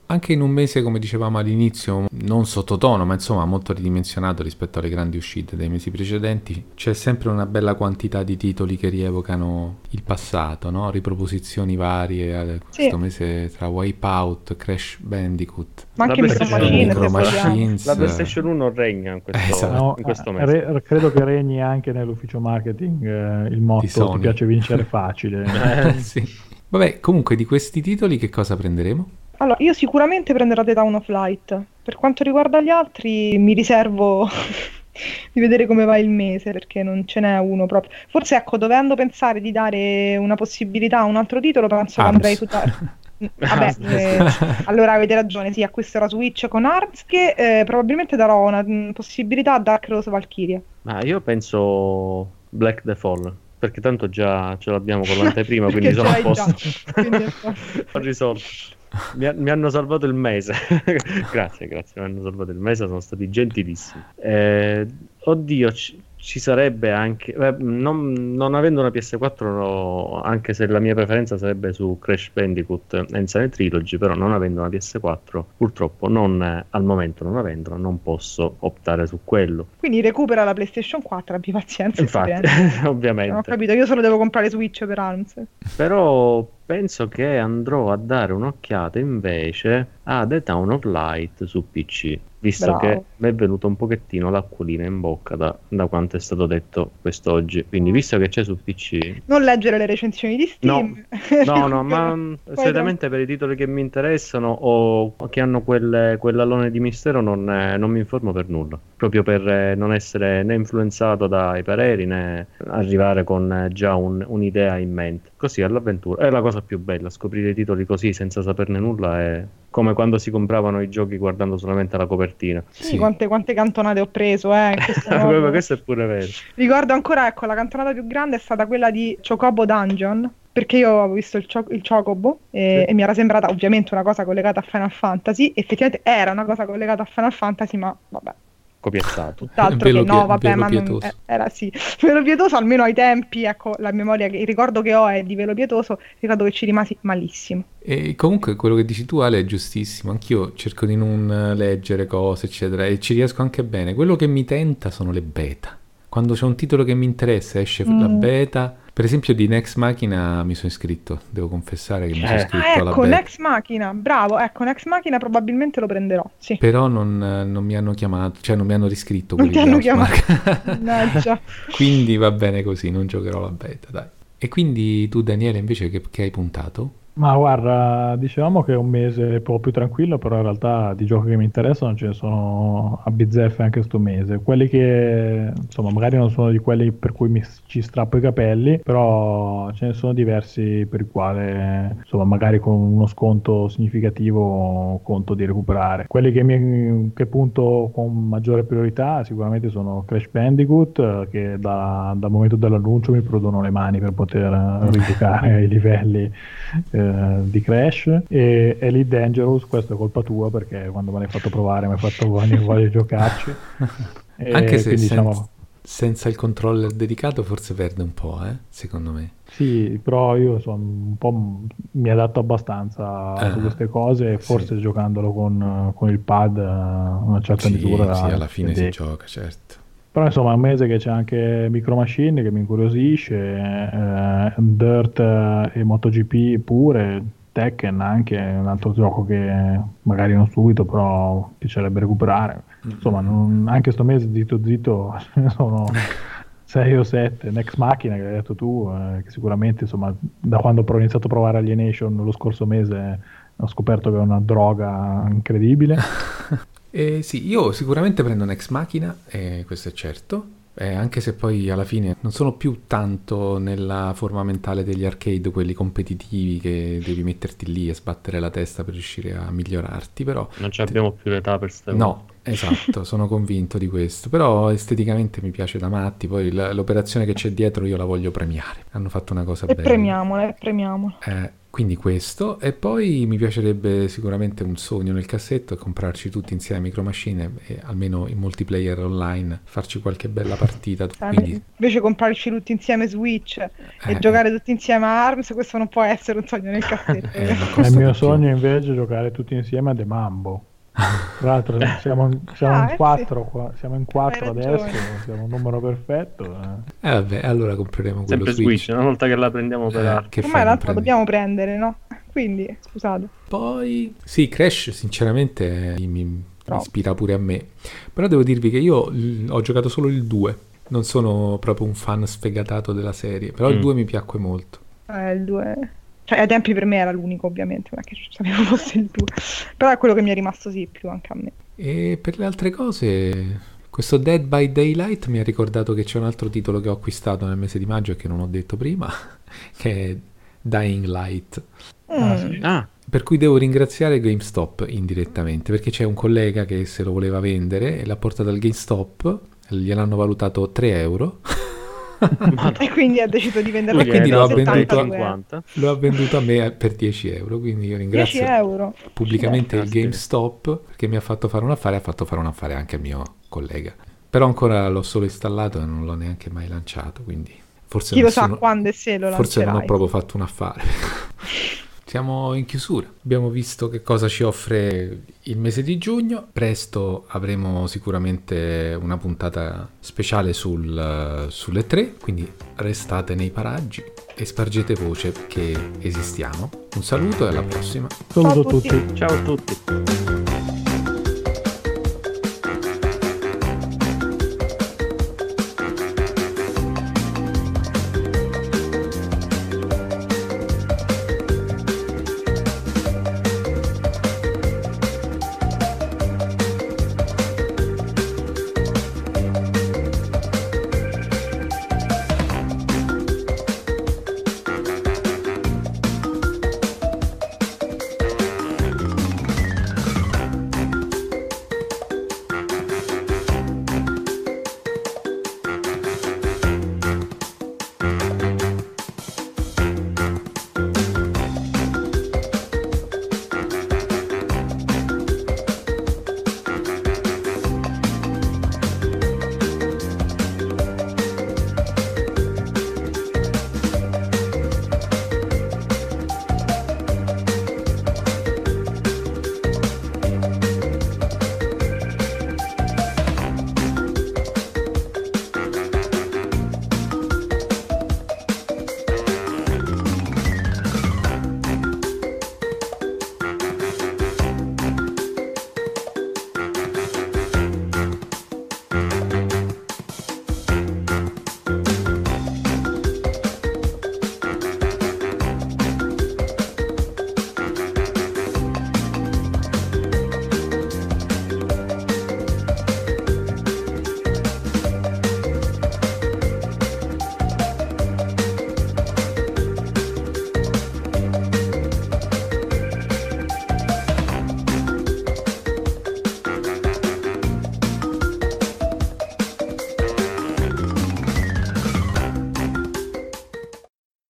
Anche in un mese, come dicevamo all'inizio, non sottotono, ma insomma molto ridimensionato rispetto alle grandi uscite dei mesi precedenti, c'è sempre una bella quantità di titoli che rievocano il passato, no? Riproposizioni varie, questo mese tra Wipeout, Crash Bandicoot, ma anche Micro Machines. La PlayStation 1 regna in questo mese. Credo che regni anche nell'ufficio marketing il motto "ti piace vincere facile". Sì. Vabbè, comunque di questi titoli che cosa prenderemo? Allora, io sicuramente prenderò The Town of Light. Per quanto riguarda gli altri, mi riservo di vedere come va il mese, perché non ce n'è uno proprio. Forse, ecco, dovendo pensare di dare una possibilità a un altro titolo, penso che andrei su vabbè, allora avete ragione, sì, acquisterò Switch con ARMS, che probabilmente darò una possibilità a Dark Rose Valkyria. Ma io penso Black the Fall, perché tanto già ce l'abbiamo con l'anteprima, quindi sono a posto. Ho risolto. Mi hanno salvato il mese. grazie, mi hanno salvato il mese, sono stati gentilissimi. Oddio, ci sarebbe anche non avendo una PS4, no, anche se la mia preferenza sarebbe su Crash Bandicoot Insane Trilogy, però non avendo una PS4 purtroppo al momento non avendola, non posso optare su quello. Quindi recupera la PlayStation 4, abbi pazienza. Infatti ovviamente ho capito, io solo devo comprare Switch per ARMS. Però penso che andrò a dare un'occhiata invece a The Town of Light su PC, visto che mi è venuto un pochettino l'acquolina in bocca da quanto è stato detto quest'oggi. Quindi, visto che c'è su PC, non leggere le recensioni di Steam. No, ma solitamente per i titoli che mi interessano o che hanno quell'alone di mistero non mi informo per nulla, proprio per non essere né influenzato dai pareri né arrivare con già un'idea in mente. Così all'avventura è la cosa più bella, scoprire i titoli così senza saperne nulla. È come quando si compravano i giochi guardando solamente la copertina. Sì. Quante cantonate ho preso, questo è pure vero. Ricordo ancora, ecco, la cantonata più grande è stata quella di Chocobo Dungeon, perché io avevo visto il Chocobo e mi era sembrata ovviamente una cosa collegata a Final Fantasy. Effettivamente era una cosa collegata a Final Fantasy, ma vabbè, copiazzato. Tutt'altro che no, vabbè, ma non, era sì, velo pietoso, almeno ai tempi, ecco, la memoria, il ricordo che ho è di velo pietoso, ricordo che ci rimasi malissimo. E comunque quello che dici tu, Ale, è giustissimo, anch'io cerco di non leggere cose, eccetera, e ci riesco anche bene. Quello che mi tenta sono le beta. Quando c'è un titolo che mi interessa, esce la beta. Per esempio di Nex Machina mi sono iscritto, devo confessare che mi sono iscritto alla beta. Nex Machina, bravo, ecco, Nex Machina probabilmente lo prenderò, sì. Però non mi hanno chiamato, cioè non mi hanno riscritto. Non ti hanno chiamato. Quindi va bene così, non giocherò la beta, dai. E quindi tu, Daniele, invece che hai puntato? Ma guarda, dicevamo che è un mese un po' più tranquillo, però in realtà di giochi che mi interessano ce ne sono a bizzeffe anche sto mese. Quelli che, insomma, magari non sono di quelli per cui ci strappo i capelli, però ce ne sono diversi per i quali, insomma, magari con uno sconto significativo conto di recuperare. Quelli che punto con maggiore priorità sicuramente sono Crash Bandicoot, che dal momento dell'annuncio mi prudono le mani per poter rigiocare ai livelli di Crash, e Elite Dangerous. Questo è colpa tua, perché quando me l'hai fatto provare mi hai fatto voglia di giocarci. Anche se senza il controller dedicato forse perde un po', secondo me. Sì, però io sono un po' mi adatto abbastanza su queste cose, e forse giocandolo con il pad una certa misura sì, alla fine si gioca, certo. Però insomma è un mese che c'è anche Micro Machine che mi incuriosisce, Dirt e MotoGP pure, Tekken anche, un altro gioco che magari non subito però piacerebbe recuperare. Insomma anche sto mese zitto ce ne sono 6 o 7. Nex Machina che hai detto tu, che sicuramente insomma da quando ho iniziato a provare Alienation lo scorso mese ho scoperto che è una droga incredibile. Sì, io sicuramente prendo Nex Machina, questo è certo, anche se poi alla fine non sono più tanto nella forma mentale degli arcade, quelli competitivi che devi metterti lì e sbattere la testa per riuscire a migliorarti, però non ci abbiamo più l'età per stare. No, esatto, sono convinto di questo, però esteticamente mi piace da matti, poi l'operazione che c'è dietro io la voglio premiare, hanno fatto una cosa bella. Premiamola. Quindi questo, e poi mi piacerebbe sicuramente un sogno nel cassetto è comprarci tutti insieme Micro Machine e almeno in multiplayer online farci qualche bella partita. Quindi, invece comprarci tutti insieme Switch e giocare tutti insieme a ARMS, questo non può essere un sogno nel cassetto. Il mio sogno invece è giocare tutti insieme a The Mambo. Tra l'altro siamo in 4 qua, siamo in 4 adesso, siamo un numero perfetto. Vabbè, allora compreremo quello sempre Switch, una volta che la prendiamo per arte. Ormai l'altro dobbiamo prendere, no? Quindi, scusate. Poi, sì, Crash sinceramente mi ispira pure a me, però devo dirvi che io ho giocato solo il 2, non sono proprio un fan sfegatato della serie, però il 2 mi piacque molto. Il 2... Cioè, ai tempi per me era l'unico, ovviamente, perché sapevo fosse il 2. Però è quello che mi è rimasto più anche a me. E per le altre cose, questo Dead by Daylight mi ha ricordato che c'è un altro titolo che ho acquistato nel mese di maggio e che non ho detto prima, che è Dying Light. Sì. Per cui devo ringraziare GameStop indirettamente, perché c'è un collega che se lo voleva vendere e l'ha portato al GameStop, gliel'hanno valutato 3 euro. E quindi ha deciso di venderlo. E quindi lo ha €72. venduto a me per 10 euro. Quindi io ringrazio 10 euro pubblicamente il GameStop perché mi ha fatto fare un affare, ha fatto fare un affare anche al mio collega. Però ancora l'ho solo installato e non l'ho neanche mai lanciato, quindi forse chi lo sa quando e se lo lancerai. Forse non ho proprio fatto un affare. Siamo in chiusura, abbiamo visto che cosa ci offre il mese di giugno, presto avremo sicuramente una puntata speciale sulle 3, quindi restate nei paraggi e spargete voce che esistiamo. Un saluto e alla prossima. Saluto a tutti. Ciao a tutti.